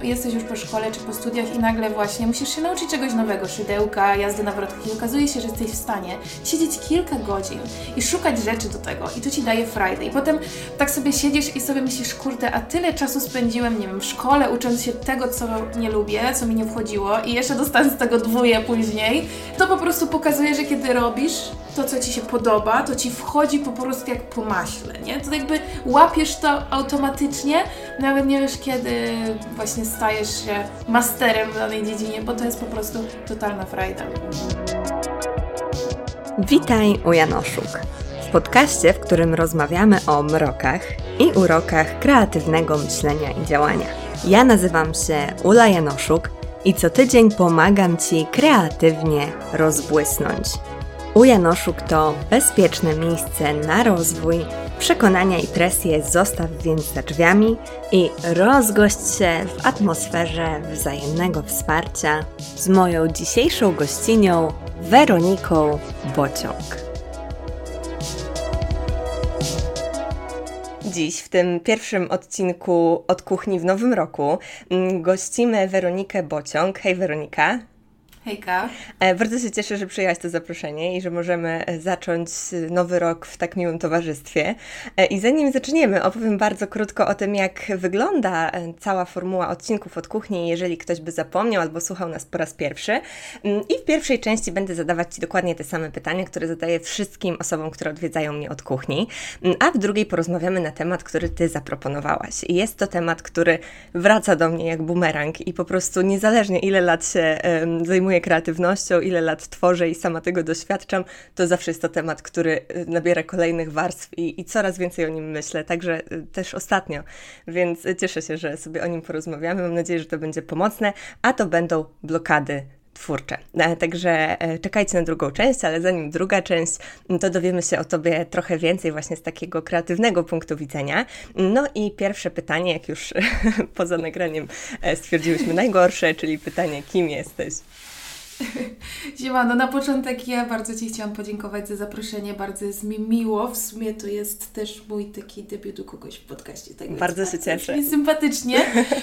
jesteś już po szkole czy po studiach i nagle właśnie musisz się nauczyć czegoś nowego, szydełka, jazdy na wrotkach i okazuje się, że jesteś w stanie siedzieć kilka godzin i szukać rzeczy do tego i to Ci daje frajdę i potem tak sobie siedzisz i sobie myślisz, kurde, a tyle czasu spędziłem, nie wiem, w szkole ucząc się tego, co nie lubię, co mi nie wchodziło i jeszcze dostanę z tego 2 później, to po prostu pokazuje, że kiedy robisz to, co Ci się podoba, to Ci wchodzi po prostu jak po maśle, nie? To jakby łapiesz to automatycznie, nawet nie wiesz, kiedy właśnie stajesz się masterem w danej dziedzinie, bo to jest po prostu totalna frajda. Witaj u Janoszuk, w podcaście, w którym rozmawiamy o mrokach i urokach kreatywnego myślenia i działania. Ja nazywam się Ula Janoszuk i co tydzień pomagam Ci kreatywnie rozbłysnąć. U Janoszuk to bezpieczne miejsce na rozwój, przekonania i presję zostaw więc za drzwiami i rozgość się w atmosferze wzajemnego wsparcia z moją dzisiejszą gościnią Weroniką Bociąg. Dziś, w tym pierwszym odcinku Od Kuchni w Nowym Roku, gościmy Weronikę Bociąg. Hej Weronika. Hejka. Bardzo się cieszę, że przyjęłaś to zaproszenie i że możemy zacząć nowy rok w tak miłym towarzystwie. I zanim zaczniemy, opowiem bardzo krótko o tym, jak wygląda cała formuła odcinków Od Kuchni, jeżeli ktoś by zapomniał albo słuchał nas po raz pierwszy. I w pierwszej części będę zadawać Ci dokładnie te same pytania, które zadaję wszystkim osobom, które odwiedzają mnie od kuchni. A w drugiej porozmawiamy na temat, który Ty zaproponowałaś. I jest to temat, który wraca do mnie jak bumerang i po prostu niezależnie ile lat się zajmuję kreatywnością, ile lat tworzę i sama tego doświadczam, to zawsze jest to temat, który nabiera kolejnych warstw i coraz więcej o nim myślę, także też ostatnio, więc cieszę się, że sobie o nim porozmawiamy, mam nadzieję, że to będzie pomocne, a to będą blokady twórcze. Także czekajcie na drugą część, ale zanim druga część, to dowiemy się o Tobie trochę więcej właśnie z takiego kreatywnego punktu widzenia. No i pierwsze pytanie, jak już poza nagraniem stwierdziłyśmy najgorsze, czyli pytanie, kim jesteś? Siemano, na początek ja bardzo Ci chciałam podziękować za zaproszenie, bardzo jest mi miło, w sumie to jest też mój taki debiut u kogoś w podcaście. Tak bardzo się cieszę. Sympatycznie.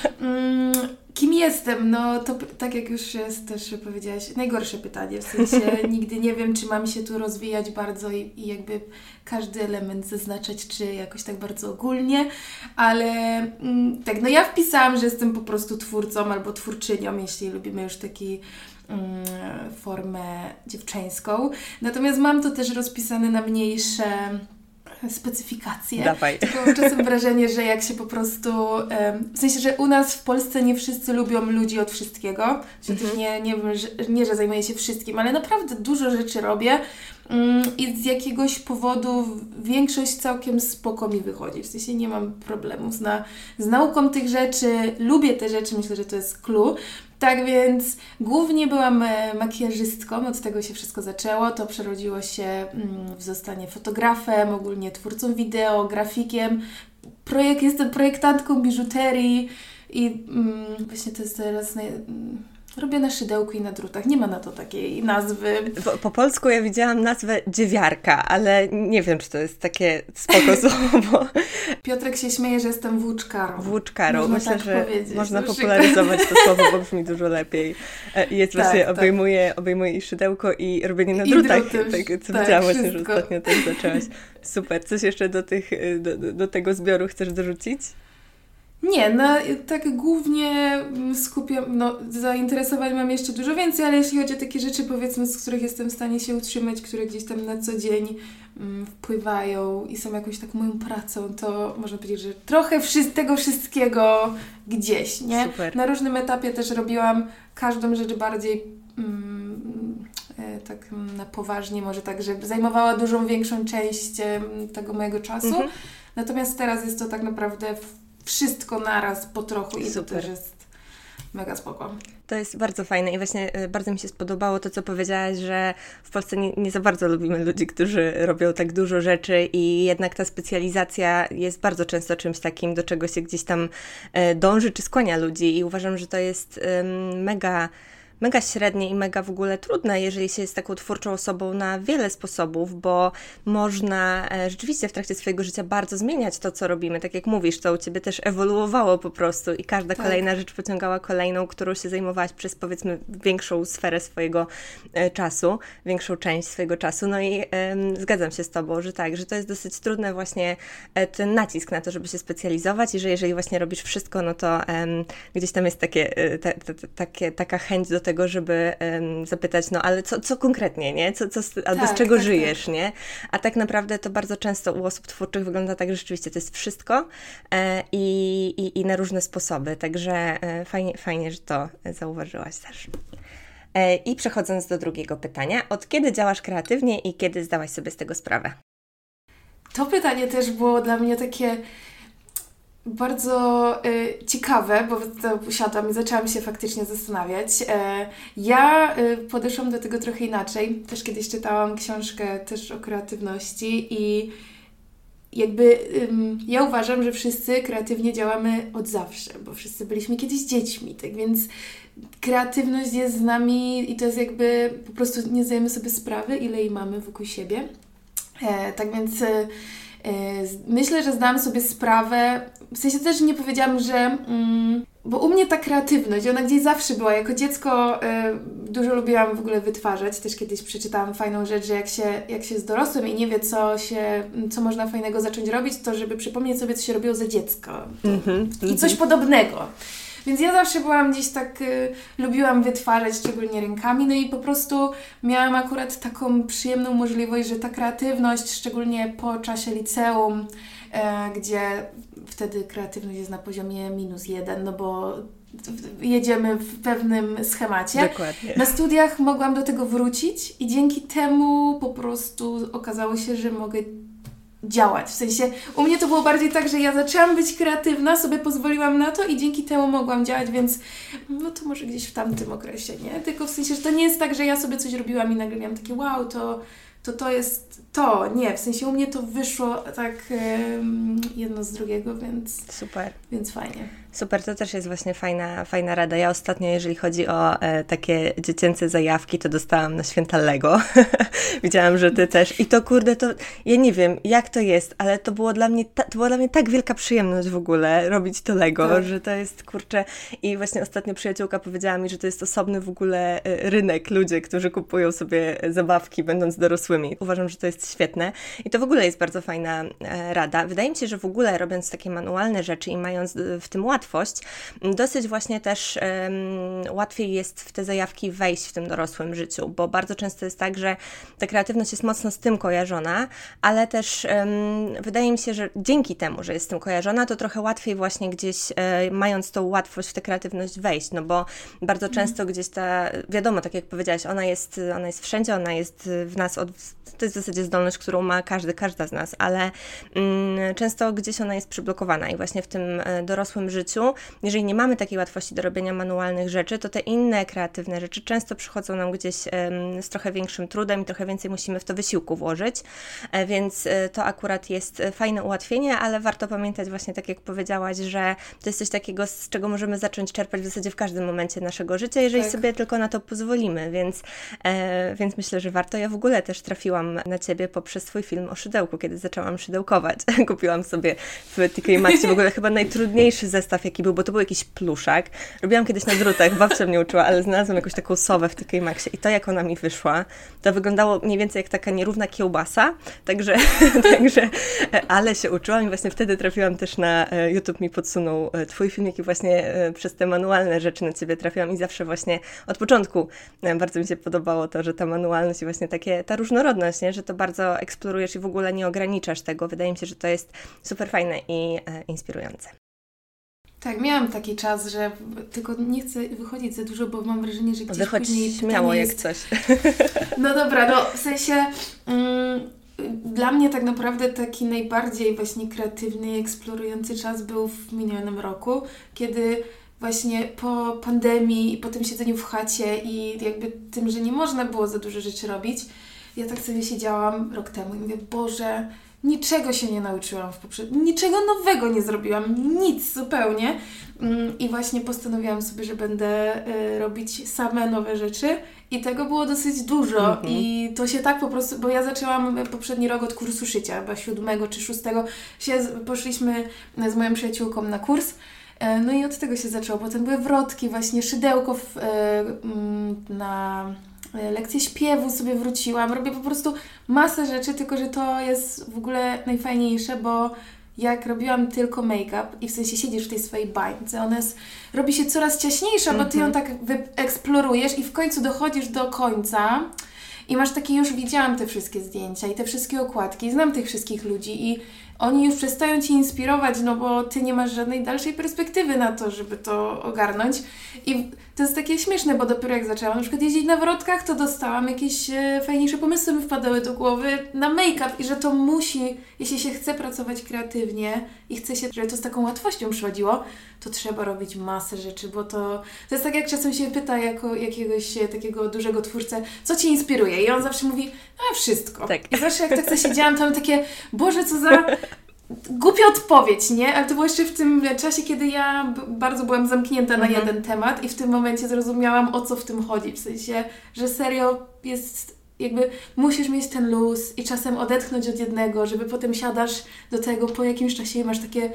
Kim jestem? No to tak jak już jest, też powiedziałaś, najgorsze pytanie, w sensie nigdy nie wiem, czy mam się tu rozwijać bardzo i jakby każdy element zaznaczać, czy jakoś tak bardzo ogólnie, ale tak, no ja wpisałam, że jestem po prostu twórcą albo twórczynią, jeśli lubimy już taki formę dziewczęską. Natomiast mam to też rozpisane na mniejsze specyfikacje. Dawaj. Tylko mam czasem wrażenie, że jak się po prostu... w sensie, że u nas w Polsce nie wszyscy lubią ludzi od wszystkiego. Że też nie, że zajmuję się wszystkim, ale naprawdę dużo rzeczy robię i z jakiegoś powodu większość całkiem spoko mi wychodzi. W sensie nie mam problemów z nauką tych rzeczy. Lubię te rzeczy, myślę, że to jest clue. Tak więc głównie byłam makijażystką, od tego się wszystko zaczęło, to przerodziło się w zostanie fotografem, ogólnie twórcą wideo, grafikiem. Jestem projektantką biżuterii i właśnie to jest teraz... Robię na szydełku i na drutach. Nie ma na to takiej nazwy. Po polsku ja widziałam nazwę dziewiarka, ale nie wiem, czy to jest takie spoko słowo. Piotrek się śmieje, że jestem włóczkarą. Włóczkarą. Można myślę, tak że powiedzieć. można popularyzować to słowo, bo brzmi dużo lepiej. Jest właśnie, tak. obejmuje i szydełko i robienie na drutach. Tak, co widziałam właśnie, że ostatnio też zaczęłaś. Super. Coś jeszcze do tego zbioru chcesz dorzucić? Nie, tak głównie zainteresowań mam jeszcze dużo więcej, ale jeśli chodzi o takie rzeczy, powiedzmy, z których jestem w stanie się utrzymać, które gdzieś tam na co dzień wpływają i są jakąś tak moją pracą, to można powiedzieć, że trochę tego wszystkiego gdzieś, nie? Super. Na różnym etapie też robiłam każdą rzecz bardziej tak na poważnie, może tak, że zajmowała większą część tego mojego czasu. Natomiast teraz jest to tak naprawdę wszystko naraz po trochu i Super. to też jest mega spoko. To jest bardzo fajne i właśnie bardzo mi się spodobało to, co powiedziałaś, że w Polsce nie za bardzo lubimy ludzi, którzy robią tak dużo rzeczy i jednak ta specjalizacja jest bardzo często czymś takim, do czego się gdzieś tam dąży czy skłania ludzi i uważam, że to jest mega mega średnie i mega w ogóle trudne, jeżeli się jest taką twórczą osobą na wiele sposobów, bo można rzeczywiście w trakcie swojego życia bardzo zmieniać to, co robimy. Tak jak mówisz, to u Ciebie też ewoluowało po prostu i każda kolejna rzecz pociągała kolejną, którą się zajmowałaś przez, powiedzmy, większą sferę swojego czasu, większą część swojego czasu. No i zgadzam się z Tobą, że tak, że to jest dosyć trudne właśnie ten nacisk na to, żeby się specjalizować i że jeżeli właśnie robisz wszystko, no to gdzieś tam jest taka chęć do tego, żeby zapytać, no ale co konkretnie, nie? Albo z czego żyjesz, nie? A tak naprawdę to bardzo często u osób twórczych wygląda tak, że rzeczywiście to jest wszystko i na różne sposoby. Także fajnie, że to zauważyłaś też. I przechodząc do drugiego pytania, od kiedy działasz kreatywnie i kiedy zdałaś sobie z tego sprawę? To pytanie też było dla mnie takie bardzo ciekawe, bo to usiadłam i zaczęłam się faktycznie zastanawiać. Ja podeszłam do tego trochę inaczej. Też kiedyś czytałam książkę też o kreatywności i jakby ja uważam, że wszyscy kreatywnie działamy od zawsze, bo wszyscy byliśmy kiedyś dziećmi, tak więc kreatywność jest z nami i to jest jakby po prostu nie zdajemy sobie sprawy, ile jej mamy wokół siebie. Tak więc myślę, że zdałam sobie sprawę, w sensie też nie powiedziałam, że bo u mnie ta kreatywność, ona gdzieś zawsze była. Jako dziecko dużo lubiłam w ogóle wytwarzać. Też kiedyś przeczytałam fajną rzecz, że jak się jest dorosłym i nie wie, co można fajnego zacząć robić, to żeby przypomnieć sobie, co się robiło za dziecko. I coś podobnego. Więc ja zawsze byłam gdzieś tak, lubiłam wytwarzać, szczególnie rękami, no i po prostu miałam akurat taką przyjemną możliwość, że ta kreatywność, szczególnie po czasie liceum, gdzie wtedy kreatywność jest na poziomie -1, no bo jedziemy w pewnym schemacie. Dokładnie. Na studiach mogłam do tego wrócić i dzięki temu po prostu okazało się, że mogę działać. W sensie u mnie to było bardziej tak, że ja zaczęłam być kreatywna, sobie pozwoliłam na to i dzięki temu mogłam działać, więc no to może gdzieś w tamtym okresie, nie? Tylko w sensie, że to nie jest tak, że ja sobie coś robiłam i nagle miałam takie wow, to jest to. Nie, w sensie u mnie to wyszło tak jedno z drugiego, więc super. Więc fajnie. Super, to też jest właśnie fajna rada. Ja ostatnio, jeżeli chodzi o takie dziecięce zajawki, to dostałam na święta Lego. Widziałam, że Ty też. I to kurde, to ja nie wiem, jak to jest, ale to było dla mnie tak wielka przyjemność w ogóle robić to Lego, że to jest kurczę. I właśnie ostatnio przyjaciółka powiedziała mi, że to jest osobny w ogóle rynek, ludzie, którzy kupują sobie zabawki, będąc dorosłymi. Uważam, że to jest świetne. I to w ogóle jest bardzo fajna rada. Wydaje mi się, że w ogóle robiąc takie manualne rzeczy i mając w tym łatwość, dosyć właśnie też łatwiej jest w te zajawki wejść w tym dorosłym życiu, bo bardzo często jest tak, że ta kreatywność jest mocno z tym kojarzona, ale też wydaje mi się, że dzięki temu, że jest z tym kojarzona, to trochę łatwiej właśnie gdzieś mając tą łatwość w tę kreatywność wejść, no bo bardzo często gdzieś wiadomo, tak jak powiedziałaś, ona jest wszędzie, ona jest w nas, to jest w zasadzie zdolność, którą ma każda z nas, ale często gdzieś ona jest przyblokowana i właśnie w tym dorosłym życiu, jeżeli nie mamy takiej łatwości do robienia manualnych rzeczy, to te inne kreatywne rzeczy często przychodzą nam gdzieś z trochę większym trudem i trochę więcej musimy w to wysiłku włożyć, więc to akurat jest fajne ułatwienie, ale warto pamiętać właśnie tak jak powiedziałaś, że to jest coś takiego, z czego możemy zacząć czerpać w zasadzie w każdym momencie naszego życia, jeżeli sobie tylko na to pozwolimy, więc myślę, że warto. Ja w ogóle też trafiłam na Ciebie poprzez Twój film o szydełku, kiedy zaczęłam szydełkować. Kupiłam sobie w TK Maxxie w ogóle chyba najtrudniejszy zestaw, jaki był, bo to był jakiś pluszak. Robiłam kiedyś na drutach, babcia mnie uczyła, ale znalazłam jakąś taką sowę w TK Maxxie i to, jak ona mi wyszła, to wyglądało mniej więcej jak taka nierówna kiełbasa, także ale się uczyłam i właśnie wtedy trafiłam też na YouTube, mi podsunął Twój filmik i właśnie przez te manualne rzeczy na Ciebie trafiłam i zawsze właśnie od początku bardzo mi się podobało to, że ta manualność i właśnie ta różnorodność, nie? Że to bardzo eksplorujesz i w ogóle nie ograniczasz tego. Wydaje mi się, że to jest super fajne i inspirujące. Tak, miałam taki czas, że tylko nie chcę wychodzić za dużo, bo mam wrażenie, że gdzieś Wychodź później śmiało jest... jak coś. No dobra, no w sensie dla mnie tak naprawdę taki najbardziej właśnie kreatywny i eksplorujący czas był w minionym roku, kiedy właśnie po pandemii i po tym siedzeniu w chacie i jakby tym, że nie można było za dużo rzeczy robić, ja tak sobie siedziałam rok temu i mówię, Boże, niczego się nie nauczyłam niczego nowego nie zrobiłam, nic zupełnie. I właśnie postanowiłam sobie, że będę robić same nowe rzeczy i tego było dosyć dużo i to się tak po prostu, bo ja zaczęłam poprzedni rok od kursu szycia, chyba 7 czy 6 poszliśmy z moją przyjaciółką na kurs. No i od tego się zaczęło. Potem były wrotki, właśnie szydełko na lekcję śpiewu sobie wróciłam. Robię po prostu masę rzeczy, tylko że to jest w ogóle najfajniejsze, bo jak robiłam tylko make-up i w sensie siedzisz w tej swojej bańce, robi się coraz ciaśniejsza, bo ty ją tak wyeksplorujesz i w końcu dochodzisz do końca i masz takie, już widziałam te wszystkie zdjęcia i te wszystkie okładki, znam tych wszystkich ludzi i oni już przestają Cię inspirować, no bo Ty nie masz żadnej dalszej perspektywy na to, żeby to ogarnąć. I to jest takie śmieszne, bo dopiero jak zaczęłam na przykład jeździć na wrotkach, to dostałam jakieś fajniejsze pomysły, mi wpadały do głowy na make-up i że to musi, jeśli się chce pracować kreatywnie i chce się, żeby to z taką łatwością przychodziło, to trzeba robić masę rzeczy, bo to jest tak, jak czasem się pyta jako jakiegoś takiego dużego twórcę, co Cię inspiruje? I on zawsze mówi, wszystko. Tak. I zawsze jak tak siedziałam, to mam takie, Boże, co za głupia odpowiedź, nie? Ale to było jeszcze w tym czasie, kiedy ja bardzo byłam zamknięta na jeden temat i w tym momencie zrozumiałam, o co w tym chodzi. W sensie, że serio jest jakby musisz mieć ten luz i czasem odetchnąć od jednego, żeby potem siadasz do tego po jakimś czasie i masz takie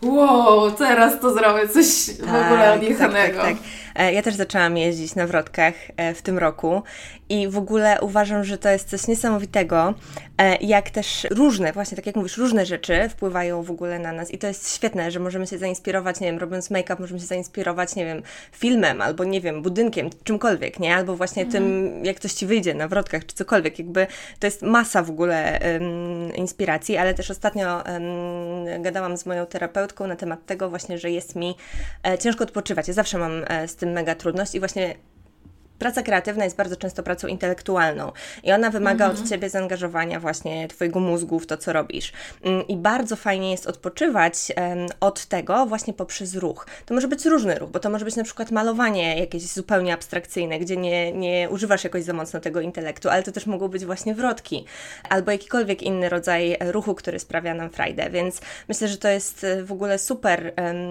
wow, teraz to zrobię, coś w ogóle odjechanego. Tak. Ja też zaczęłam jeździć na wrotkach w tym roku i w ogóle uważam, że to jest coś niesamowitego, jak też różne, właśnie tak jak mówisz, różne rzeczy wpływają w ogóle na nas i to jest świetne, że możemy się zainspirować, nie wiem, robiąc make-up, możemy się zainspirować, nie wiem, filmem albo, nie wiem, budynkiem, czymkolwiek, nie? Albo właśnie tym, jak coś Ci wyjdzie na wrotkach, czy cokolwiek, jakby to jest masa w ogóle inspiracji, ale też ostatnio gadałam z moją terapeutką na temat tego właśnie, że jest mi ciężko odpoczywać. Ja zawsze mam z tym mega trudność i właśnie praca kreatywna jest bardzo często pracą intelektualną i ona wymaga od Ciebie zaangażowania właśnie Twojego mózgu w to, co robisz. I bardzo fajnie jest odpoczywać od tego właśnie poprzez ruch. To może być różny ruch, bo to może być na przykład malowanie jakieś zupełnie abstrakcyjne, gdzie nie używasz jakoś za mocno tego intelektu, ale to też mogą być właśnie wrotki albo jakikolwiek inny rodzaj ruchu, który sprawia nam frajdę, więc myślę, że to jest w ogóle super.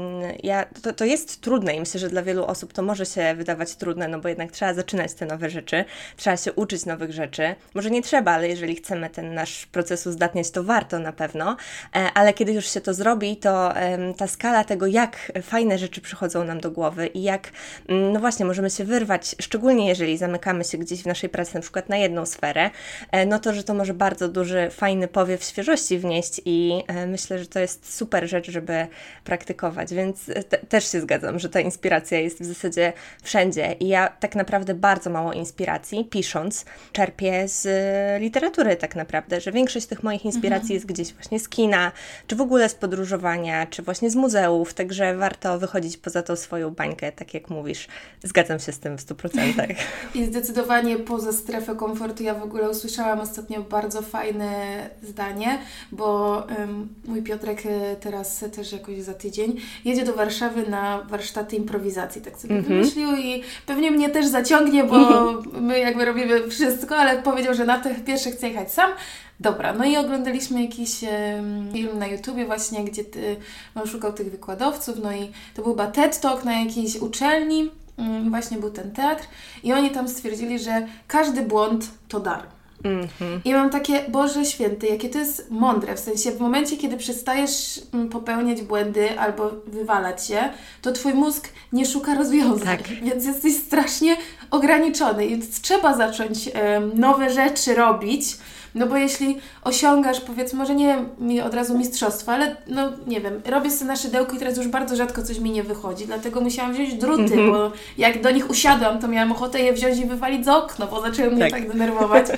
To jest trudne i myślę, że dla wielu osób to może się wydawać trudne, no bo jednak trzeba zaczynać te nowe rzeczy, trzeba się uczyć nowych rzeczy. Może nie trzeba, ale jeżeli chcemy ten nasz proces uzdatniać, to warto na pewno, ale kiedy już się to zrobi, to ta skala tego, jak fajne rzeczy przychodzą nam do głowy i jak, no właśnie, możemy się wyrwać, szczególnie jeżeli zamykamy się gdzieś w naszej pracy na przykład na jedną sferę, no to, że to może bardzo duży, fajny powiew świeżości wnieść i myślę, że to jest super rzecz, żeby praktykować, więc też się zgadzam, że ta inspiracja jest w zasadzie wszędzie i ja tak naprawdę bardzo mało inspiracji, pisząc, czerpię z literatury tak naprawdę, że większość tych moich inspiracji jest gdzieś właśnie z kina, czy w ogóle z podróżowania, czy właśnie z muzeów, także warto wychodzić poza tą swoją bańkę, tak jak mówisz. Zgadzam się z tym w 100%. I zdecydowanie poza strefę komfortu. Ja w ogóle usłyszałam ostatnio bardzo fajne zdanie, bo mój Piotrek teraz też jakoś za tydzień jedzie do Warszawy na warsztaty improwizacji, tak sobie wymyślił i pewnie mnie też zaciągnie, bo my jakby robimy wszystko, ale powiedział, że na te pierwsze chce jechać sam. Dobra, no i oglądaliśmy jakiś film na YouTubie właśnie, gdzie on szukał tych wykładowców, no i to był chyba TED Talk na jakiejś uczelni, właśnie był ten teatr i oni tam stwierdzili, że każdy błąd to dar. I mam takie, Boże Święty, jakie to jest mądre, w sensie w momencie, kiedy przestajesz popełniać błędy albo wywalać się, to Twój mózg nie szuka rozwiązań, więc jesteś strasznie ograniczony, więc trzeba zacząć nowe rzeczy robić, no bo jeśli osiągasz, powiedzmy, może nie od razu mistrzostwo, ale no nie wiem, robię sobie na szydełku i teraz już bardzo rzadko coś mi nie wychodzi, dlatego musiałam wziąć druty, bo jak do nich usiadłam, to miałam ochotę je wziąć i wywalić za okno, bo zaczęły mnie tak denerwować.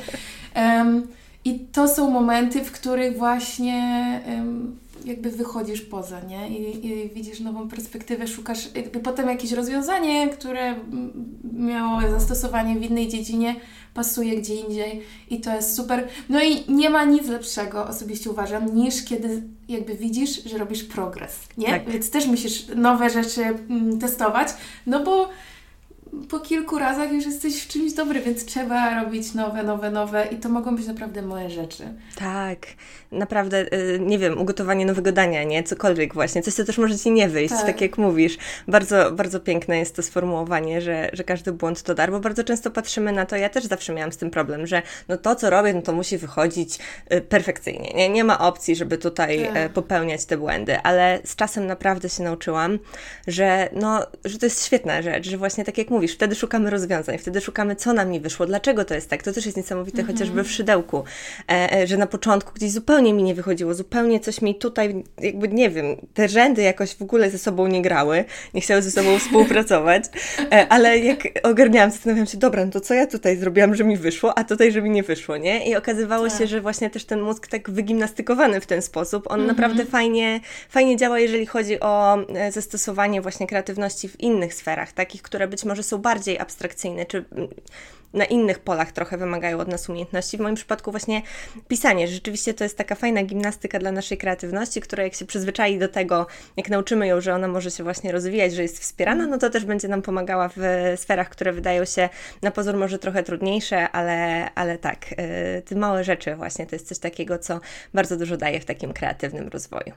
I to są momenty, w których właśnie jakby wychodzisz poza, nie? I widzisz nową perspektywę, szukasz jakby potem jakieś rozwiązanie, które miało zastosowanie w innej dziedzinie, pasuje gdzie indziej i to jest super. No i nie ma nic lepszego, osobiście uważam, niż kiedy jakby widzisz, że robisz progres, nie? Więc też musisz nowe rzeczy testować, no bo po kilku razach już jesteś w czymś dobry, więc trzeba robić nowe i to mogą być naprawdę małe rzeczy. Tak, naprawdę, nie wiem, ugotowanie nowego dania, nie? Cokolwiek właśnie, coś, co też może Ci nie wyjść, tak jak mówisz. Bardzo, bardzo piękne jest to sformułowanie, że każdy błąd to dar, bo bardzo często patrzymy na to, ja też zawsze miałam z tym problem, że no to, co robię, no to musi wychodzić perfekcyjnie, nie ma opcji, żeby tutaj popełniać te błędy, ale z czasem naprawdę się nauczyłam, że to jest świetna rzecz, że właśnie tak jak mówisz, wtedy szukamy rozwiązań, wtedy szukamy, co nam nie wyszło, dlaczego to jest tak. To też jest niesamowite, chociażby w szydełku, że na początku gdzieś zupełnie mi nie wychodziło, zupełnie coś mi tutaj, jakby nie wiem, te rzędy jakoś w ogóle ze sobą nie grały, nie chciały ze sobą współpracować, ale jak ogarniałam, zastanawiałam się, dobra, no to co ja tutaj zrobiłam, że mi wyszło, a tutaj, że mi nie wyszło, nie? I okazywało się, że właśnie też ten mózg tak wygimnastykowany w ten sposób, on naprawdę fajnie działa, jeżeli chodzi o zastosowanie właśnie kreatywności w innych sferach, takich, które być może są bardziej abstrakcyjne, czy na innych polach trochę wymagają od nas umiejętności. W moim przypadku właśnie pisanie. Rzeczywiście to jest taka fajna gimnastyka dla naszej kreatywności, która jak się przyzwyczai do tego, jak nauczymy ją, że ona może się właśnie rozwijać, że jest wspierana, no to też będzie nam pomagała w sferach, które wydają się na pozór może trochę trudniejsze, ale tak, te małe rzeczy właśnie to jest coś takiego, co bardzo dużo daje w takim kreatywnym rozwoju.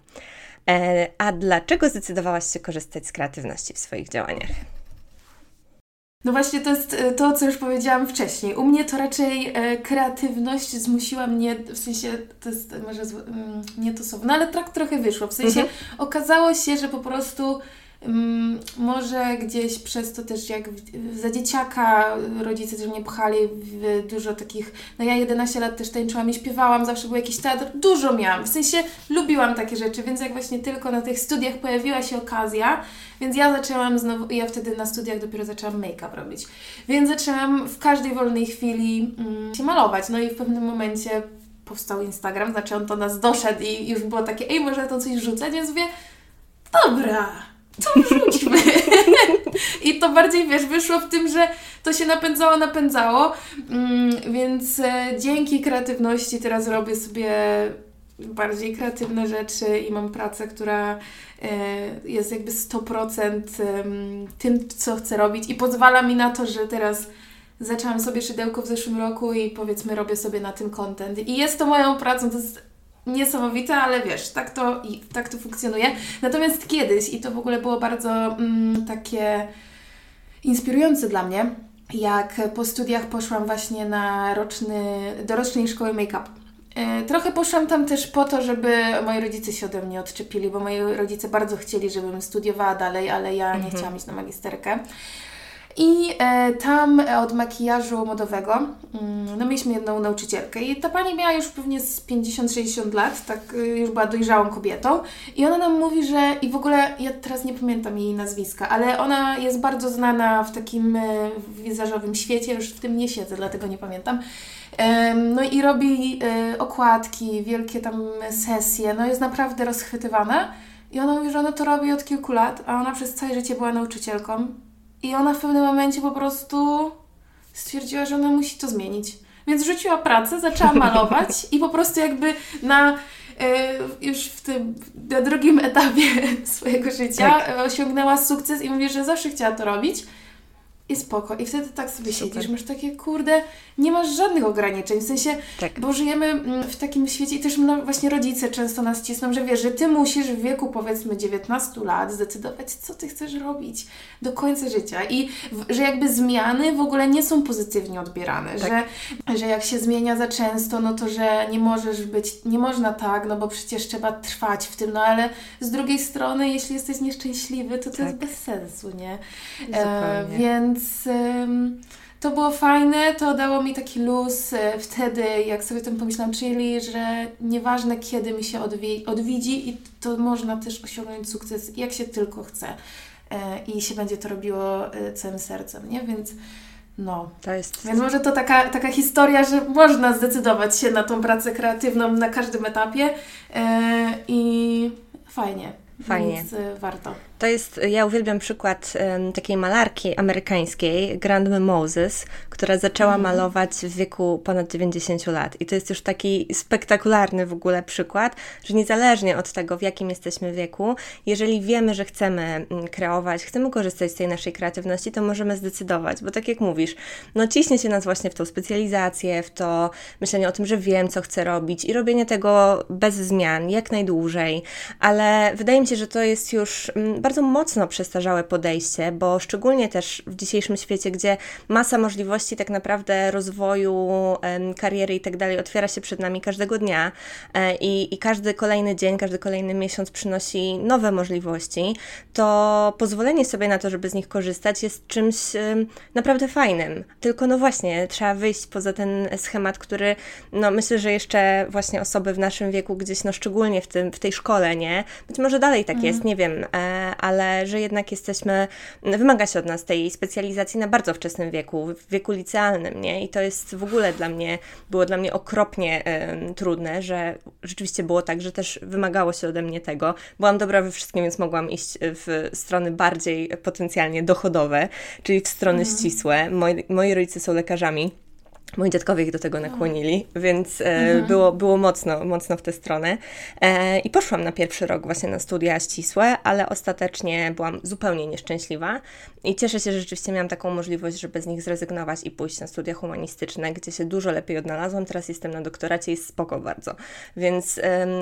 A dlaczego zdecydowałaś się korzystać z kreatywności w swoich działaniach? No właśnie to jest to, co już powiedziałam wcześniej. U mnie to raczej kreatywność zmusiła mnie, w sensie, to jest może nie to słowo, no ale tak trochę wyszło. W sensie okazało się, że po prostu może gdzieś przez to też jak za dzieciaka rodzice też mnie pchali w dużo takich, no ja 11 lat też tańczyłam i śpiewałam, zawsze był jakiś teatr, dużo miałam, w sensie lubiłam takie rzeczy, więc jak właśnie tylko na tych studiach pojawiła się okazja, więc ja zaczęłam znowu, ja wtedy na studiach dopiero zaczęłam make-up robić, więc zaczęłam w każdej wolnej chwili się malować, no i w pewnym momencie powstał Instagram, znaczy on do nas doszedł i już było takie, ej, może to coś rzucać, więc mówię, dobra, to wrzućmy. I to bardziej, wyszło w tym, że to się napędzało, więc dzięki kreatywności teraz robię sobie bardziej kreatywne rzeczy i mam pracę, która jest jakby 100% tym, co chcę robić i pozwala mi na to, że teraz zaczęłam sobie szydełko w zeszłym roku i powiedzmy robię sobie na tym content. I jest to moją pracą, to jest niesamowite, ale wiesz, tak to funkcjonuje. Natomiast kiedyś, i to w ogóle było bardzo takie inspirujące dla mnie, jak po studiach poszłam właśnie do rocznej szkoły make-up. Trochę poszłam tam też po to, żeby moi rodzice się ode mnie odczepili, bo moi rodzice bardzo chcieli, żebym studiowała dalej, ale ja nie chciałam iść na magisterkę. I tam od makijażu modowego, no mieliśmy jedną nauczycielkę i ta pani miała już pewnie z 50-60 lat, tak już była dojrzałą kobietą i ona nam mówi, że i w ogóle, ja teraz nie pamiętam jej nazwiska, ale ona jest bardzo znana w takim wizażowym świecie, już w tym nie siedzę, dlatego nie pamiętam. No i robi okładki, wielkie tam sesje, no jest naprawdę rozchwytywana i ona mówi, że ona to robi od kilku lat, a ona przez całe życie była nauczycielką. I ona w pewnym momencie po prostu stwierdziła, że ona musi to zmienić. Więc rzuciła pracę, zaczęła malować i po prostu jakby już na drugim etapie swojego życia osiągnęła sukces i mówi, że zawsze chciała to robić. I spoko. I wtedy tak sobie siedzisz, masz takie, kurde, nie masz żadnych ograniczeń, w sensie, bo żyjemy w takim świecie i też właśnie rodzice często nas cisną, że wiesz, że ty musisz w wieku powiedzmy 19 lat zdecydować, co ty chcesz robić do końca życia i że jakby zmiany w ogóle nie są pozytywnie odbierane, że jak się zmienia za często, no to, że nie można tak, no bo przecież trzeba trwać w tym, no ale z drugiej strony, jeśli jesteś nieszczęśliwy, to jest bez sensu, nie? Więc to było fajne, to dało mi taki luz wtedy, jak sobie o tym pomyślałam, czyli, że nieważne kiedy mi się odwiedzi i to można też osiągnąć sukces, jak się tylko chce i się będzie to robiło całym sercem, nie? Więc Więc może to taka historia, że można zdecydować się na tą pracę kreatywną na każdym etapie i fajnie. Więc warto. Ja uwielbiam przykład takiej malarki amerykańskiej, Grandmy Moses, która zaczęła malować w wieku ponad 90 lat. I to jest już taki spektakularny w ogóle przykład, że niezależnie od tego, w jakim jesteśmy wieku, jeżeli wiemy, że chcemy kreować, chcemy korzystać z tej naszej kreatywności, to możemy zdecydować, bo tak jak mówisz, no ciśnie się nas właśnie w tą specjalizację, w to myślenie o tym, że wiem, co chcę robić i robienie tego bez zmian, jak najdłużej, ale wydaje mi się, że to jest już bardzo mocno przestarzałe podejście, bo szczególnie też w dzisiejszym świecie, gdzie masa możliwości tak naprawdę rozwoju, kariery i tak dalej otwiera się przed nami każdego dnia i każdy kolejny dzień, każdy kolejny miesiąc przynosi nowe możliwości, to pozwolenie sobie na to, żeby z nich korzystać jest czymś naprawdę fajnym. Tylko no właśnie, trzeba wyjść poza ten schemat, który no myślę, że jeszcze właśnie osoby w naszym wieku gdzieś, no szczególnie w tej szkole, nie? Być może dalej tak jest, nie wiem, ale że jednak wymaga się od nas tej specjalizacji na bardzo wczesnym wieku, w wieku licealnym, nie? I to jest w ogóle było dla mnie okropnie trudne, że rzeczywiście było tak, że też wymagało się ode mnie tego. Byłam dobra we wszystkim, więc mogłam iść w strony bardziej potencjalnie dochodowe, czyli w strony ścisłe. Moi rodzice są lekarzami. Moi dziadkowie ich do tego nakłonili, więc było mocno w tę stronę. I poszłam na pierwszy rok właśnie na studia ścisłe, ale ostatecznie byłam zupełnie nieszczęśliwa i cieszę się, że rzeczywiście miałam taką możliwość, żeby z nich zrezygnować i pójść na studia humanistyczne, gdzie się dużo lepiej odnalazłam. Teraz jestem na doktoracie i jest spoko bardzo. Więc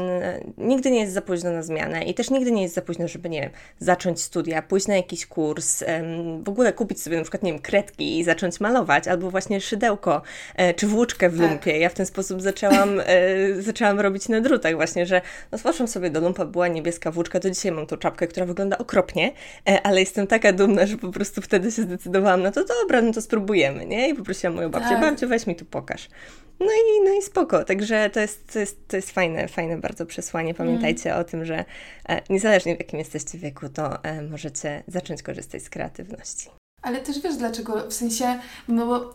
nigdy nie jest za późno na zmianę i też nigdy nie jest za późno, żeby, nie wiem, zacząć studia, pójść na jakiś kurs, w ogóle kupić sobie na przykład, nie wiem, kredki i zacząć malować, albo właśnie szydełko, czy włóczkę w lumpie. Ja w ten sposób zaczęłam robić na drutach właśnie, że no poszłam sobie do lumpa, była niebieska włóczka, to dzisiaj mam tą czapkę, która wygląda okropnie, ale jestem taka dumna, że po prostu wtedy się zdecydowałam na to, dobra, no to spróbujemy, nie? I poprosiłam moją babcię, babciu, weź mi tu pokaż. No i spoko, także to jest fajne bardzo przesłanie. Pamiętajcie o tym, że niezależnie w jakim jesteście wieku, to możecie zacząć korzystać z kreatywności. Ale też wiesz dlaczego, w sensie, no bo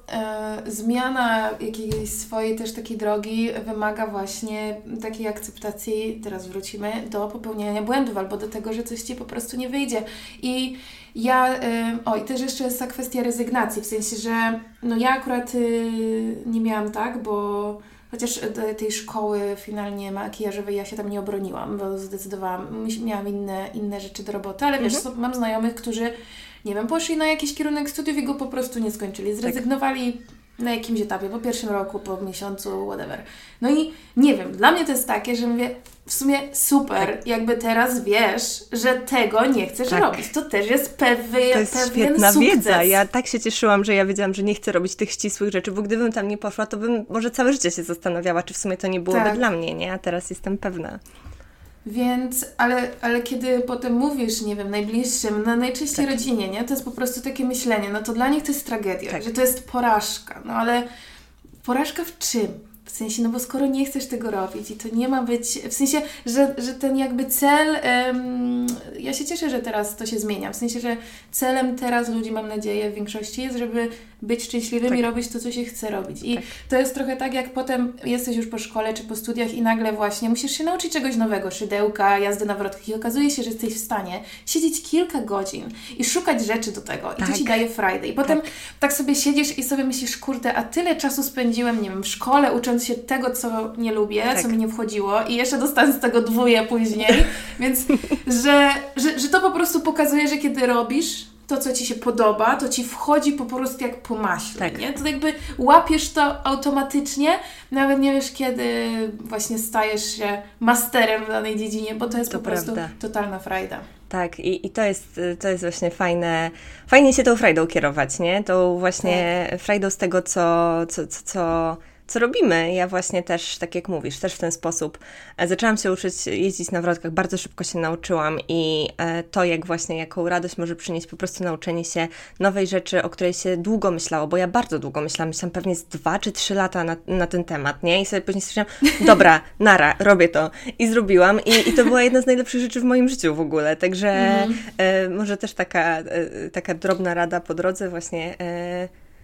zmiana jakiejś swojej też takiej drogi wymaga właśnie takiej akceptacji, teraz wrócimy do popełniania błędów albo do tego, że coś Ci po prostu nie wyjdzie. I ja, i też jeszcze jest ta kwestia rezygnacji, w sensie, że no ja akurat nie miałam tak, bo chociaż do tej szkoły finalnie makijażowej ja się tam nie obroniłam, bo zdecydowałam, miałam inne rzeczy do roboty, ale wiesz, mam znajomych, którzy nie wiem, poszli na jakiś kierunek studiów i go po prostu nie skończyli. Zrezygnowali na jakimś etapie, po pierwszym roku, po miesiącu, whatever. No i nie wiem, dla mnie to jest takie, że mówię, w sumie super, jakby teraz wiesz, że tego nie chcesz robić. To też jest pewien świetna sukces. Wiedza. Ja tak się cieszyłam, że ja wiedziałam, że nie chcę robić tych ścisłych rzeczy, bo gdybym tam nie poszła, to bym może całe życie się zastanawiała, czy w sumie to nie byłoby dla mnie, nie? A teraz jestem pewna. Więc, ale kiedy potem mówisz, nie wiem, najbliższym, najczęściej rodzinie, nie? To jest po prostu takie myślenie, no to dla nich to jest tragedia, że to jest porażka, no ale porażka w czym? W sensie, no bo skoro nie chcesz tego robić i to nie ma być, w sensie, że ten jakby cel, ja się cieszę, że teraz to się zmienia, w sensie, że celem teraz ludzi, mam nadzieję, w większości jest, żeby być szczęśliwym i robić to, co się chce robić. I to jest trochę tak, jak potem jesteś już po szkole czy po studiach i nagle właśnie musisz się nauczyć czegoś nowego, szydełka, jazdy na wrotkach i okazuje się, że jesteś w stanie siedzieć kilka godzin i szukać rzeczy do tego i to Ci daje frajdę. I potem tak sobie siedzisz i sobie myślisz, kurde, a tyle czasu spędziłem, nie wiem, w szkole ucząc się tego, co nie lubię, co mi nie wchodziło i jeszcze dostanę z tego dwóje później, więc że to po prostu pokazuje, że kiedy robisz to, co Ci się podoba, to Ci wchodzi po prostu jak po maśle, nie? To jakby łapiesz to automatycznie, nawet nie wiesz, kiedy właśnie stajesz się masterem w danej dziedzinie, bo to jest po prostu totalna frajda. Tak, i to jest właśnie fajnie się tą frajdą kierować, nie? Tą właśnie frajdą z tego, co robimy. Ja właśnie też, tak jak mówisz, też w ten sposób zaczęłam się uczyć jeździć na wrotkach, bardzo szybko się nauczyłam i to, jaką radość może przynieść po prostu nauczenie się nowej rzeczy, o której się długo myślało, bo ja bardzo długo myślałam pewnie z 2 czy 3 lata na ten temat, nie? I sobie później stwierdziłam, dobra, nara, robię to. I zrobiłam i to była jedna z najlepszych rzeczy w moim życiu w ogóle, także może też taka drobna rada po drodze właśnie,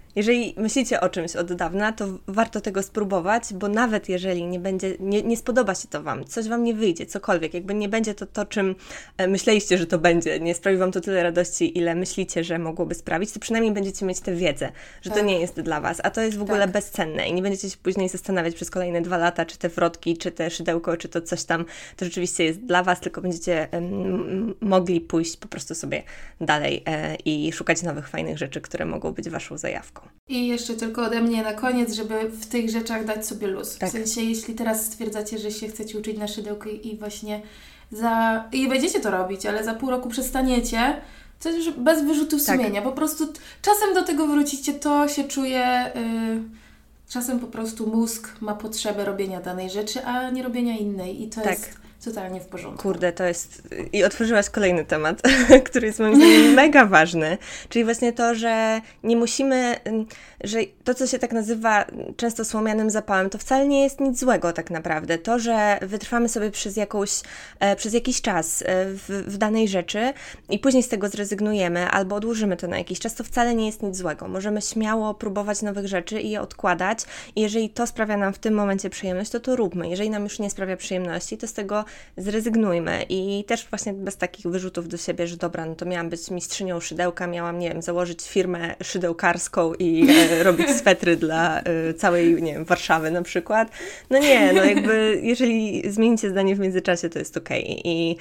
Jeżeli myślicie o czymś od dawna, to warto tego spróbować, bo nawet jeżeli nie spodoba się to Wam, coś Wam nie wyjdzie, cokolwiek, jakby nie będzie to czym myśleliście, że to będzie, nie sprawi Wam to tyle radości, ile myślicie, że mogłoby sprawić, to przynajmniej będziecie mieć tę wiedzę, że to nie jest dla Was, a to jest w ogóle bezcenne i nie będziecie się później zastanawiać przez kolejne 2 lata, czy te wrotki, czy te szydełko, czy to coś tam, to rzeczywiście jest dla Was, tylko będziecie mogli pójść po prostu sobie dalej i szukać nowych, fajnych rzeczy, które mogą być Waszą zajawką. I jeszcze tylko ode mnie na koniec, żeby w tych rzeczach dać sobie luz. Tak. W sensie, jeśli teraz stwierdzacie, że się chcecie uczyć na szydełko i właśnie i będziecie to robić, ale za pół roku przestaniecie, to już bez wyrzutów sumienia. Po prostu czasem do tego wrócicie, to się czuje... Czasem po prostu mózg ma potrzebę robienia danej rzeczy, a nie robienia innej. I to jest totalnie w porządku. Kurde, to jest... I otworzyłaś kolejny temat, który jest moim zdaniem mega ważny. Czyli właśnie to, że nie musimy... Że to, co się tak nazywa często słomianym zapałem, to wcale nie jest nic złego tak naprawdę. To, że wytrwamy sobie przez jakiś czas w danej rzeczy i później z tego zrezygnujemy albo odłożymy to na jakiś czas, to wcale nie jest nic złego. Możemy śmiało próbować nowych rzeczy i je odkładać. I jeżeli to sprawia nam w tym momencie przyjemność, to róbmy. Jeżeli nam już nie sprawia przyjemności, to z tego zrezygnujmy. I też właśnie bez takich wyrzutów do siebie, że dobra, no to miałam być mistrzynią szydełka, miałam, nie wiem, założyć firmę szydełkarską i robić swetry dla całej, nie wiem, Warszawy na przykład. No nie, no jakby jeżeli zmienicie zdanie w międzyczasie, to jest okej. I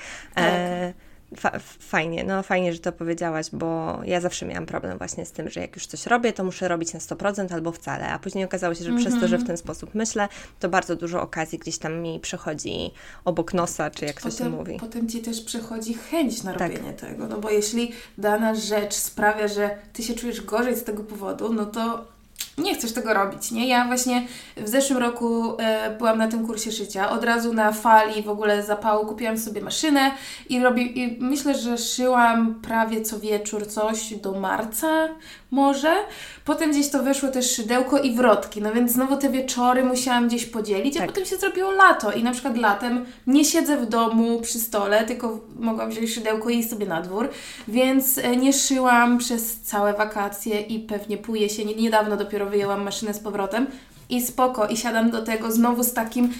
fajnie, że to powiedziałaś, bo ja zawsze miałam problem właśnie z tym, że jak już coś robię, to muszę robić na 100% albo wcale, a później okazało się, że przez to, że w ten sposób myślę, to bardzo dużo okazji gdzieś tam mi przechodzi obok nosa, czy jak to się mówi. Potem Ci też przychodzi chęć na robienie tego, no bo jeśli dana rzecz sprawia, że Ty się czujesz gorzej z tego powodu, no to nie chcesz tego robić, nie? Ja właśnie w zeszłym roku byłam na tym kursie szycia. Od razu na fali w ogóle zapału kupiłam sobie maszynę i myślę, że szyłam prawie co wieczór coś do marca może. Potem gdzieś to weszło też szydełko i wrotki, no więc znowu te wieczory musiałam gdzieś podzielić, a potem się zrobiło lato i na przykład latem nie siedzę w domu przy stole, tylko mogłam wziąć szydełko i iść sobie na dwór, więc nie szyłam przez całe wakacje i pewnie pół jesieni. Niedawno dopiero wyjęłam maszynę z powrotem i spoko, i siadam do tego znowu z takim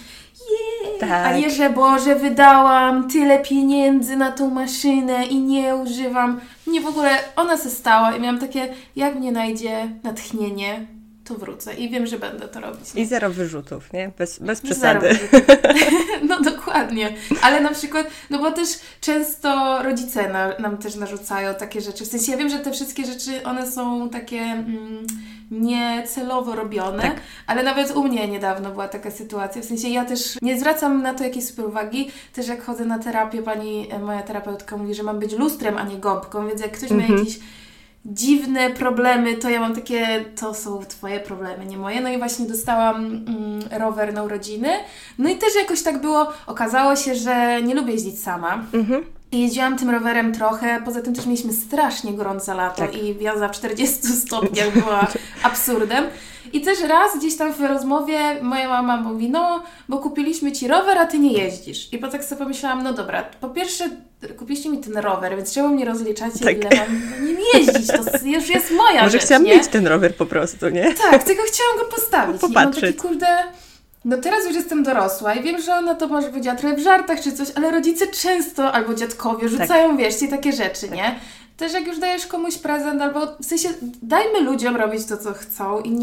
a nie, że Boże, wydałam tyle pieniędzy na tą maszynę i nie używam. Nie, w ogóle ona se stała i miałam takie, jak mnie najdzie natchnienie, to wrócę i wiem, że będę to robić. I zero wyrzutów, nie? Bez przesady. No dokładnie. Ale na przykład, no bo też często rodzice nam też narzucają takie rzeczy. W sensie ja wiem, że te wszystkie rzeczy, one są takie niecelowo robione, ale nawet u mnie niedawno była taka sytuacja. W sensie ja też nie zwracam na to jakiejś super uwagi. Też jak chodzę na terapię, moja terapeutka mówi, że mam być lustrem, a nie gąbką, więc jak ktoś ma jakiś dziwne problemy, to ja mam takie, to są Twoje problemy, nie moje. No i właśnie dostałam rower na urodziny. No i też jakoś tak było, okazało się, że nie lubię jeździć sama. I jeździłam tym rowerem trochę, poza tym też mieliśmy strasznie gorące lato i jazda w 40 stopniach była absurdem. I też raz gdzieś tam w rozmowie moja mama mówi, no, bo kupiliśmy Ci rower, a Ty nie jeździsz. I potem tak sobie pomyślałam, no dobra, po pierwsze kupiliście mi ten rower, więc czemu mnie rozliczacie, ile mam nim jeździć? To już jest moja Może rzecz, chciałam nie? mieć ten rower po prostu, nie? Tak, tylko chciałam go postawić. Popatrzeć. I mam taki, kurde, no teraz już jestem dorosła i wiem, że ona to może powiedziała trochę w żartach czy coś, ale rodzice często, albo dziadkowie rzucają, wiesz, takie rzeczy, nie? Też jak już dajesz komuś prezent, albo w sensie dajmy ludziom robić to, co chcą i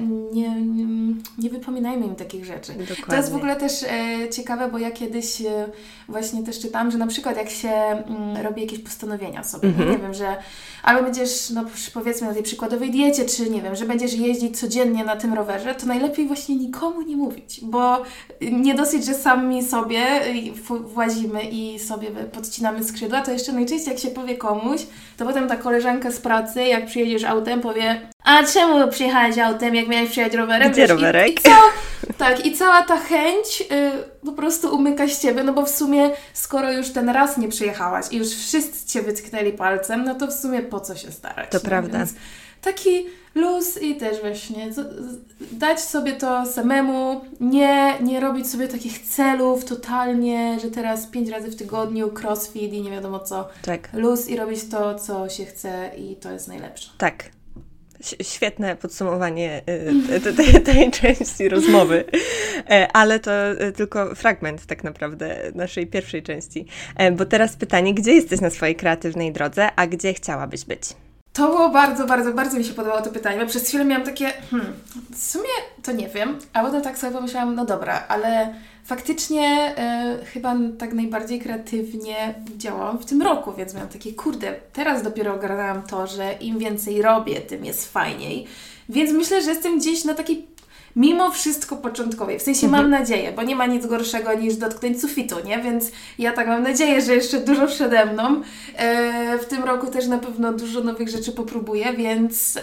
nie wypominajmy im takich rzeczy. Dokładnie. To jest w ogóle też ciekawe, bo ja kiedyś właśnie też czytałam, że na przykład jak się robi jakieś postanowienia sobie, nie wiem, że albo będziesz, no powiedzmy na tej przykładowej diecie, czy nie wiem, że będziesz jeździć codziennie na tym rowerze, to najlepiej właśnie nikomu nie mówić, bo nie dosyć, że sami sobie włazimy i sobie podcinamy skrzydła, to jeszcze najczęściej jak się powie komuś, to potem ta koleżanka z pracy, jak przyjedziesz autem, powie, a czemu przyjechałeś autem, jak miałeś przyjechać rowerem? Gdzie rowerek? I cała ta chęć po prostu umyka z Ciebie, no bo w sumie skoro już ten raz nie przyjechałaś i już wszyscy Cię wytknęli palcem, no to w sumie po co się starać? To prawda. Więc taki luz i też właśnie dać sobie to samemu, nie robić sobie takich celów totalnie, że teraz 5 razy w tygodniu crossfit i nie wiadomo co. Tak. Luz i robić to, co się chce i to jest najlepsze. Tak. świetne podsumowanie tej części rozmowy, ale to tylko fragment tak naprawdę naszej pierwszej części. Bo teraz pytanie, gdzie jesteś na swojej kreatywnej drodze, a gdzie chciałabyś być? To było bardzo, bardzo, bardzo mi się podobało to pytanie, bo przez chwilę miałam takie, w sumie to nie wiem, a potem tak sobie pomyślałam, no dobra, ale faktycznie chyba tak najbardziej kreatywnie działałam w tym roku, więc miałam takie, kurde, teraz dopiero ogarnęłam to, że im więcej robię, tym jest fajniej, więc myślę, że jestem gdzieś na takiej mimo wszystko początkowej, w sensie mam nadzieję, bo nie ma nic gorszego niż dotknąć sufitu, nie? Więc ja tak mam nadzieję, że jeszcze dużo przede mną. W tym roku też na pewno dużo nowych rzeczy popróbuję, więc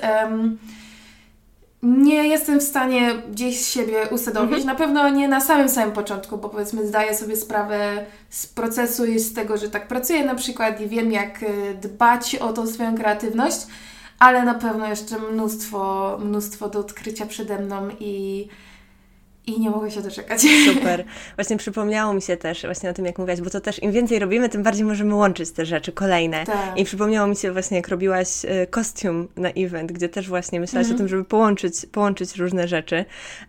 nie jestem w stanie gdzieś siebie usadowić. Na pewno nie na samym początku, bo powiedzmy zdaję sobie sprawę z procesu i z tego, że tak pracuję na przykład i wiem, jak dbać o tą swoją kreatywność, ale na pewno jeszcze mnóstwo do odkrycia przede mną i nie mogę się doczekać. Super. Właśnie przypomniało mi się też właśnie o tym, jak mówiłaś, bo to też im więcej robimy, tym bardziej możemy łączyć te rzeczy kolejne. Tak. I przypomniało mi się właśnie, jak robiłaś kostium na event, gdzie też właśnie myślałaś o tym, żeby połączyć różne rzeczy.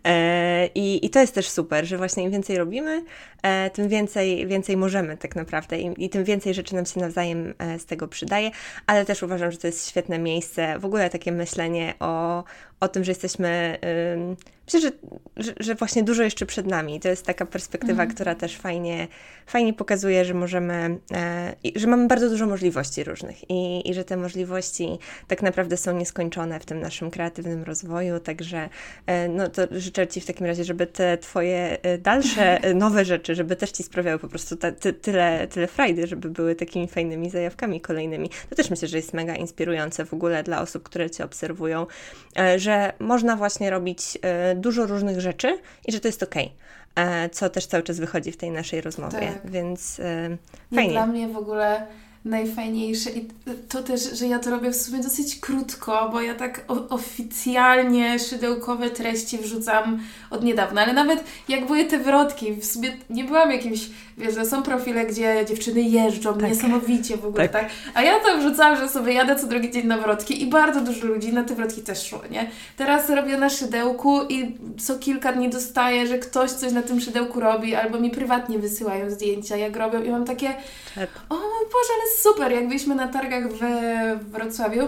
I to jest też super, że właśnie im więcej robimy, tym więcej możemy tak naprawdę i tym więcej rzeczy nam się nawzajem z tego przydaje, ale też uważam, że to jest świetne miejsce, w ogóle takie myślenie o tym, że jesteśmy, myślę, że właśnie dużo jeszcze przed nami. To jest taka perspektywa, która też fajnie pokazuje, że możemy, że mamy bardzo dużo możliwości różnych i że te możliwości tak naprawdę są nieskończone w tym naszym kreatywnym rozwoju, także no to życzę Ci w takim razie, żeby te Twoje dalsze nowe rzeczy, żeby też Ci sprawiały po prostu tyle frajdy, żeby były takimi fajnymi zajawkami kolejnymi. To też myślę, że jest mega inspirujące w ogóle dla osób, które Cię obserwują, że można właśnie robić dużo różnych rzeczy i że to jest okej. Co też cały czas wychodzi w tej naszej rozmowie, tak. Więc fajnie. Dla mnie w ogóle najfajniejsze i to też, że ja to robię w sumie dosyć krótko, bo ja tak oficjalnie szydełkowe treści wrzucam od niedawna, ale nawet jak były te wrotki, w sumie nie byłam jakimś, wiesz, że są profile, gdzie dziewczyny jeżdżą niesamowicie w ogóle, tak? A ja to wrzucałam, że sobie jadę co drugi dzień na wrotki i bardzo dużo ludzi na te wrotki też szło, nie? Teraz robię na szydełku i co kilka dni dostaję, że ktoś coś na tym szydełku robi, albo mi prywatnie wysyłają zdjęcia, jak robią i mam takie, o mój Boże, ale super, jak byliśmy na targach w Wrocławiu,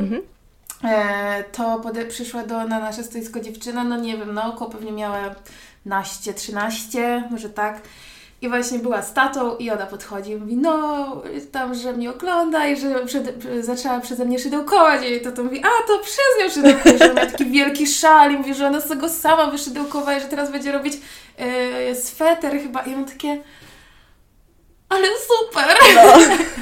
to przyszła na nasze stoisko dziewczyna, no nie wiem, na oko pewnie miała 13, może tak. I właśnie była z tatą i ona podchodzi i mówi, no tam, że mnie ogląda i że zaczęła przeze mnie szydełkować i to mówi, a to przez nią szydełkuje, że ma taki wielki szal i mówi, że ona sobie go sama wyszydełkowała i że teraz będzie robić sweter chyba. I ja mam takie, ale super! No.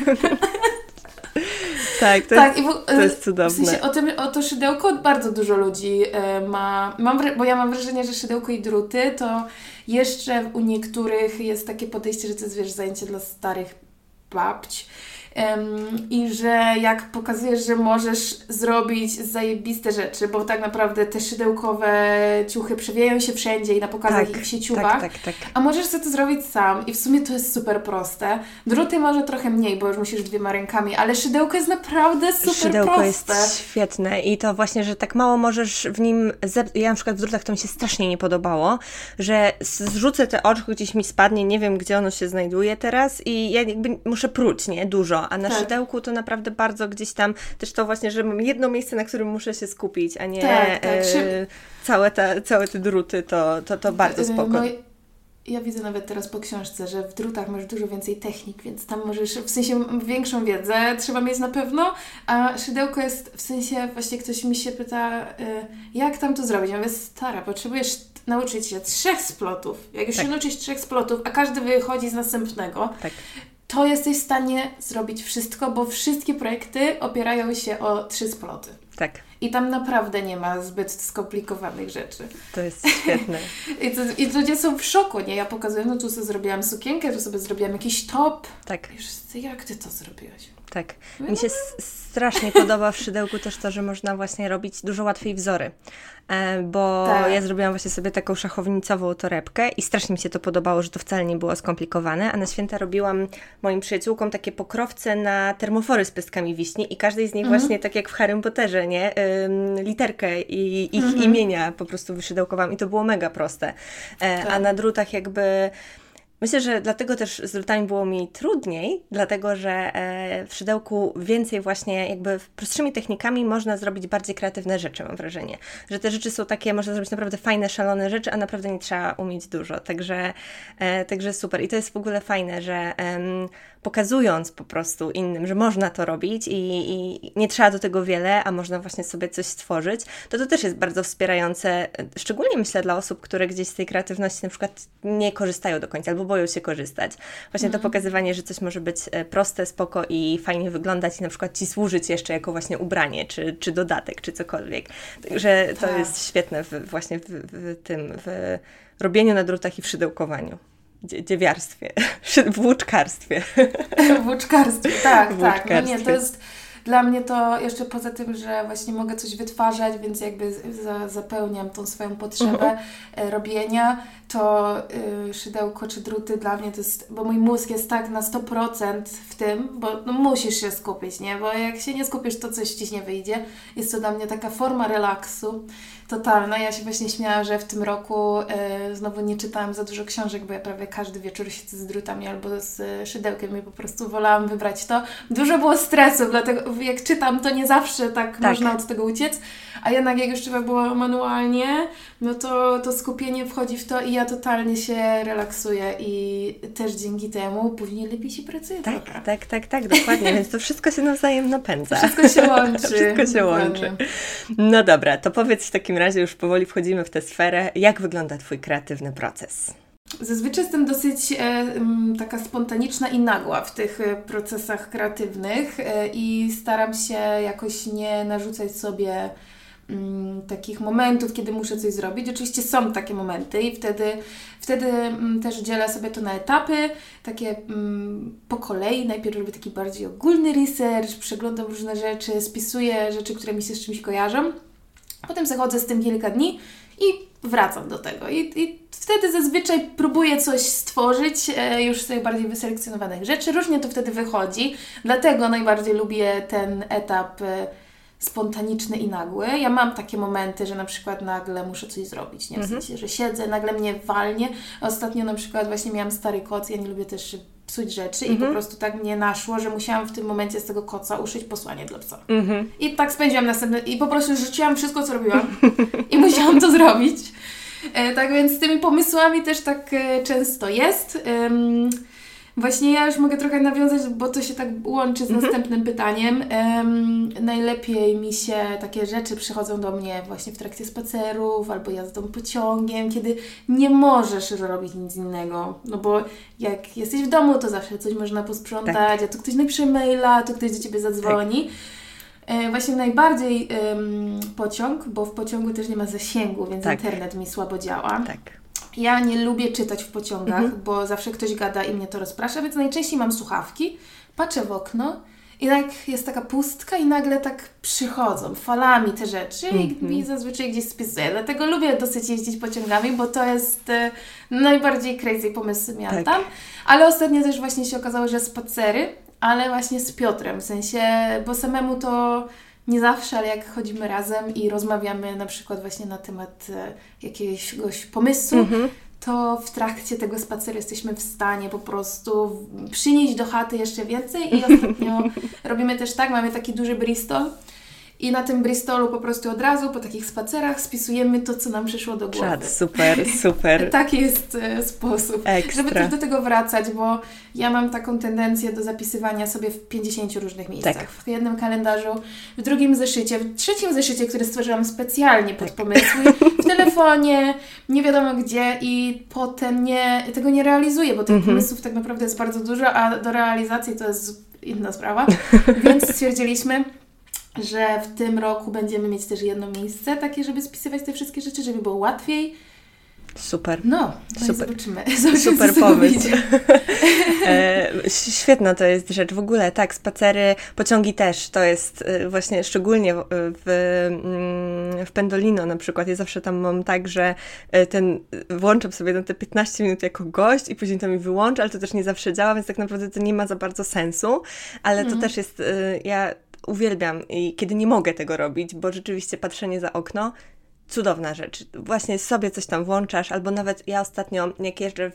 Tak, to jest cudowne. W sensie o to szydełko bardzo dużo ludzi bo ja mam wrażenie, że szydełko i druty to jeszcze u niektórych jest takie podejście, że to jest, wiesz, zajęcie dla starych babć. I że jak pokazujesz, że możesz zrobić zajebiste rzeczy, bo tak naprawdę te szydełkowe ciuchy przewijają się wszędzie i na pokazach i w sieciówach, a możesz sobie to zrobić sam i w sumie to jest super proste. Druty może trochę mniej, bo już musisz 2 rękami, ale szydełko jest naprawdę super szydełko proste. Jest świetne i to właśnie, że tak mało możesz w nim ja na przykład w drutach to mi się strasznie nie podobało, że zrzucę te oczko, gdzieś mi spadnie, nie wiem gdzie ono się znajduje teraz i ja jakby muszę pruć, nie? Dużo. A na szydełku to naprawdę bardzo gdzieś tam, też to właśnie, że mam jedno miejsce, na którym muszę się skupić, a nie całe te druty, to bardzo spoko. No, ja widzę nawet teraz po książce, że w drutach masz dużo więcej technik, więc tam możesz, w sensie większą wiedzę trzeba mieć na pewno, a szydełko jest, w sensie właśnie ktoś mi się pyta, jak tam to zrobić? Ja mówię, stara, potrzebujesz nauczyć się 3 splotów. Jak już się nauczysz 3 splotów, a każdy wychodzi z następnego, to jesteś w stanie zrobić wszystko, bo wszystkie projekty opierają się o 3 sploty. Tak. I tam naprawdę nie ma zbyt skomplikowanych rzeczy. To jest świetne. I ludzie są w szoku, nie? Ja pokazuję, no tu sobie zrobiłam sukienkę, tu sobie zrobiłam jakiś top. Tak. I wszyscy, jak Ty to zrobiłaś? Tak. Mi się strasznie podoba w szydełku też to, że można właśnie robić dużo łatwiej wzory, bo ja zrobiłam właśnie sobie taką szachownicową torebkę i strasznie mi się to podobało, że to wcale nie było skomplikowane, a na święta robiłam moim przyjaciółkom takie pokrowce na termofory z pestkami wiśni i każdej z nich właśnie tak jak w Harrym Potterze, nie? Literkę i ich imienia po prostu wyszydełkowałam i to było mega proste. A na drutach jakby... Myślę, że dlatego też z drutami było mi trudniej, dlatego że w szydełku więcej właśnie jakby prostszymi technikami można zrobić bardziej kreatywne rzeczy, mam wrażenie. Że te rzeczy są takie, można zrobić naprawdę fajne, szalone rzeczy, a naprawdę nie trzeba umieć dużo. Także super. I to jest w ogóle fajne, że pokazując po prostu innym, że można to robić i nie trzeba do tego wiele, a można właśnie sobie coś stworzyć, to też jest bardzo wspierające, szczególnie myślę dla osób, które gdzieś z tej kreatywności na przykład nie korzystają do końca albo boją się korzystać. Właśnie to pokazywanie, że coś może być proste, spoko i fajnie wyglądać i na przykład Ci służyć jeszcze jako właśnie ubranie, czy dodatek, czy cokolwiek. Także to jest świetne właśnie w robieniu na drutach i w szydełkowaniu. Dziewiarstwie, w łuczkarstwie. W łuczkarstwie, tak. No nie, to jest dla mnie to jeszcze poza tym, że właśnie mogę coś wytwarzać, więc jakby zapełniam tą swoją potrzebę robienia, to szydełko czy druty dla mnie to jest, bo mój mózg jest tak na 100% w tym, bo no musisz się skupić, nie? Bo jak się nie skupisz, to coś Ci nie wyjdzie. Jest to dla mnie taka forma relaksu totalna. Ja się właśnie śmiałam, że w tym roku znowu nie czytałam za dużo książek, bo ja prawie każdy wieczór siedzę z drutami albo z szydełkiem i po prostu wolałam wybrać to. Dużo było stresu, dlatego jak czytam, to nie zawsze tak można od tego uciec, a jednak jak już trzeba było manualnie, no to skupienie wchodzi w to i ja totalnie się relaksuję i też dzięki temu później lepiej się pracuje. Tak, dokładnie, więc to wszystko się nawzajem napędza. Wszystko się łączy. Wszystko się łączy. No dobra, to powiedz w takim razie, już powoli wchodzimy w tę sferę, jak wygląda Twój kreatywny proces? Zazwyczaj jestem dosyć taka spontaniczna i nagła w tych procesach kreatywnych i staram się jakoś nie narzucać sobie takich momentów, kiedy muszę coś zrobić. Oczywiście są takie momenty i wtedy też dzielę sobie to na etapy, takie po kolei. Najpierw robię taki bardziej ogólny research, przeglądam różne rzeczy, spisuję rzeczy, które mi się z czymś kojarzą. Potem zachodzę z tym kilka dni i wracam do tego. I wtedy zazwyczaj próbuję coś stworzyć, już sobie bardziej wyselekcjonowanych rzeczy. Różnie to wtedy wychodzi, dlatego najbardziej lubię ten etap spontaniczny i nagły. Ja mam takie momenty, że na przykład nagle muszę coś zrobić, nie? W sensie, że siedzę, nagle mnie walnie. Ostatnio na przykład właśnie miałam stary koc, ja nie lubię też psuć rzeczy i po prostu tak mnie naszło, że musiałam w tym momencie z tego koca uszyć posłanie dla psa. I tak spędziłam następne i po prostu rzuciłam wszystko, co robiłam i musiałam to zrobić. Tak więc z tymi pomysłami też tak często jest. Właśnie ja już mogę trochę nawiązać, bo to się tak łączy z następnym pytaniem. Najlepiej mi się takie rzeczy przychodzą do mnie właśnie w trakcie spacerów albo jazdą pociągiem, kiedy nie możesz robić nic innego. No bo jak jesteś w domu, to zawsze coś można posprzątać, a tu ktoś napisze maila, tu ktoś do Ciebie zadzwoni. Właśnie najbardziej pociąg, bo w pociągu też nie ma zasięgu, więc internet mi słabo działa. Ja nie lubię czytać w pociągach, bo zawsze ktoś gada i mnie to rozprasza, więc najczęściej mam słuchawki, patrzę w okno i tak jest taka pustka i nagle tak przychodzą falami te rzeczy i zazwyczaj gdzieś spisuję. Dlatego lubię dosyć jeździć pociągami, bo to jest najbardziej crazy pomysł miałam tam. Ale ostatnio też właśnie się okazało, że spacery, ale właśnie z Piotrem, w sensie, bo samemu to nie zawsze, ale jak chodzimy razem i rozmawiamy na przykład właśnie na temat jakiegoś pomysłu, to w trakcie tego spaceru jesteśmy w stanie po prostu przynieść do chaty jeszcze więcej i ostatnio robimy też tak, mamy taki duży Bristol i na tym Bristolu po prostu od razu po takich spacerach spisujemy to, co nam przyszło do głowy. Super. Taki jest sposób, żeby też do tego wracać, bo ja mam taką tendencję do zapisywania sobie w 50 różnych miejscach. W jednym kalendarzu, w drugim zeszycie, w trzecim zeszycie, który stworzyłam specjalnie pod pomysły, w telefonie, nie wiadomo gdzie i potem tego nie realizuję, bo tych pomysłów tak naprawdę jest bardzo dużo, a do realizacji to jest inna sprawa. Więc stwierdziliśmy, że w tym roku będziemy mieć też jedno miejsce takie, żeby spisywać te wszystkie rzeczy, żeby było łatwiej. Super. No super. Zobaczymy Super pomysł. Świetna to jest rzecz. W ogóle tak, spacery, pociągi też, to jest właśnie szczególnie w Pendolino na przykład. Ja zawsze tam mam tak, że włączam sobie na te 15 minut jako gość i później to mi wyłącza, ale to też nie zawsze działa, więc tak naprawdę to nie ma za bardzo sensu, ale to też jest, ja uwielbiam, kiedy nie mogę tego robić, bo rzeczywiście patrzenie za okno cudowna rzecz. Właśnie sobie coś tam włączasz, albo nawet ja ostatnio, jak jeżdżę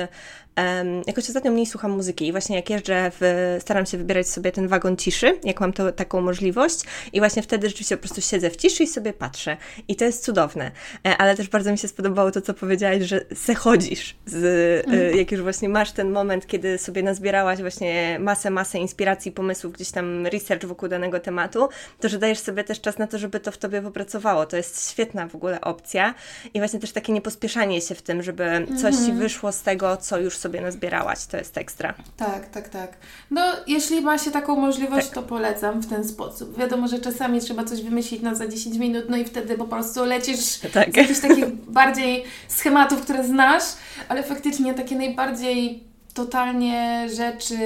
jakoś ostatnio mniej słucham muzyki i właśnie jak jeżdżę, staram się wybierać sobie ten wagon ciszy, jak mam taką możliwość i właśnie wtedy rzeczywiście po prostu siedzę w ciszy i sobie patrzę. I to jest cudowne. Ale też bardzo mi się spodobało to, co powiedziałaś, że chodzisz, jak już właśnie masz ten moment, kiedy sobie nazbierałaś właśnie masę inspiracji, pomysłów, gdzieś tam research wokół danego tematu, to że dajesz sobie też czas na to, żeby to w tobie popracowało. To jest świetna w ogóle opcja i właśnie też takie niepospieszanie się w tym, żeby coś ci wyszło z tego, co już sobie nazbierałaś. To jest ekstra. Tak. No, jeśli ma się taką możliwość, to polecam w ten sposób. Wiadomo, że czasami trzeba coś wymyślić za 10 minut, no i wtedy po prostu lecisz z jakichś takich bardziej schematów, które znasz, ale faktycznie takie najbardziej totalnie rzeczy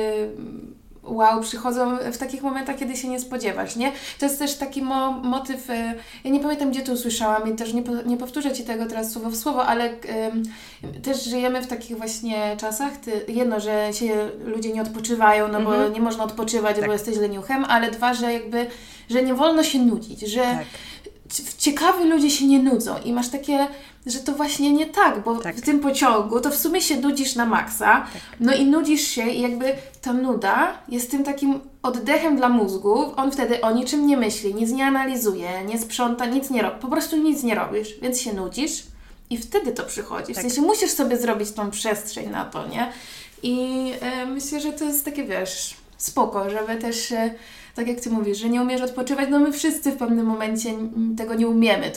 przychodzą w takich momentach, kiedy się nie spodziewasz, nie? To jest też taki motyw, ja nie pamiętam, gdzie to usłyszałam i też nie powtórzę Ci tego teraz słowo w słowo, ale też żyjemy w takich właśnie czasach, że się ludzie nie odpoczywają, no bo nie można odpoczywać, bo jesteś leniuchem, ale dwa, że nie wolno się nudzić, że ciekawi ludzie się nie nudzą i masz takie, że to właśnie nie tak, bo w tym pociągu to w sumie się nudzisz na maksa, no i nudzisz się i jakby ta nuda jest tym takim oddechem dla mózgu, on wtedy o niczym nie myśli, nic nie analizuje, nie sprząta, nic nie robi, po prostu nic nie robisz, więc się nudzisz i wtedy to przychodzi, w sensie musisz sobie zrobić tą przestrzeń na to, nie? I myślę, że to jest takie, spoko, żeby też tak jak Ty mówisz, że nie umiesz odpoczywać, no my wszyscy w pewnym momencie tego nie umiemy.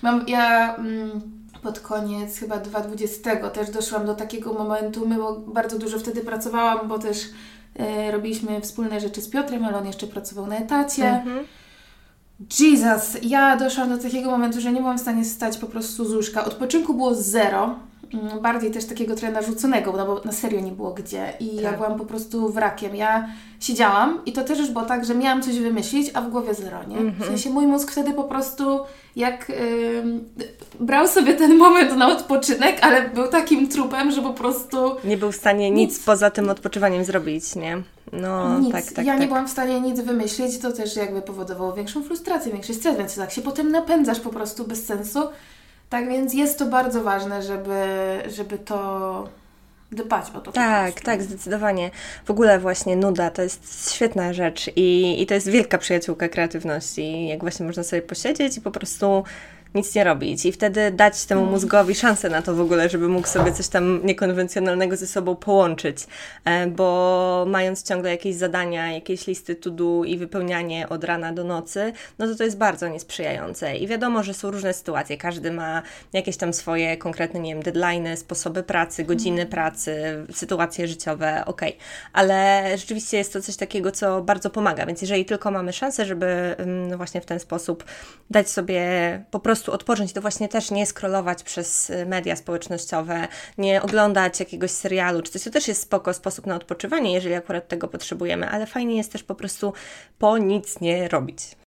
Ja pod koniec chyba 2020 też doszłam do takiego momentu, bardzo dużo wtedy pracowałam, bo też robiliśmy wspólne rzeczy z Piotrem, ale on jeszcze pracował na etacie. Jesus, ja doszłam do takiego momentu, że nie byłam w stanie wstać po prostu z łóżka. Odpoczynku było zero. Bardziej też takiego trochę narzuconego, no bo na serio nie było gdzie i ja byłam po prostu wrakiem. Ja siedziałam i to też już było tak, że miałam coś wymyślić, a w głowie zero, nie? W sensie mój mózg wtedy po prostu brał sobie ten moment na odpoczynek, ale był takim trupem, że po prostu nie był w stanie nic poza tym odpoczywaniem zrobić, nie? No, nic. tak. Ja nie byłam w stanie nic wymyślić, to też jakby powodowało większą frustrację, większy stres, więc tak się potem napędzasz po prostu bez sensu. Tak więc jest to bardzo ważne, żeby to dbać o to. Tak, zdecydowanie. W ogóle właśnie nuda to jest świetna rzecz i to jest wielka przyjaciółka kreatywności. Jak właśnie można sobie posiedzieć i po prostu nic nie robić i wtedy dać temu mózgowi szansę na to w ogóle, żeby mógł sobie coś tam niekonwencjonalnego ze sobą połączyć, bo mając ciągle jakieś zadania, jakieś listy to do i wypełnianie od rana do nocy, no to jest bardzo niesprzyjające i wiadomo, że są różne sytuacje, każdy ma jakieś tam swoje konkretne, nie wiem, deadline'y, sposoby pracy, godziny pracy, sytuacje życiowe, ale rzeczywiście jest to coś takiego, co bardzo pomaga, więc jeżeli tylko mamy szansę, żeby właśnie w ten sposób dać sobie po prostu odpocząć, to właśnie też nie scrollować przez media społecznościowe, nie oglądać jakiegoś serialu, czy coś, to też jest spoko sposób na odpoczywanie, jeżeli akurat tego potrzebujemy, ale fajnie jest też po prostu nic nie robić.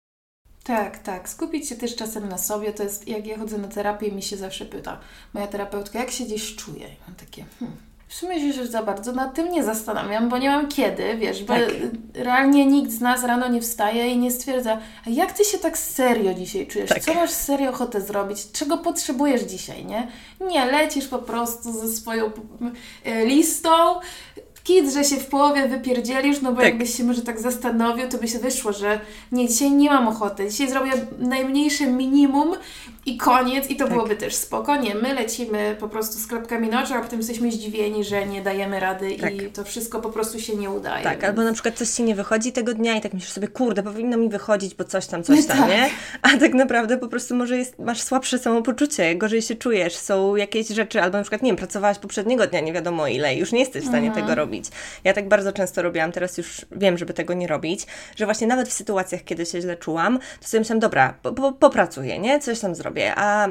Tak. Skupić się też czasem na sobie, to jest, jak ja chodzę na terapię i mi się zawsze pyta moja terapeutka, jak się dziś czuję? I mam takie, w sumie się za bardzo nad tym nie zastanawiam, bo nie mam kiedy, bo realnie nikt z nas rano nie wstaje i nie stwierdza, a jak Ty się tak serio dzisiaj czujesz? Co masz serio ochotę zrobić? Czego potrzebujesz dzisiaj, nie? Nie, lecisz po prostu ze swoją listą, że się w połowie wypierdzielisz, no bo jakbyś się może tak zastanowił, to by się wyszło, że nie, dzisiaj nie mam ochoty, dzisiaj zrobię najmniejsze minimum i koniec i to byłoby też spoko. Nie, my lecimy po prostu z klapkami na oczach, a potem jesteśmy zdziwieni, że nie dajemy rady i to wszystko po prostu się nie udaje. Tak, albo na przykład coś Ci nie wychodzi tego dnia i tak myślisz sobie, kurde, powinno mi wychodzić, bo coś tam, nie? A tak naprawdę po prostu może masz słabsze samopoczucie, gorzej się czujesz, są jakieś rzeczy, albo na przykład, nie wiem, pracowałaś poprzedniego dnia nie wiadomo ile, już nie jesteś w stanie tego robić. Ja tak bardzo często robiłam, teraz już wiem, żeby tego nie robić, że właśnie nawet w sytuacjach, kiedy się źle czułam, to sobie myślałam, dobra, popracuję, nie? Coś tam zrobię. robię,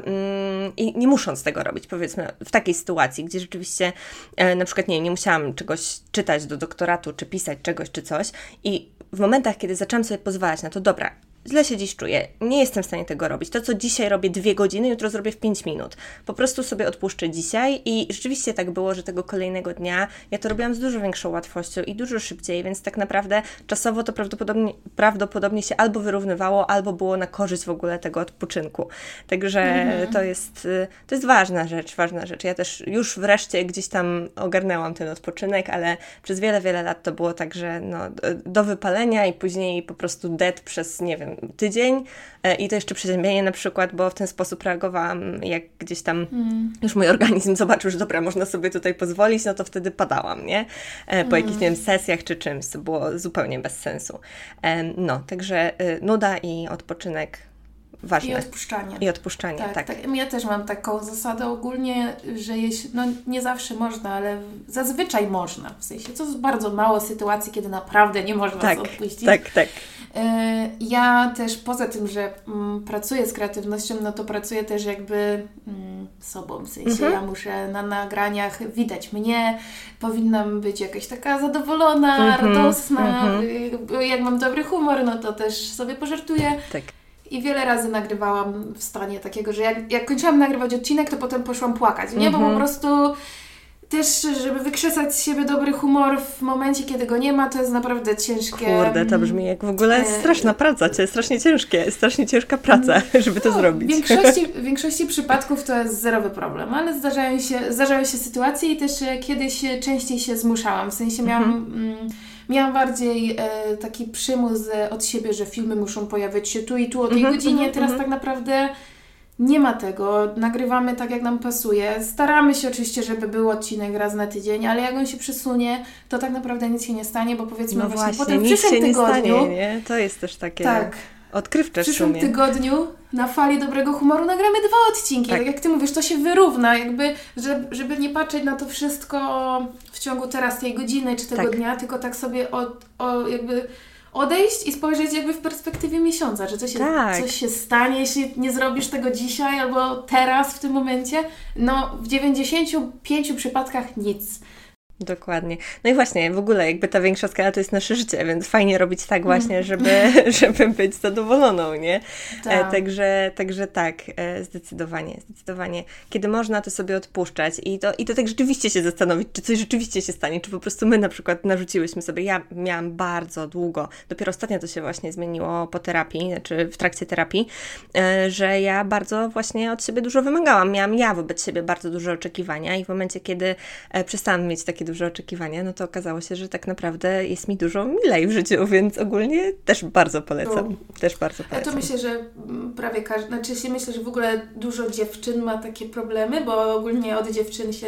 i nie musząc tego robić, powiedzmy, w takiej sytuacji, gdzie rzeczywiście na przykład, nie musiałam czegoś czytać do doktoratu, czy pisać czegoś, czy coś i w momentach, kiedy zaczęłam sobie pozwalać na to, dobra, źle się dziś czuję, nie jestem w stanie tego robić. To, co dzisiaj robię 2 godziny, jutro zrobię w 5 minut. Po prostu sobie odpuszczę dzisiaj i rzeczywiście tak było, że tego kolejnego dnia ja to robiłam z dużo większą łatwością i dużo szybciej, więc tak naprawdę czasowo to prawdopodobnie się albo wyrównywało, albo było na korzyść w ogóle tego odpoczynku. Także to jest ważna rzecz. Ja też już wreszcie gdzieś tam ogarnęłam ten odpoczynek, ale przez wiele, wiele lat to było tak, że do wypalenia i później po prostu dead przez, nie wiem, tydzień i to jeszcze przeziębienie na przykład, bo w ten sposób reagowałam, jak gdzieś tam już mój organizm zobaczył, że dobra, można sobie tutaj pozwolić, no to wtedy padałam, nie? Po jakichś, nie wiem, sesjach czy czymś, co było zupełnie bez sensu. Także nuda i odpoczynek ważne. I odpuszczanie, tak. Ja też mam taką zasadę ogólnie, że jeśli, nie zawsze można, ale zazwyczaj można, w sensie, to jest bardzo mało sytuacji, kiedy naprawdę nie można odpuścić. Tak. Ja też poza tym, że pracuję z kreatywnością, to pracuję też jakby sobą, w sensie ja muszę na nagraniach widać mnie, powinnam być jakaś taka zadowolona, radosna, jak mam dobry humor, to też sobie pożartuję. Tak. I wiele razy nagrywałam w stanie takiego, że jak kończyłam nagrywać odcinek, to potem poszłam płakać, nie? Bo po prostu też, żeby wykrzesać z siebie dobry humor w momencie, kiedy go nie ma, to jest naprawdę ciężkie. Kurde, to brzmi jak w ogóle straszna praca, strasznie ciężka praca, żeby to zrobić. W większości przypadków to jest zerowy problem, ale zdarzają się sytuacje i też kiedyś częściej się zmuszałam, w sensie miałam bardziej taki przymus od siebie, że filmy muszą pojawiać się tu i tu o tej godzinie. Teraz tak naprawdę nie ma tego. Nagrywamy tak, jak nam pasuje. Staramy się oczywiście, żeby był odcinek raz na tydzień, ale jak on się przesunie, to tak naprawdę nic się nie stanie, bo powiedzmy właśnie potem w przyszłym tygodniu... Nie? To jest też takie... Tak. Odkrywcze w przyszłym tygodniu na fali dobrego humoru nagramy 2 odcinki. Tak jak Ty mówisz, to się wyrówna, jakby, żeby nie patrzeć na to wszystko w ciągu teraz tej godziny czy tego dnia, tylko tak sobie jakby odejść i spojrzeć jakby w perspektywie miesiąca, że coś się stanie, jeśli nie zrobisz tego dzisiaj albo teraz w tym momencie. W 95 przypadkach nic. Dokładnie. No i właśnie, w ogóle jakby ta większa skala to jest nasze życie, więc fajnie robić tak właśnie, żeby być zadowoloną, nie? Tak. Także tak, zdecydowanie. Kiedy można, to sobie odpuszczać i to tak rzeczywiście się zastanowić, czy coś rzeczywiście się stanie, czy po prostu my na przykład narzuciłyśmy sobie, ja miałam bardzo długo, dopiero ostatnio to się właśnie zmieniło po terapii, znaczy w trakcie terapii, że ja bardzo właśnie od siebie dużo wymagałam. Miałam ja wobec siebie bardzo duże oczekiwania i w momencie, kiedy przestałam mieć takie duże oczekiwania, to okazało się, że tak naprawdę jest mi dużo milej w życiu, więc ogólnie też bardzo polecam. Ja to myślę, że prawie każdy, myślę, że w ogóle dużo dziewczyn ma takie problemy, bo ogólnie od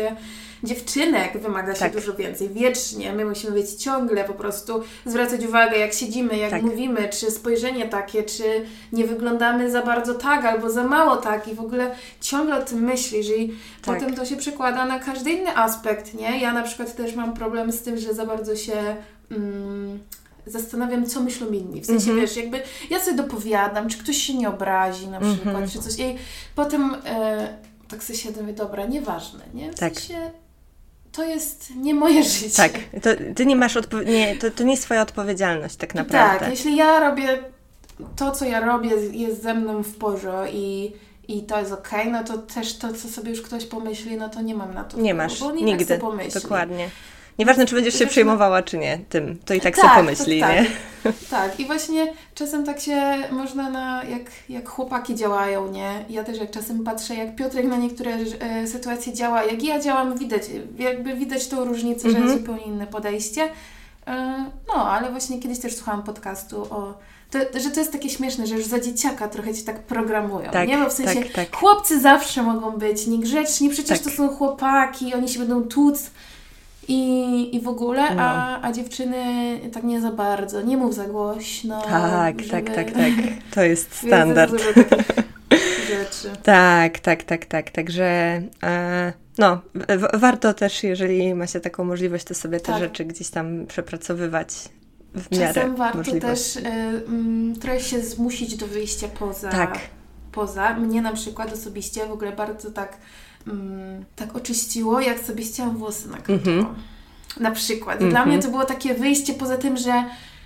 dziewczynek wymaga się dużo więcej. Wiecznie. My musimy być ciągle po prostu zwracać uwagę, jak siedzimy, jak mówimy, czy spojrzenie takie, czy nie wyglądamy za bardzo tak, albo za mało tak i w ogóle ciągle o tym myślisz i potem to się przekłada na każdy inny aspekt, nie? Ja na przykład też mam problem z tym, że za bardzo się zastanawiam, co myślą inni. W sensie, wiesz, jakby ja sobie dopowiadam, czy ktoś się nie obrazi na przykład, czy coś. I potem tak sobie się mówię, dobra, nieważne, nie? W sensie, to jest nie moje życie. Tak, to ty nie masz to nie jest twoja odpowiedzialność tak naprawdę. Tak, jeśli ja robię to, co ja robię, jest ze mną w porządku i to jest okej, to też to, co sobie już ktoś pomyśli, to nie mam na to nie masz, bo nigdy, tak sobie pomyśli. Dokładnie. Nieważne, czy będziesz się przejmowała, czy nie tym, to i tak sobie pomyśli, nie? Tak, i właśnie czasem tak się można jak chłopaki działają, nie? Ja też jak czasem patrzę, jak Piotrek na niektóre sytuacje działa, jak ja działam, widać tą różnicę, że jest zupełnie inne podejście. Ale właśnie kiedyś też słuchałam podcastu że to jest takie śmieszne, że już za dzieciaka trochę cię tak programują, nie? Bo w sensie chłopcy zawsze mogą być niegrzeczni, przecież to są chłopaki, oni się będą tłuc. I w ogóle, a dziewczyny tak nie za bardzo. Nie mów za głośno. Tak. To jest standard. Jest dużo takich rzeczy. Tak. Także warto też, jeżeli ma się taką możliwość, to sobie te rzeczy gdzieś tam przepracowywać w miarę czasem warto możliwości. też trochę się zmusić do wyjścia poza mnie na przykład osobiście w ogóle bardzo tak oczyściło, jak sobie ścięłam włosy na krótko. Na przykład. Dla mnie to było takie wyjście poza tym, że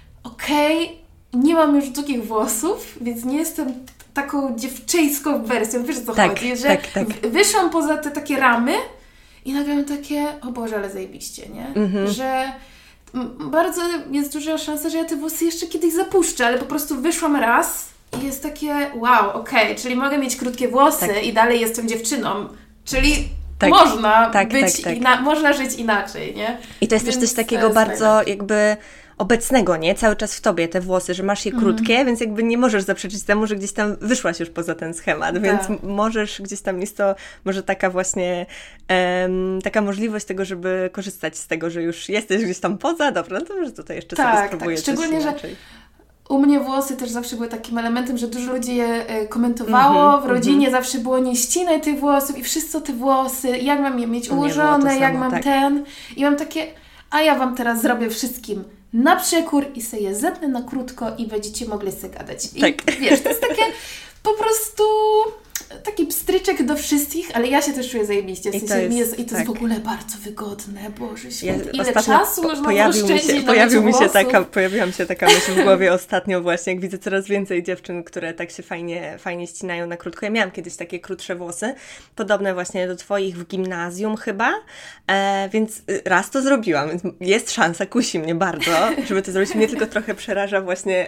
nie mam już długich włosów, więc nie jestem taką dziewczyńską wersją. Wiesz, o co chodzi? Że wyszłam poza te takie ramy i nagle mam takie, o Boże, ale zajebiście, nie? Że bardzo jest duża szansa, że ja te włosy jeszcze kiedyś zapuszczę, ale po prostu wyszłam raz i jest takie, wow, czyli mogę mieć krótkie włosy i dalej jestem dziewczyną. Czyli można można żyć inaczej, nie? I to jest też coś takiego bardzo jakby obecnego, nie? Cały czas w tobie te włosy, że masz je krótkie, więc jakby nie możesz zaprzeczyć temu, że gdzieś tam wyszłaś już poza ten schemat, więc możesz gdzieś tam, jest to może taka właśnie taka możliwość tego, żeby korzystać z tego, że już jesteś gdzieś tam poza, dobra, no to może tutaj jeszcze sobie spróbuję coś szczególnie, że u mnie włosy też zawsze były takim elementem, że dużo ludzi je komentowało, w rodzinie zawsze było nie ścinaj tych włosów i wszyscy te włosy, jak mam je mieć ułożone, jak mam i mam takie, a ja wam teraz zrobię wszystkim na przekór i sobie je zetnę na krótko i będziecie mogli sobie gadać. I wiesz, to jest takie po prostu taki pstryczek do wszystkich, ale ja się też czuję zajebiście. W sensie I to jest w ogóle bardzo wygodne. Boże święty, ile czasu można oszczędzić Pojawiła mi się taka myśl w głowie ostatnio właśnie, jak widzę coraz więcej dziewczyn, które tak się fajnie ścinają na krótko. Ja miałam kiedyś takie krótsze włosy, podobne właśnie do twoich w gimnazjum chyba, więc raz to zrobiłam, więc jest szansa, kusi mnie bardzo, żeby to zrobić. Mnie tylko trochę przeraża właśnie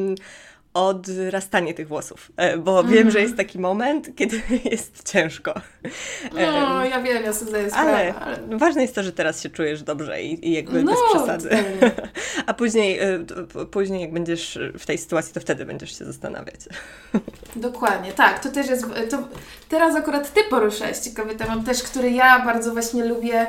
odrastanie tych włosów, bo wiem, że jest taki moment, kiedy jest ciężko. No, ja wiem, ja sobie zdaję sprawę. Ale ważne jest to, że teraz się czujesz dobrze i jakby bez przesady. A później jak będziesz w tej sytuacji, to wtedy będziesz się zastanawiać. Dokładnie, tak. To też jest... Teraz akurat ty poruszasz ciekawy temat też, który ja bardzo właśnie lubię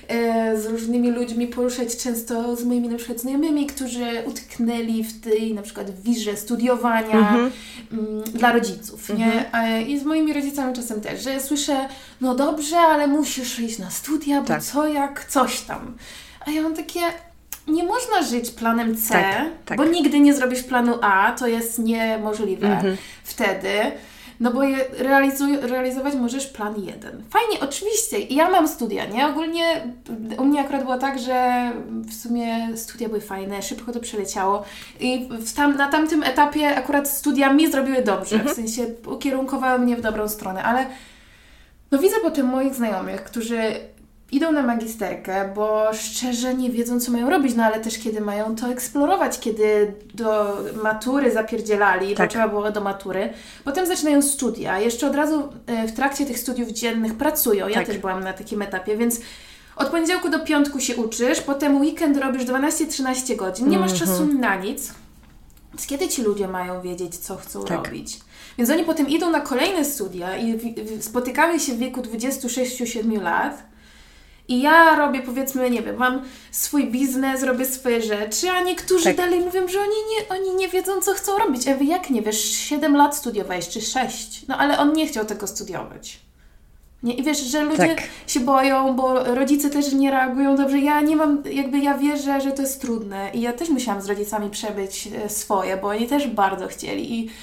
z różnymi ludźmi poruszać, często z moimi na przykład znajomymi, którzy utknęli w tej na przykład wirze studiowania dla rodziców, nie? I z moimi rodzicami czasem też, że słyszę, no dobrze, ale musisz iść na studia, bo co jak coś tam. A ja mam takie, nie można żyć planem C, bo nigdy nie zrobisz planu A, to jest niemożliwe wtedy. No bo je realizować możesz plan 1. Fajnie, oczywiście. Ja mam studia, nie? Ogólnie u mnie akurat było tak, że w sumie studia były fajne, szybko to przeleciało i na tamtym etapie akurat studia mi zrobiły dobrze, w sensie ukierunkowały mnie w dobrą stronę, ale no widzę potem moich znajomych, którzy idą na magisterkę, bo szczerze nie wiedzą, co mają robić, no ale też kiedy mają to eksplorować, kiedy do matury zapierdzielali, bo trzeba było do matury. Potem zaczynają studia, jeszcze od razu w trakcie tych studiów dziennych pracują. Ja też byłam na takim etapie, więc od poniedziałku do piątku się uczysz, potem weekend robisz 12-13 godzin, nie masz czasu na nic. Więc kiedy ci ludzie mają wiedzieć, co chcą robić? Więc oni potem idą na kolejne studia i spotykamy się w wieku 26-7 lat. I ja robię, powiedzmy, nie wiem, mam swój biznes, robię swoje rzeczy, a niektórzy dalej mówią, że oni nie wiedzą, co chcą robić. Ewy, jak nie wiesz, 7 lat studiowałeś, czy 6? No ale on nie chciał tego studiować. Nie? I wiesz, że ludzie się boją, bo rodzice też nie reagują dobrze. Ja nie mam, ja wierzę, że to jest trudne. I ja też musiałam z rodzicami przebyć swoje, bo oni też bardzo chcieli. I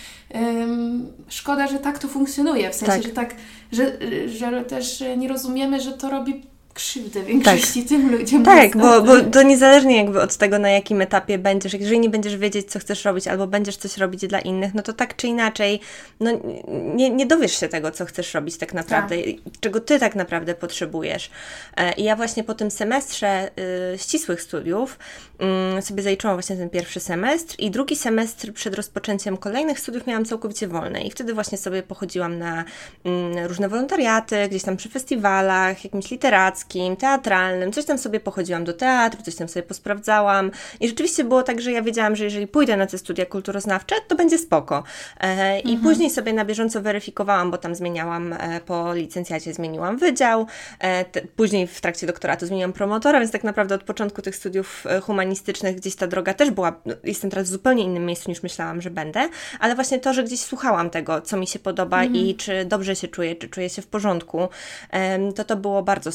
szkoda, że tak to funkcjonuje. W sensie, że też nie rozumiemy, że to robi krzywdę większości tym ludziom. Tak, bo to niezależnie jakby od tego, na jakim etapie będziesz, jeżeli nie będziesz wiedzieć, co chcesz robić, albo będziesz coś robić dla innych, no to tak czy inaczej, no nie dowiesz się tego, co chcesz robić tak naprawdę, czego ty tak naprawdę potrzebujesz. I ja właśnie po tym semestrze ścisłych studiów sobie zaliczyłam właśnie ten pierwszy semestr i drugi semestr przed rozpoczęciem kolejnych studiów miałam całkowicie wolne i wtedy właśnie sobie pochodziłam na różne wolontariaty, gdzieś tam przy festiwalach, jakimś literackim, teatralnym, coś tam sobie pochodziłam do teatru, coś tam sobie posprawdzałam i rzeczywiście było tak, że ja wiedziałam, że jeżeli pójdę na te studia kulturoznawcze, to będzie spoko. I później sobie na bieżąco weryfikowałam, bo tam zmieniałam, po licencjacie zmieniłam wydział, później w trakcie doktoratu zmieniłam promotora, więc tak naprawdę od początku tych studiów humanistycznych gdzieś ta droga też była, jestem teraz w zupełnie innym miejscu niż myślałam, że będę, ale właśnie to, że gdzieś słuchałam tego, co mi się podoba i czy dobrze się czuję, czy czuję się w porządku, to było bardzo spoko.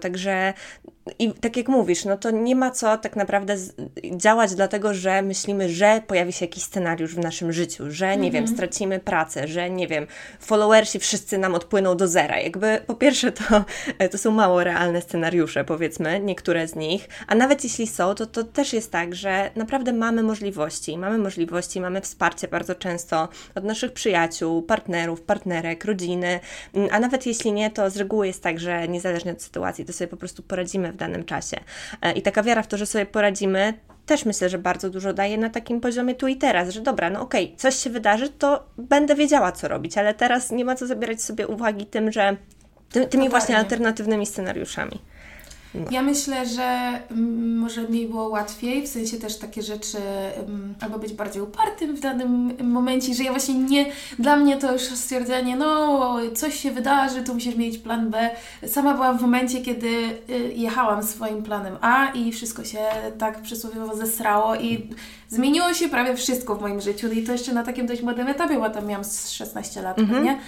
także i tak jak mówisz, no to nie ma co tak naprawdę działać dlatego, że myślimy, że pojawi się jakiś scenariusz w naszym życiu, że nie wiem, stracimy pracę, że nie wiem, followersi wszyscy nam odpłyną do zera. Jakby po pierwsze to są mało realne scenariusze, powiedzmy, niektóre z nich, a nawet jeśli są, to też jest tak, że naprawdę mamy możliwości, mamy wsparcie bardzo często od naszych przyjaciół, partnerów, partnerek, rodziny, a nawet jeśli nie, to z reguły jest tak, że niezależnie od sytuacji, to sobie po prostu poradzimy w danym czasie. I taka wiara w to, że sobie poradzimy, też myślę, że bardzo dużo daje na takim poziomie tu i teraz, że dobra, no okej, coś się wydarzy, to będę wiedziała, co robić, ale teraz nie ma co zabierać sobie uwagi tym, że tymi właśnie alternatywnymi scenariuszami. No. Ja myślę, że może mi było łatwiej, w sensie też takie rzeczy, albo być bardziej upartym w danym momencie, że ja właśnie dla mnie to już stwierdzenie, no coś się wydarzy, to musisz mieć plan B. Sama byłam w momencie, kiedy jechałam swoim planem A i wszystko się tak przysłowiowo zesrało i zmieniło się prawie wszystko w moim życiu i to jeszcze na takim dość młodym etapie, bo tam miałam 16 lat, nie?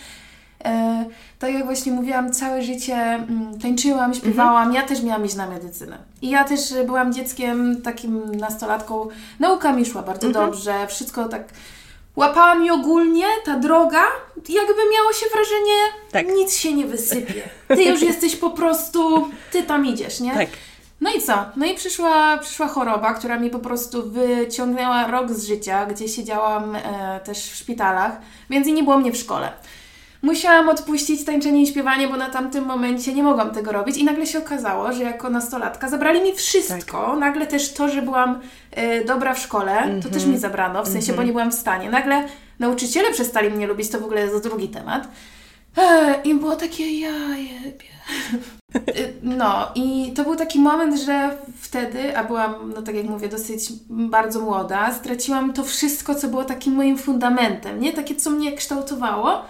Tak jak właśnie mówiłam, całe życie tańczyłam, śpiewałam, ja też miałam iść na medycynę. I ja też byłam dzieckiem, takim nastolatką, nauka mi szła bardzo dobrze, wszystko tak łapała mi ogólnie, ta droga, jakby miało się wrażenie, nic się nie wysypie. Ty już jesteś po prostu, ty tam idziesz, nie? Tak. No i co? No i przyszła choroba, która mi po prostu wyciągnęła rok z życia, gdzie siedziałam też w szpitalach, więc i nie było mnie w szkole. Musiałam odpuścić tańczenie i śpiewanie, bo na tamtym momencie nie mogłam tego robić i nagle się okazało, że jako nastolatka zabrali mi wszystko. Tak. Nagle też to, że byłam dobra w szkole, to też mi zabrano, w sensie, bo nie byłam w stanie. Nagle nauczyciele przestali mnie lubić, to w ogóle jest drugi temat. I było takie, ja jebie. No i to był taki moment, że wtedy, a byłam, no tak jak mówię, dosyć bardzo młoda, straciłam to wszystko, co było takim moim fundamentem, nie? Takie, co mnie kształtowało.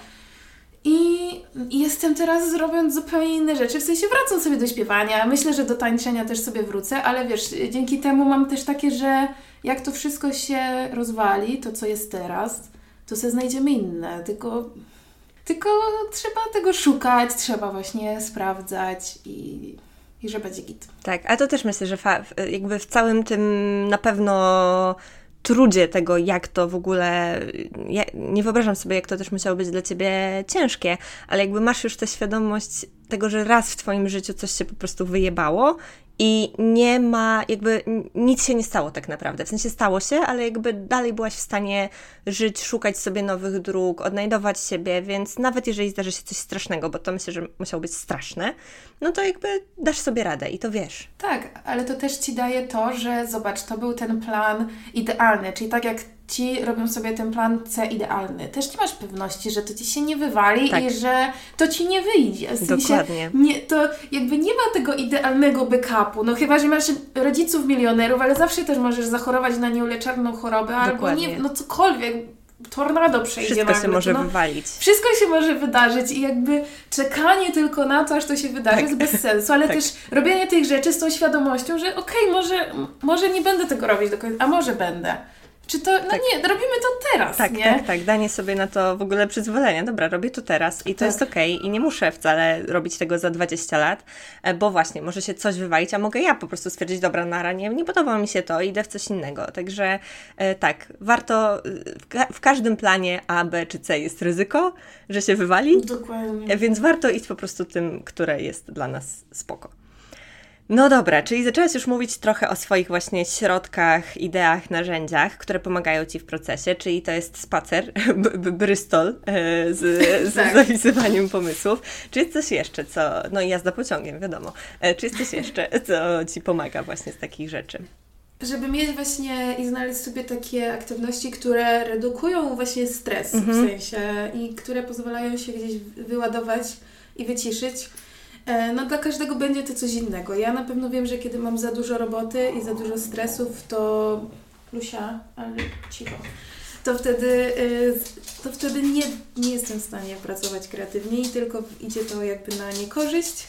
I jestem teraz robiąc zupełnie inne rzeczy, w sensie wracam sobie do śpiewania, myślę, że do tańczenia też sobie wrócę, ale wiesz, dzięki temu mam też takie, że jak to wszystko się rozwali, to co jest teraz, to sobie znajdziemy inne, tylko trzeba tego szukać, trzeba właśnie sprawdzać i że będzie git. Tak, a to też myślę, że jakby w całym tym na pewno trudzie tego, jak to w ogóle, ja nie wyobrażam sobie, jak to też musiało być dla Ciebie ciężkie, ale jakby masz już tę świadomość tego, że raz w Twoim życiu coś się po prostu wyjebało i nie ma, jakby nic się nie stało tak naprawdę. W sensie stało się, ale jakby dalej byłaś w stanie żyć, szukać sobie nowych dróg, odnajdować siebie, więc nawet jeżeli zdarzy się coś strasznego, bo to myślę, że musiało być straszne, no to jakby dasz sobie radę i to wiesz. Tak, ale to też Ci daje to, że zobacz, to był ten plan idealny, czyli tak jak Ci robią sobie ten plan C idealny. Też nie masz pewności, że to Ci się nie wywali i że to Ci nie wyjdzie. W sensie, dokładnie. To jakby nie ma tego idealnego backupu. No chyba, że masz rodziców milionerów, ale zawsze też możesz zachorować na nieuleczalną chorobę albo nie, no cokolwiek. Tornado przejdzie wszystko nagle. Się może wywalić. Wszystko się może wydarzyć i jakby czekanie tylko na to, aż to się wydarzy jest bez sensu, ale też robienie tych rzeczy z tą świadomością, że może nie będę tego robić do końca, a może będę. Czy to, nie, robimy to teraz, nie? Tak, danie sobie na to w ogóle przyzwolenia. Dobra, robię to teraz i to jest okej. I nie muszę wcale robić tego za 20 lat, bo właśnie, może się coś wywalić, a mogę ja po prostu stwierdzić, dobra, nara, nie podoba mi się to, idę w coś innego. Także tak, warto, w każdym planie A, B czy C jest ryzyko, że się wywali. Dokładnie. Więc warto iść po prostu tym, które jest dla nas spoko. No dobra, czyli zaczęłaś już mówić trochę o swoich właśnie środkach, ideach, narzędziach, które pomagają Ci w procesie, czyli to jest spacer, Bristol z zapisywaniem pomysłów. Czy jest coś jeszcze, no i jazda pociągiem, wiadomo. Czy jest coś jeszcze, co Ci pomaga właśnie z takich rzeczy? Żeby mieć właśnie i znaleźć sobie takie aktywności, które redukują właśnie stres w sensie i które pozwalają się gdzieś wyładować i wyciszyć. No dla każdego będzie to coś innego. Ja na pewno wiem, że kiedy mam za dużo roboty i za dużo stresów, to Lusia, ale cicho, to wtedy nie jestem w stanie pracować kreatywnie i tylko idzie to jakby na niekorzyść.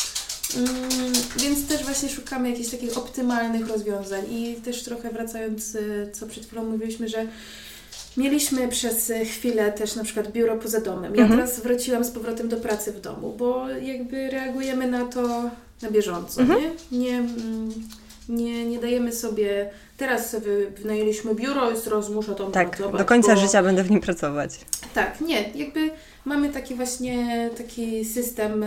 Więc też właśnie szukamy jakichś takich optymalnych rozwiązań i też trochę wracając, co przed chwilą mówiliśmy, że Mieliśmy przez chwilę też na przykład biuro poza domem. Ja teraz wróciłam z powrotem do pracy w domu, bo jakby reagujemy na to na bieżąco, nie dajemy sobie, teraz sobie wynajęliśmy biuro, jest teraz muszę tam pracować. Do końca życia będę w nim pracować. Tak, nie, jakby mamy taki system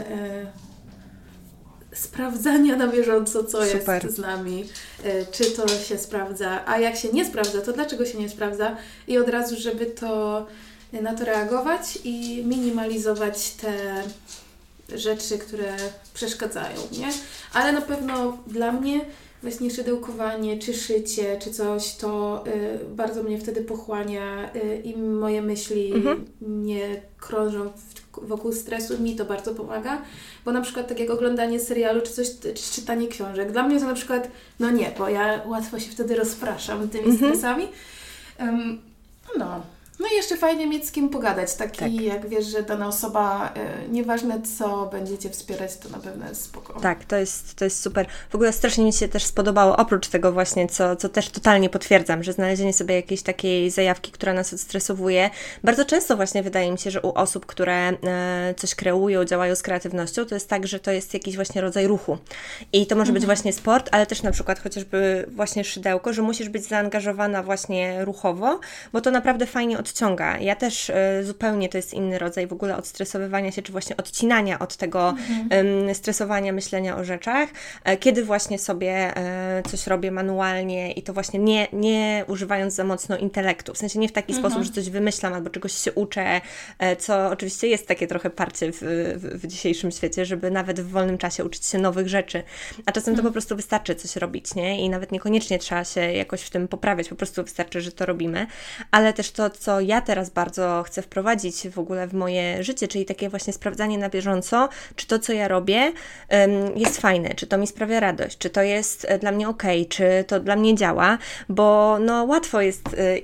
sprawdzania na bieżąco, co jest z nami, czy to się sprawdza, a jak się nie sprawdza, to dlaczego się nie sprawdza i od razu, żeby na to reagować i minimalizować te rzeczy, które przeszkadzają, nie? Ale na pewno dla mnie właśnie szydełkowanie, czy szycie, czy coś, to bardzo mnie wtedy pochłania i moje myśli nie krążą wokół stresu. Mi to bardzo pomaga, bo na przykład tak jak oglądanie serialu, czy coś, czy czytanie książek. Dla mnie to na przykład, bo ja łatwo się wtedy rozpraszam tymi stresami. No i jeszcze fajnie mieć z kim pogadać. Jak wiesz, że dana osoba, nieważne co będziecie wspierać, to na pewno jest spoko. Tak, to jest super. W ogóle strasznie mi się też spodobało, oprócz tego właśnie, co też totalnie potwierdzam, że znalezienie sobie jakiejś takiej zajawki, która nas odstresowuje. Bardzo często właśnie wydaje mi się, że u osób, które coś kreują, działają z kreatywnością, to jest tak, że to jest jakiś właśnie rodzaj ruchu. I to może być właśnie sport, ale też na przykład chociażby właśnie szydełko, że musisz być zaangażowana właśnie ruchowo, bo to naprawdę fajnie odciąga. Ja też zupełnie to jest inny rodzaj w ogóle odstresowywania się, czy właśnie odcinania od tego stresowania, myślenia o rzeczach, kiedy właśnie sobie coś robię manualnie i to właśnie nie używając za mocno intelektu. W sensie nie w taki sposób, że coś wymyślam albo czegoś się uczę, co oczywiście jest takie trochę parcie w dzisiejszym świecie, żeby nawet w wolnym czasie uczyć się nowych rzeczy. A czasem to po prostu wystarczy coś robić, nie? I nawet niekoniecznie trzeba się jakoś w tym poprawiać, po prostu wystarczy, że to robimy. Ale też to, co ja teraz bardzo chcę wprowadzić w ogóle w moje życie, czyli takie właśnie sprawdzanie na bieżąco, czy to, co ja robię, jest fajne, czy to mi sprawia radość, czy to jest dla mnie okej, czy to dla mnie działa, bo łatwo jest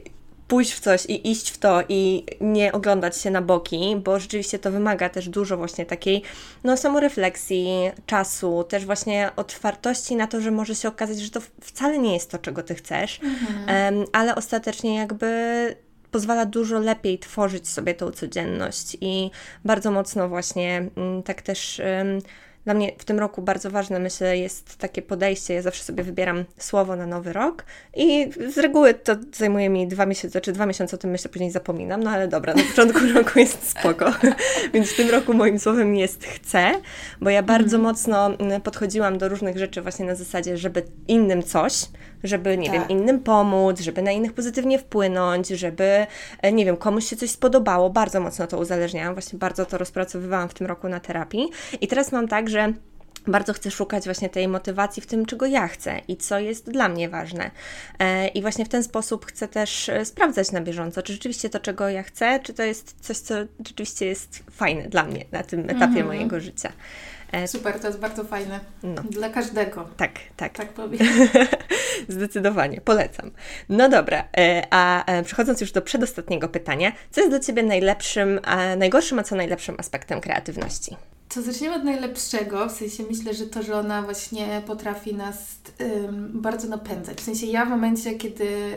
pójść w coś i iść w to i nie oglądać się na boki, bo rzeczywiście to wymaga też dużo właśnie takiej samorefleksji, czasu, też właśnie otwartości na to, że może się okazać, że to wcale nie jest to, czego Ty chcesz, ale ostatecznie jakby pozwala dużo lepiej tworzyć sobie tą codzienność i bardzo mocno właśnie tak też dla mnie w tym roku bardzo ważne, myślę, jest takie podejście. Ja zawsze sobie wybieram słowo na nowy rok i z reguły to zajmuje mi 2 miesiące, czy 2 miesiące o tym myślę, później zapominam, ale dobra, na początku roku jest spoko. Więc w tym roku moim słowem jest chcę, bo ja bardzo mocno podchodziłam do różnych rzeczy właśnie na zasadzie, żeby innym coś, żeby, nie wiem, innym pomóc, żeby na innych pozytywnie wpłynąć, żeby, nie wiem, komuś się coś spodobało. Bardzo mocno to uzależniałam, właśnie bardzo to rozpracowywałam w tym roku na terapii. I teraz mam tak, że bardzo chcę szukać właśnie tej motywacji w tym, czego ja chcę i co jest dla mnie ważne. I właśnie w ten sposób chcę też sprawdzać na bieżąco, czy rzeczywiście to, czego ja chcę, czy to jest coś, co rzeczywiście jest fajne dla mnie na tym etapie mojego życia. Super, to jest bardzo fajne. Dla każdego. Tak powiem. Zdecydowanie, polecam. No dobra, a przechodząc już do przedostatniego pytania, co jest dla Ciebie najgorszym, a co najlepszym aspektem kreatywności? To zaczniemy od najlepszego, w sensie myślę, że to, że ona właśnie potrafi nas bardzo napędzać. W sensie ja w momencie, kiedy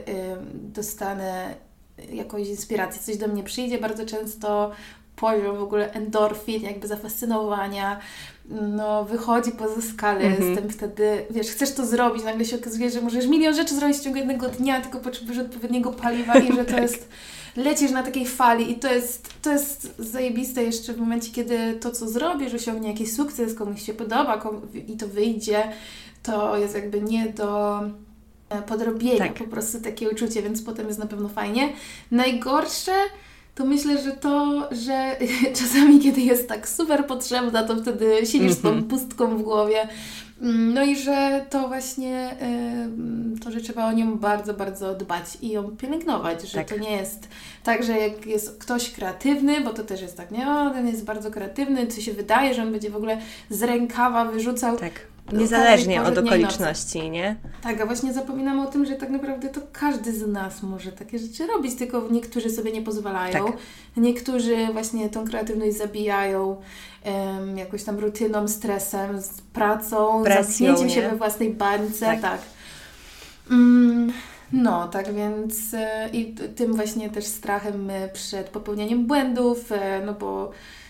dostanę jakąś inspirację, coś do mnie przyjdzie, bardzo często poziom w ogóle endorfin, jakby zafascynowania, wychodzi poza skalę. Jestem wtedy, chcesz to zrobić, nagle się okazuje, że możesz milion rzeczy zrobić w ciągu jednego dnia, tylko potrzebujesz odpowiedniego paliwa i że to jest, lecisz na takiej fali i to jest zajebiste jeszcze w momencie, kiedy to, co zrobisz, osiągnie jakiś sukces, komuś się podoba i to wyjdzie, to jest jakby nie do podrobienia, po prostu takie uczucie, więc potem jest na pewno fajnie. Najgorsze to myślę, że to, że czasami, kiedy jest tak super potrzebna, to wtedy siedzisz z tą pustką w głowie. No i że to właśnie, to, że trzeba o nią bardzo, bardzo dbać i ją pielęgnować, że to nie jest tak, że jak jest ktoś kreatywny, bo to też jest tak, ten jest bardzo kreatywny, co się wydaje, że on będzie w ogóle z rękawa wyrzucał. Niezależnie od okoliczności, nie? Tak, a właśnie zapominamy o tym, że tak naprawdę to każdy z nas może takie rzeczy robić, tylko niektórzy sobie nie pozwalają. Niektórzy właśnie tą kreatywność zabijają jakoś tam rutyną, stresem, z pracą, zamknięciem się we własnej bańce. No, tak więc i tym właśnie też strachem przed popełnianiem błędów, no bo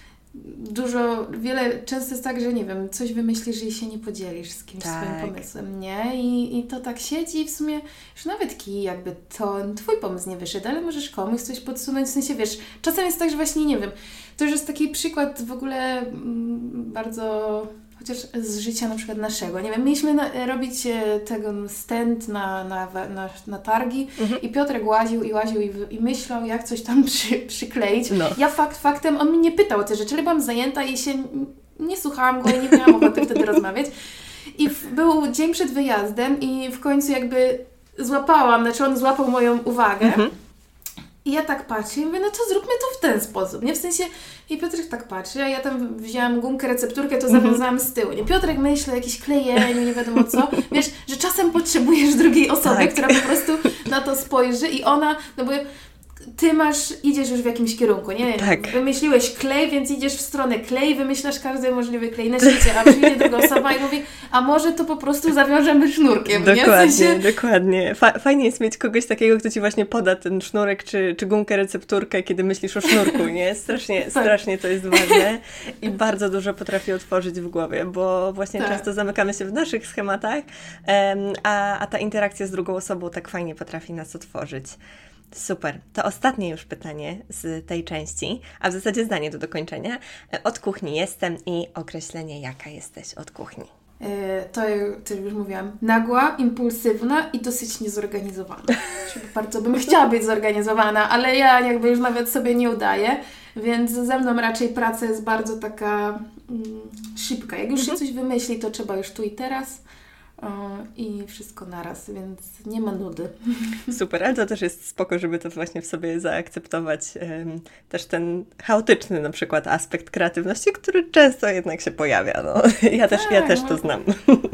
często jest tak, że nie wiem, coś wymyślisz i się nie podzielisz z kimś swoim pomysłem, nie? I to tak siedzi i w sumie już nawet jakby to Twój pomysł nie wyszedł, ale możesz komuś coś podsunąć, w sensie wiesz, czasem jest tak, że właśnie nie wiem, to już jest taki przykład w ogóle bardzo... Chociaż z życia na przykład naszego. Nie wiem, mieliśmy robić tego stand na targi i Piotrek łaził i myślał, jak coś tam przykleić. No. Ja faktem, on mnie nie pytał o te rzeczy, ale byłam zajęta i się nie słuchałam go i nie miałam ochoty wtedy rozmawiać. I był dzień przed wyjazdem i w końcu jakby on złapał moją uwagę. I ja tak patrzę i mówię, no to zróbmy to w ten sposób, nie? W sensie, i Piotrek tak patrzy, a ja tam wzięłam gumkę, recepturkę, to zawiązałam z tyłu, nie? Piotrek myśli o jakieś klejeniu, nie wiadomo co. Wiesz, że czasem potrzebujesz drugiej osoby, która po prostu na to spojrzy i ona, no bo Ty idziesz już w jakimś kierunku, nie? Tak. Wymyśliłeś klej, więc idziesz w stronę klej, wymyślasz każdy możliwy klej na świecie, a przyjdzie druga osoba i mówi, a może to po prostu zawiążemy sznurkiem, dokładnie, nie? W sensie... Dokładnie. Fajnie jest mieć kogoś takiego, kto Ci właśnie poda ten sznurek, czy gumkę, recepturkę, kiedy myślisz o sznurku, nie? Strasznie to jest ważne i bardzo dużo potrafi otworzyć w głowie, bo właśnie często zamykamy się w naszych schematach, a ta interakcja z drugą osobą tak fajnie potrafi nas otworzyć. Super. To ostatnie już pytanie z tej części, a w zasadzie zdanie do dokończenia. Od kuchni jestem i określenie, jaka jesteś od kuchni. To już mówiłam. Nagła, impulsywna i dosyć niezorganizowana. Bardzo bym chciała być zorganizowana, ale ja jakby już nawet sobie nie udaję, więc ze mną raczej praca jest bardzo taka szybka. Jak już się coś wymyśli, to trzeba już tu i teraz. I wszystko naraz, więc nie ma nudy. Super, ale to też jest spoko, żeby to właśnie w sobie zaakceptować. Też ten chaotyczny na przykład aspekt kreatywności, który często jednak się pojawia. No. Ja też to znam.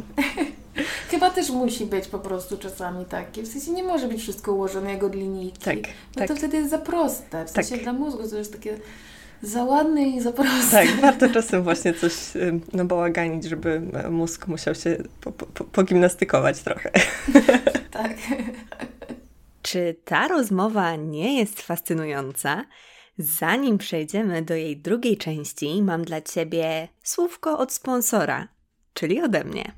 Chyba też musi być po prostu czasami takie. W sensie nie może być wszystko ułożone jak od linijki. To wtedy jest za proste. W sensie dla mózgu to jest takie za ładny i za prosty. Tak, warto czasem właśnie coś bałaganić, żeby mózg musiał się pogimnastykować trochę. Tak. Czy ta rozmowa nie jest fascynująca? Zanim przejdziemy do jej drugiej części, mam dla Ciebie słówko od sponsora, czyli ode mnie.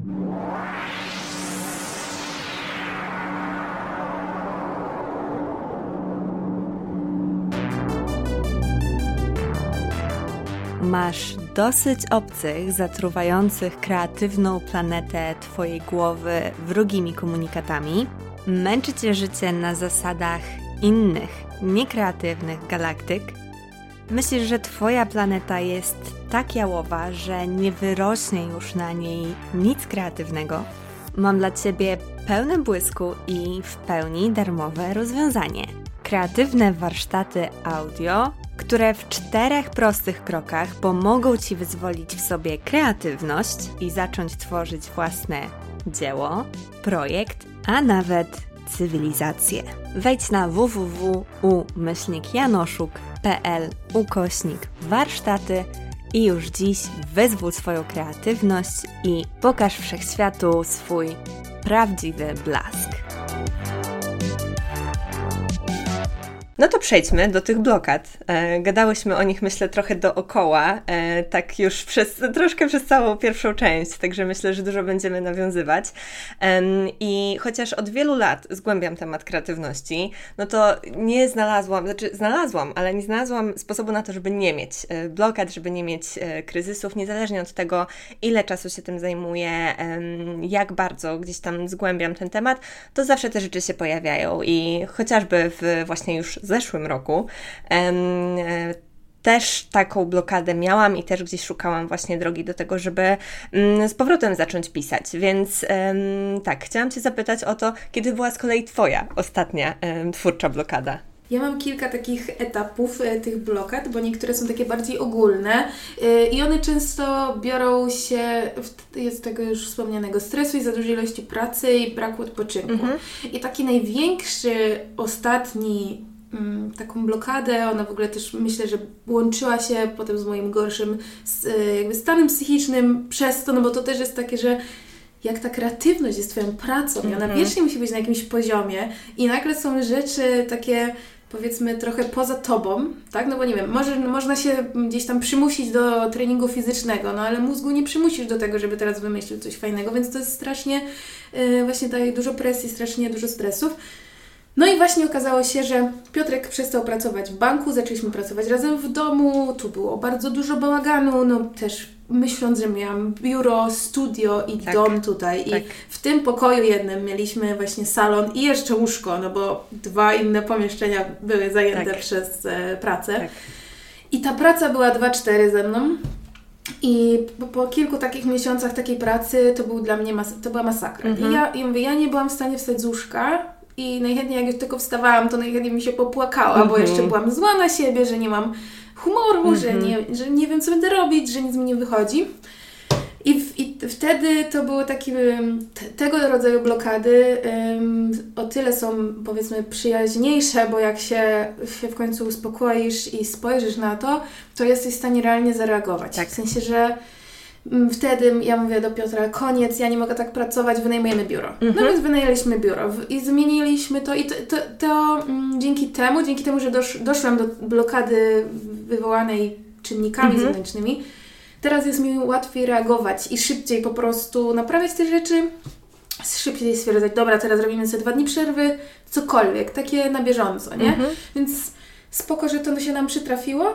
Masz dosyć obcych, zatruwających kreatywną planetę Twojej głowy wrogimi komunikatami? Męczy Cię życie na zasadach innych, niekreatywnych galaktyk? Myślisz, że Twoja planeta jest tak jałowa, że nie wyrośnie już na niej nic kreatywnego? Mam dla Ciebie pełne błysku i w pełni darmowe rozwiązanie. Kreatywne warsztaty audio, które w 4 prostych krokach pomogą Ci wyzwolić w sobie kreatywność i zacząć tworzyć własne dzieło, projekt, a nawet cywilizację. Wejdź na www.janoszuk.pl/warsztaty i już dziś wyzwól swoją kreatywność i pokaż wszechświatu swój prawdziwy blask. No to przejdźmy do tych blokad. Gadałyśmy o nich, myślę, trochę dookoła, tak już troszkę przez całą pierwszą część, także myślę, że dużo będziemy nawiązywać. I chociaż od wielu lat zgłębiam temat kreatywności, no to znalazłam, ale nie znalazłam sposobu na to, żeby nie mieć blokad, żeby nie mieć kryzysów, niezależnie od tego, ile czasu się tym zajmuję, jak bardzo gdzieś tam zgłębiam ten temat, to zawsze te rzeczy się pojawiają i chociażby właśnie już zeszłym roku też taką blokadę miałam i też gdzieś szukałam właśnie drogi do tego, żeby z powrotem zacząć pisać. Więc tak, chciałam Cię zapytać o to, kiedy była z kolei Twoja ostatnia twórcza blokada? Ja mam kilka takich etapów tych blokad, bo niektóre są takie bardziej ogólne i one często biorą się z tego już wspomnianego stresu i za dużej ilości pracy i braku odpoczynku. I taki największy, ostatni taką blokadę, ona w ogóle też myślę, że łączyła się potem z moim gorszym jakby stanem psychicznym przez to, no bo to też jest takie, że jak ta kreatywność jest Twoją pracą i ona wiecznie musi być na jakimś poziomie i nagle są rzeczy takie, powiedzmy, trochę poza Tobą, tak? No bo nie wiem, można się gdzieś tam przymusić do treningu fizycznego, no ale mózgu nie przymusisz do tego, żeby teraz wymyślił coś fajnego, więc to jest strasznie, właśnie daje dużo presji, strasznie dużo stresów. No i właśnie okazało się, że Piotrek przestał pracować w banku, zaczęliśmy pracować razem w domu, tu było bardzo dużo bałaganu, no też myśląc, że miałam biuro, studio i dom tutaj i w tym pokoju jednym mieliśmy właśnie salon i jeszcze łóżko, no bo 2 inne pomieszczenia były zajęte przez pracę. Tak. I ta praca była 2-4 ze mną. I po kilku takich miesiącach takiej pracy to był dla mnie to była masakra. I mówię, ja nie byłam w stanie wstać z łóżka i najchętniej jak już tylko wstawałam, to najchętniej mi się popłakała, bo jeszcze byłam zła na siebie, że nie mam humoru, że nie wiem co będę robić, że nic mi nie wychodzi. I wtedy to było takie, tego rodzaju blokady o tyle są, powiedzmy, przyjaźniejsze, bo jak się w końcu uspokoisz i spojrzysz na to jesteś w stanie realnie zareagować. Tak. W sensie, że wtedy ja mówię do Piotra, koniec, ja nie mogę tak pracować, wynajmujemy biuro. No więc wynajęliśmy biuro i zmieniliśmy to i to dzięki temu, że doszłam do blokady wywołanej czynnikami zewnętrznymi, teraz jest mi łatwiej reagować i szybciej po prostu naprawiać te rzeczy, szybciej stwierdzać, dobra, teraz robimy sobie 2 dni przerwy, cokolwiek, takie na bieżąco, nie? Więc spoko, że to się nam przytrafiło,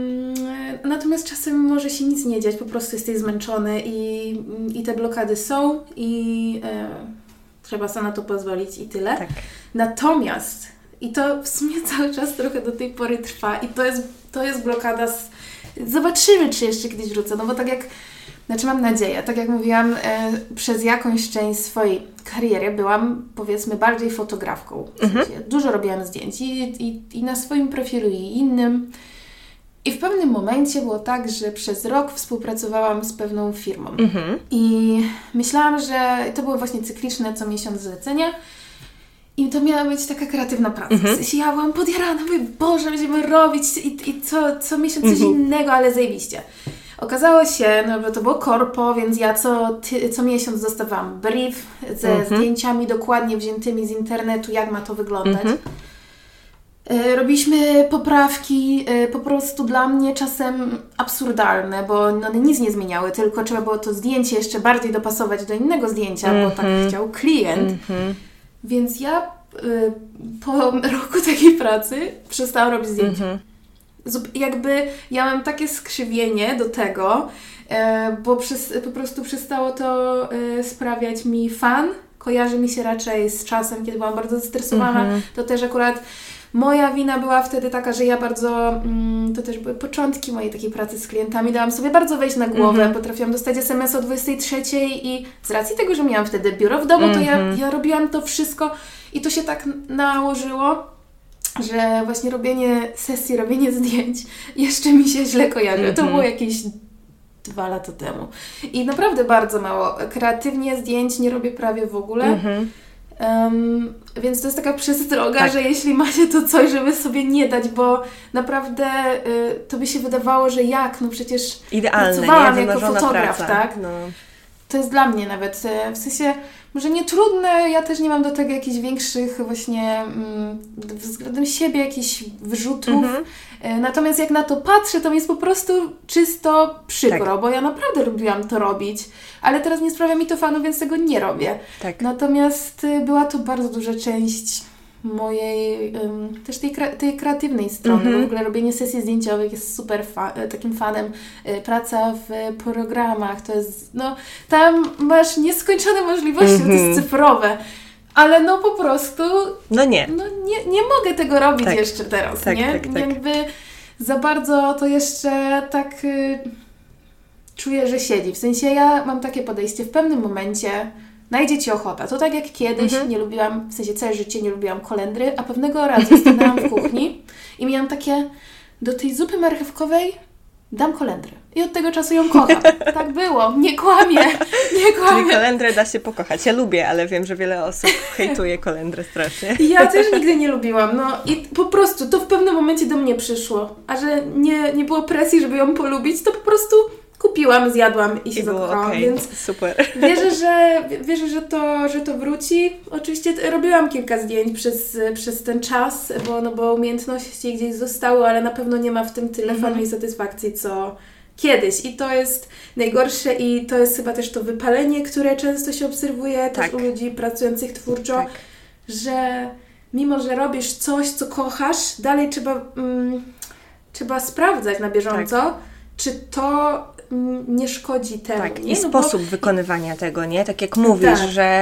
natomiast czasem może się nic nie dziać, po prostu jesteś zmęczony i te blokady są i trzeba sobie na to pozwolić i tyle. Tak. Natomiast, i to w sumie cały czas trochę do tej pory trwa i to jest blokada zobaczymy, czy jeszcze kiedyś wrócę, no bo mam nadzieję, tak jak mówiłam, przez jakąś część swojej kariery byłam, powiedzmy, bardziej fotografką. W sensie, dużo robiłam zdjęć i na swoim profilu i innym. I w pewnym momencie było tak, że przez rok współpracowałam z pewną firmą. I myślałam, że to było właśnie cykliczne, co miesiąc zlecenia. I to miała być taka kreatywna praca. W sensie ja byłam podjarana, mówię, Boże, będziemy robić i co miesiąc coś innego, ale zajebiście. Okazało się, no bo to było korpo, więc ja co miesiąc dostawałam brief ze zdjęciami dokładnie wziętymi z internetu, jak ma to wyglądać. Robiliśmy poprawki po prostu dla mnie czasem absurdalne, bo one nic nie zmieniały, tylko trzeba było to zdjęcie jeszcze bardziej dopasować do innego zdjęcia, bo tak chciał klient. Więc ja po roku takiej pracy przestałam robić zdjęcia. Jakby ja mam takie skrzywienie do tego, bo po prostu przestało to sprawiać mi fan. Kojarzy mi się raczej z czasem, kiedy byłam bardzo zestresowana. To też akurat moja wina była wtedy taka, że ja bardzo, to też były początki mojej takiej pracy z klientami, dałam sobie bardzo wejść na głowę, potrafiłam dostać SMS o 23 i z racji tego, że miałam wtedy biuro w domu, to ja robiłam to wszystko i to się tak nałożyło, że właśnie robienie sesji, robienie zdjęć jeszcze mi się źle kojarzy. To było jakieś 2 lata temu. I naprawdę bardzo mało. Kreatywnie zdjęć nie robię prawie w ogóle. Więc to jest taka przestroga, że jeśli macie to coś, żeby sobie nie dać, bo naprawdę to by się wydawało, że no przecież pracowałam jako fotograf, praca. Tak? No. To jest dla mnie nawet, w sensie, może nie trudne, ja też nie mam do tego jakichś większych właśnie względem siebie jakichś wyrzutów. Natomiast jak na to patrzę, to mi jest po prostu czysto przykro, bo ja naprawdę lubiłam to robić, ale teraz nie sprawia mi to fanu, więc tego nie robię. Tak. Natomiast była to bardzo duża część mojej też tej kreatywnej strony, bo w ogóle robienie sesji zdjęciowych jest super takim fanem. Praca w programach to jest, no tam masz nieskończone możliwości, to jest cyfrowe. Ale no po prostu nie mogę tego robić jeszcze teraz, nie? Jakby za bardzo to jeszcze tak czuję, że siedzi. W sensie ja mam takie podejście, w pewnym momencie najdzie Ci ochota. To tak jak kiedyś nie lubiłam, w sensie całe życie nie lubiłam kolendry, a pewnego razu stanęłam w kuchni i miałam takie, do tej zupy marchewkowej dam kolendrę. I od tego czasu ją kocham. Tak było. Nie kłamię. Czyli kolendrę da się pokochać. Ja lubię, ale wiem, że wiele osób hejtuje kolendrę strasznie. Ja też nigdy nie lubiłam. No i po prostu to w pewnym momencie do mnie przyszło. A że nie było presji, żeby ją polubić, to po prostu kupiłam, zjadłam i się zakochałam, okay. Więc super. Wierzę, że to wróci. Oczywiście robiłam kilka zdjęć przez ten czas, bo umiejętności gdzieś zostały, ale na pewno nie ma w tym tyle fanu i satysfakcji, co kiedyś. I to jest najgorsze i to jest chyba też to wypalenie, które często się obserwuje też u ludzi pracujących twórczo, że mimo, że robisz coś, co kochasz, dalej trzeba sprawdzać na bieżąco, czy to nie szkodzi temu. Tak, nie? i sposób wykonywania tego, nie? Tak jak mówisz, że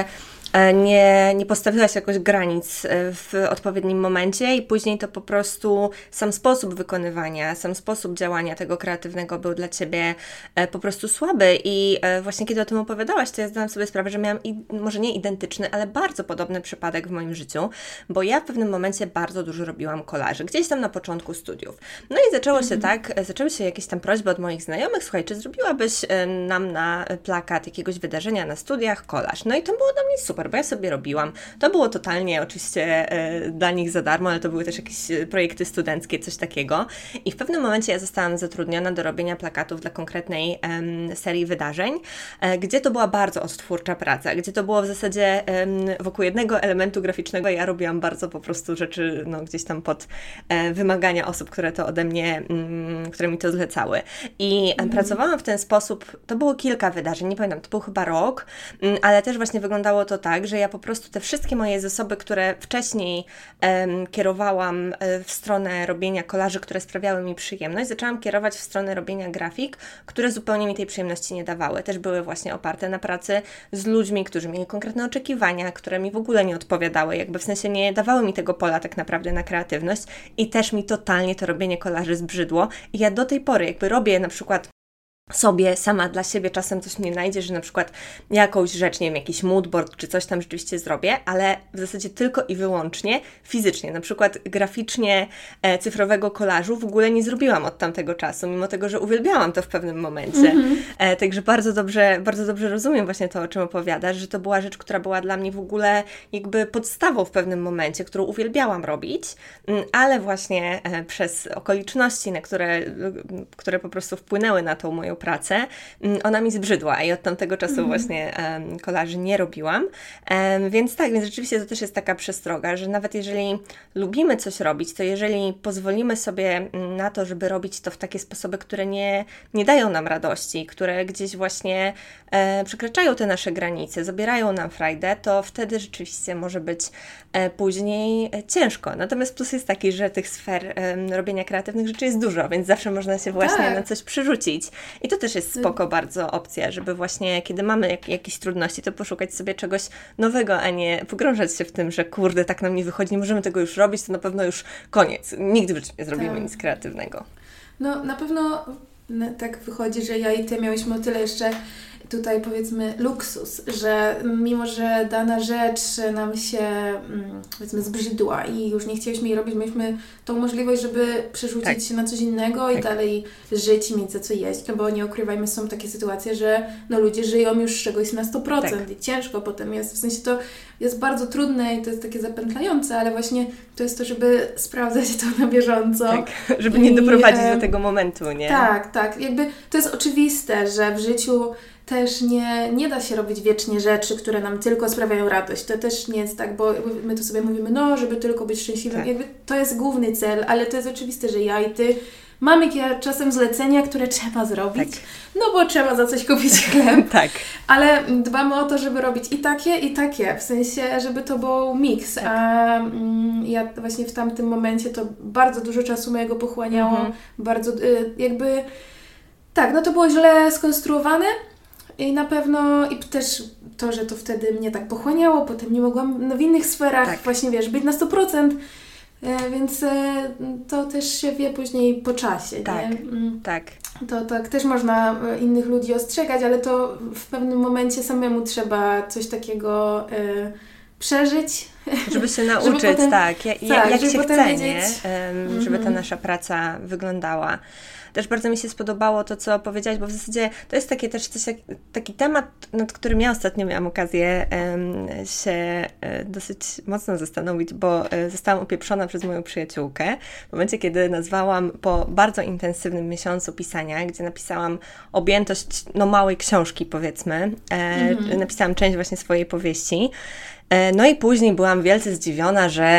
nie postawiłaś jakoś granic w odpowiednim momencie i później to po prostu sam sposób wykonywania, sam sposób działania tego kreatywnego był dla Ciebie po prostu słaby i właśnie kiedy o tym opowiadałaś, to ja zdałam sobie sprawę, że miałam może nie identyczny, ale bardzo podobny przypadek w moim życiu, bo ja w pewnym momencie bardzo dużo robiłam kolaży, gdzieś tam na początku studiów. No i zaczęły się jakieś tam prośby od moich znajomych, słuchaj, czy zrobiłabyś nam na plakat jakiegoś wydarzenia na studiach kolaż? No i to było dla mnie super, bo ja sobie robiłam. To było totalnie oczywiście dla nich za darmo, ale to były też jakieś projekty studenckie, coś takiego. I w pewnym momencie ja zostałam zatrudniona do robienia plakatów dla konkretnej serii wydarzeń, gdzie to była bardzo odtwórcza praca, gdzie to było w zasadzie wokół jednego elementu graficznego. Ja robiłam bardzo po prostu rzeczy gdzieś tam pod wymagania osób, które to ode mnie, które mi to zlecały. I pracowałam w ten sposób, to było kilka wydarzeń, nie pamiętam, to był chyba rok, ale też właśnie wyglądało to tak, że ja po prostu te wszystkie moje zasoby, które wcześniej kierowałam w stronę robienia kolaży, które sprawiały mi przyjemność, zaczęłam kierować w stronę robienia grafik, które zupełnie mi tej przyjemności nie dawały. Też były właśnie oparte na pracy z ludźmi, którzy mieli konkretne oczekiwania, które mi w ogóle nie odpowiadały, jakby w sensie nie dawały mi tego pola tak naprawdę na kreatywność i też mi totalnie to robienie kolaży zbrzydło i ja do tej pory jakby robię na przykład sobie, sama dla siebie czasem coś mnie najdzie, że na przykład jakąś rzecz, nie wiem, jakiś moodboard czy coś tam rzeczywiście zrobię, ale w zasadzie tylko i wyłącznie fizycznie, na przykład graficznie cyfrowego kolażu w ogóle nie zrobiłam od tamtego czasu, mimo tego, że uwielbiałam to w pewnym momencie. Także bardzo dobrze rozumiem właśnie to, o czym opowiadasz, że to była rzecz, która była dla mnie w ogóle jakby podstawą w pewnym momencie, którą uwielbiałam robić, ale właśnie przez okoliczności, które po prostu wpłynęły na tą moją pracę, ona mi zbrzydła i od tamtego czasu właśnie kolaży nie robiłam. Więc rzeczywiście to też jest taka przestroga, że nawet jeżeli lubimy coś robić, to jeżeli pozwolimy sobie na to, żeby robić to w takie sposoby, które nie dają nam radości, które gdzieś właśnie przekraczają te nasze granice, zabierają nam frajdę, to wtedy rzeczywiście może być później ciężko. Natomiast plus jest taki, że tych sfer robienia kreatywnych rzeczy jest dużo, więc zawsze można się właśnie na coś przerzucić. I to też jest spoko bardzo opcja, żeby właśnie kiedy mamy jakieś trudności, to poszukać sobie czegoś nowego, a nie pogrążać się w tym, że kurde, tak nam nie wychodzi, nie możemy tego już robić, to na pewno już koniec. Nigdy w życiu nie zrobimy nic kreatywnego. No na pewno tak wychodzi, że ja i Ty miałyśmy o tyle jeszcze tutaj powiedzmy luksus, że mimo, że dana rzecz nam się powiedzmy zbrzydła i już nie chcieliśmy jej robić, mieliśmy tą możliwość, żeby przerzucić się na coś innego i dalej żyć i mieć za co jeść, no bo nie ukrywajmy, są takie sytuacje, że ludzie żyją już z czegoś na 100% i ciężko potem jest, w sensie to jest bardzo trudne i to jest takie zapętlające, ale właśnie to jest to, żeby sprawdzać to na bieżąco. Tak, żeby nie doprowadzić do tego momentu, nie? Tak, jakby to jest oczywiste, że w życiu też nie da się robić wiecznie rzeczy, które nam tylko sprawiają radość. To też nie jest tak, bo my tu sobie mówimy, żeby tylko być szczęśliwym. Jakby to jest główny cel, ale to jest oczywiste, że ja i Ty mamy czasem zlecenia, które trzeba zrobić, bo trzeba za coś kupić chleb. Ale dbamy o to, żeby robić i takie, w sensie, żeby to był miks. A ja właśnie w tamtym momencie to bardzo dużo czasu mojego pochłaniało, bardzo to było źle skonstruowane. I na pewno, i też to, że to wtedy mnie tak pochłaniało, potem nie mogłam w innych sferach właśnie, być na 100%, więc to też się wie później po czasie, nie? To tak też można innych ludzi ostrzegać, ale to w pewnym momencie samemu trzeba coś takiego przeżyć. Żeby się nauczyć, jak się chce, nie? Żeby ta nasza praca wyglądała. też bardzo mi się spodobało to, co powiedziałaś, bo w zasadzie to jest takie też taki temat, nad którym ja ostatnio miałam okazję się dosyć mocno zastanowić, bo zostałam opieprzona przez moją przyjaciółkę w momencie, kiedy nazwałam po bardzo intensywnym miesiącu pisania, gdzie napisałam objętość małej książki, powiedzmy. Napisałam część właśnie swojej powieści. No i później byłam wielce zdziwiona, że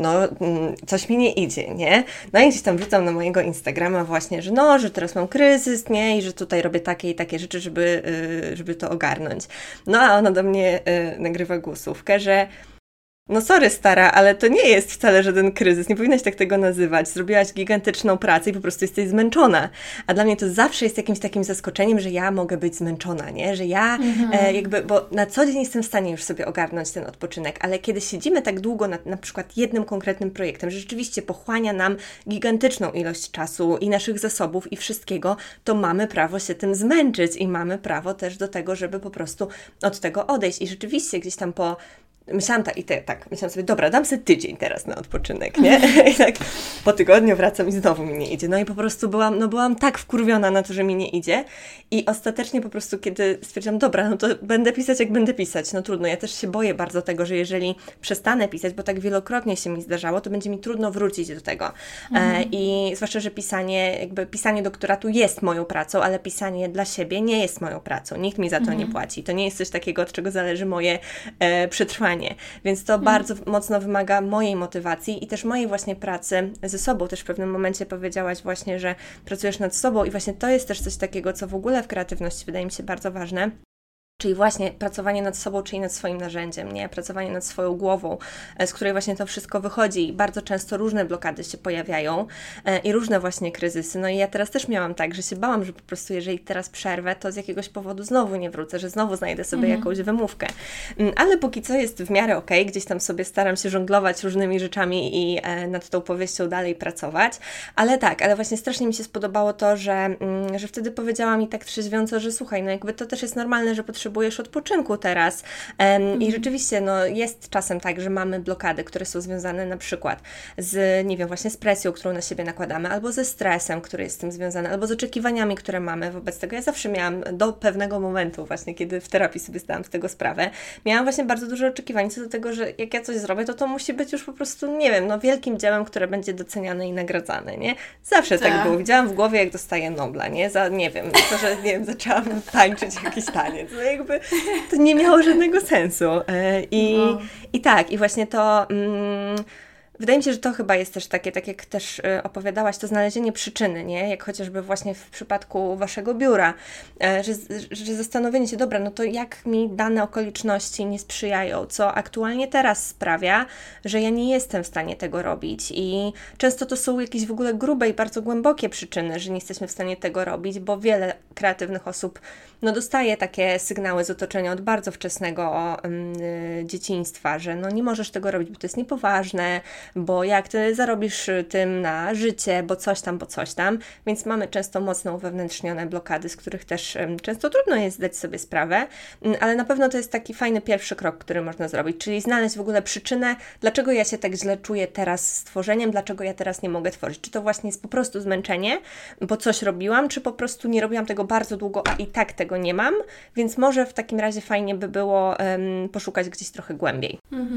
coś mi nie idzie, nie? No i gdzieś tam wrzucam na mojego Instagrama właśnie, że teraz mam kryzys, nie? I że tutaj robię takie i takie rzeczy, żeby to ogarnąć. No a ona do mnie nagrywa głosówkę, że no sorry stara, ale to nie jest wcale żaden kryzys, nie powinnaś tak tego nazywać. Zrobiłaś gigantyczną pracę i po prostu jesteś zmęczona. A dla mnie to zawsze jest jakimś takim zaskoczeniem, że ja mogę być zmęczona, nie? Że ja bo na co dzień jestem w stanie już sobie ogarnąć ten odpoczynek, ale kiedy siedzimy tak długo nad na przykład jednym konkretnym projektem, że rzeczywiście pochłania nam gigantyczną ilość czasu i naszych zasobów i wszystkiego, to mamy prawo się tym zmęczyć i mamy prawo też do tego, żeby po prostu od tego odejść. I rzeczywiście gdzieś tam myślałam myślałam sobie, dobra, dam sobie tydzień teraz na odpoczynek, nie? I tak po tygodniu wracam i znowu mi nie idzie. No i po prostu byłam tak wkurwiona na to, że mi nie idzie i ostatecznie po prostu, kiedy stwierdziłam, dobra, no to będę pisać, jak będę pisać. No trudno, ja też się boję bardzo tego, że jeżeli przestanę pisać, bo tak wielokrotnie się mi zdarzało, to będzie mi trudno wrócić do tego. I zwłaszcza, że pisanie doktoratu jest moją pracą, ale pisanie dla siebie nie jest moją pracą. Nikt mi za to nie płaci. To nie jest coś takiego, od czego zależy moje przetrwanie. Więc to bardzo mocno wymaga mojej motywacji i też mojej właśnie pracy ze sobą. Też w pewnym momencie powiedziałaś właśnie, że pracujesz nad sobą i właśnie to jest też coś takiego, co w ogóle w kreatywności wydaje mi się bardzo ważne. Czyli właśnie pracowanie nad sobą, czyli nad swoim narzędziem, nie? Pracowanie nad swoją głową, z której właśnie to wszystko wychodzi i bardzo często różne blokady się pojawiają i różne właśnie kryzysy. No i ja teraz też miałam tak, że się bałam, że po prostu jeżeli teraz przerwę, to z jakiegoś powodu znowu nie wrócę, że znowu znajdę sobie jakąś wymówkę. Ale póki co jest w miarę okej, gdzieś tam sobie staram się żonglować różnymi rzeczami i nad tą powieścią dalej pracować. Ale właśnie strasznie mi się spodobało to, że wtedy powiedziała mi tak trzeźwiąco, że słuchaj, no jakby to też jest normalne, że potrzebujesz odpoczynku teraz. I rzeczywiście, no jest czasem tak, że mamy blokady, które są związane na przykład z, nie wiem, właśnie z presją, którą na siebie nakładamy, albo ze stresem, który jest z tym związany, albo z oczekiwaniami, które mamy wobec tego. Ja zawsze miałam do pewnego momentu właśnie, kiedy w terapii sobie zdałam z tego sprawę, miałam właśnie bardzo dużo oczekiwań co do tego, że jak ja coś zrobię, to musi być już po prostu, nie wiem, no wielkim dziełem, które będzie doceniane i nagradzane, nie? Zawsze tak było. Widziałam w głowie, jak dostaję Nobla, nie? Za, nie wiem, to, że, nie wiem, zaczęłam tańczyć jakiś taniec. No jakby to nie miało żadnego sensu. I właśnie to... Wydaje mi się, że to chyba jest też takie, tak jak też opowiadałaś, to znalezienie przyczyny, nie? Jak chociażby właśnie w przypadku Waszego biura, że zastanowienie się, dobra, no to jak mi dane okoliczności nie sprzyjają, co aktualnie teraz sprawia, że ja nie jestem w stanie tego robić i często to są jakieś w ogóle grube i bardzo głębokie przyczyny, że nie jesteśmy w stanie tego robić, bo wiele kreatywnych osób dostaje takie sygnały z otoczenia od bardzo wczesnego dzieciństwa, że no nie możesz tego robić, bo to jest niepoważne, bo jak Ty zarobisz tym na życie, bo coś tam, więc mamy często mocno uwewnętrznione blokady, z których też często trudno jest zdać sobie sprawę, ale na pewno to jest taki fajny pierwszy krok, który można zrobić, czyli znaleźć w ogóle przyczynę, dlaczego ja się tak źle czuję teraz z tworzeniem, dlaczego ja teraz nie mogę tworzyć. Czy to właśnie jest po prostu zmęczenie, bo coś robiłam, czy po prostu nie robiłam tego bardzo długo, a i tak tego nie mam, więc może w takim razie fajnie by było poszukać gdzieś trochę głębiej.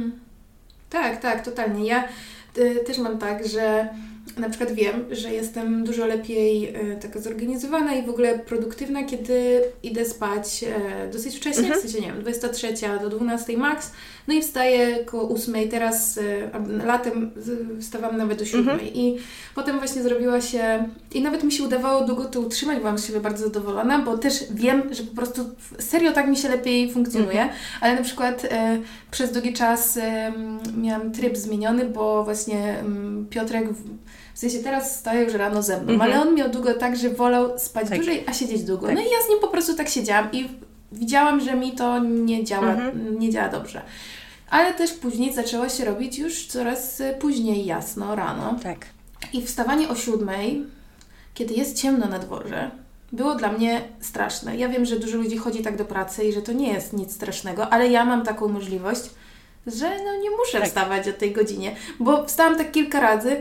Tak, totalnie. Ja też mam tak, że na przykład wiem, że jestem dużo lepiej taka zorganizowana i w ogóle produktywna, kiedy idę spać dosyć wcześnie, w sensie, nie wiem, 23 do 12 max, no i wstaję koło 8, teraz latem wstawam nawet do 7 i potem właśnie zrobiła się, i nawet mi się udawało długo to utrzymać, byłam z siebie bardzo zadowolona, bo też wiem, że po prostu serio tak mi się lepiej funkcjonuje, ale na przykład przez długi czas miałam tryb zmieniony, bo właśnie Piotrek w sensie teraz wstaje już rano ze mną, ale on miał długo tak, że wolał spać dłużej, a siedzieć długo. No i ja z nim po prostu tak siedziałam i widziałam, że mi to nie działa dobrze. Ale też później zaczęło się robić już coraz później jasno rano. Tak. I wstawanie o 7, kiedy jest ciemno na dworze, było dla mnie straszne. Ja wiem, że dużo ludzi chodzi tak do pracy i że to nie jest nic strasznego, ale ja mam taką możliwość, że nie muszę wstawać o tej godzinie, bo wstałam tak kilka razy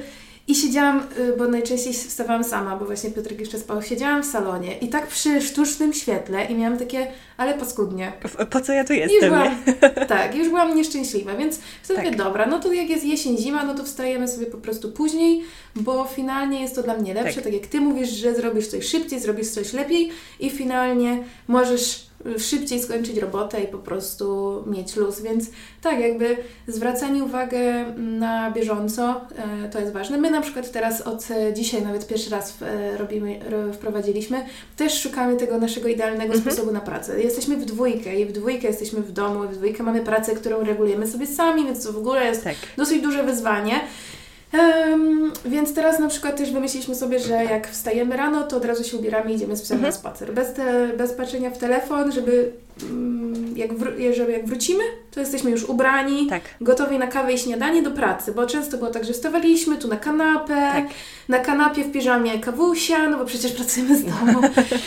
I siedziałam, bo najczęściej wstawałam sama, bo właśnie Piotrek jeszcze spał, siedziałam w salonie i tak przy sztucznym świetle i miałam takie, ale paskudnie. Po co ja tu jestem? Już byłam nieszczęśliwa, więc wtedy mówię, dobra, no to jak jest jesień, zima, no to wstajemy sobie po prostu później, bo finalnie jest to dla mnie lepsze, tak jak Ty mówisz, że zrobisz coś szybciej, zrobisz coś lepiej i finalnie możesz szybciej skończyć robotę i po prostu mieć luz, więc tak, jakby zwracanie uwagi na bieżąco, to jest ważne. My na przykład teraz od dzisiaj, nawet pierwszy raz wprowadziliśmy, też szukamy tego naszego idealnego sposobu na pracę. Jesteśmy w dwójkę i w dwójkę jesteśmy w domu, i w dwójkę mamy pracę, którą regulujemy sobie sami, więc to w ogóle jest dosyć duże wyzwanie. Więc teraz na przykład też wymyśliliśmy sobie, że jak wstajemy rano, to od razu się ubieramy i idziemy z psem na spacer. Bez patrzenia w telefon, żeby jak wrócimy, to jesteśmy już ubrani, gotowi na kawę i śniadanie do pracy, bo często było tak, że wstawaliśmy tu na kanapę, na kanapie w piżamie kawusia, no bo przecież pracujemy z domu.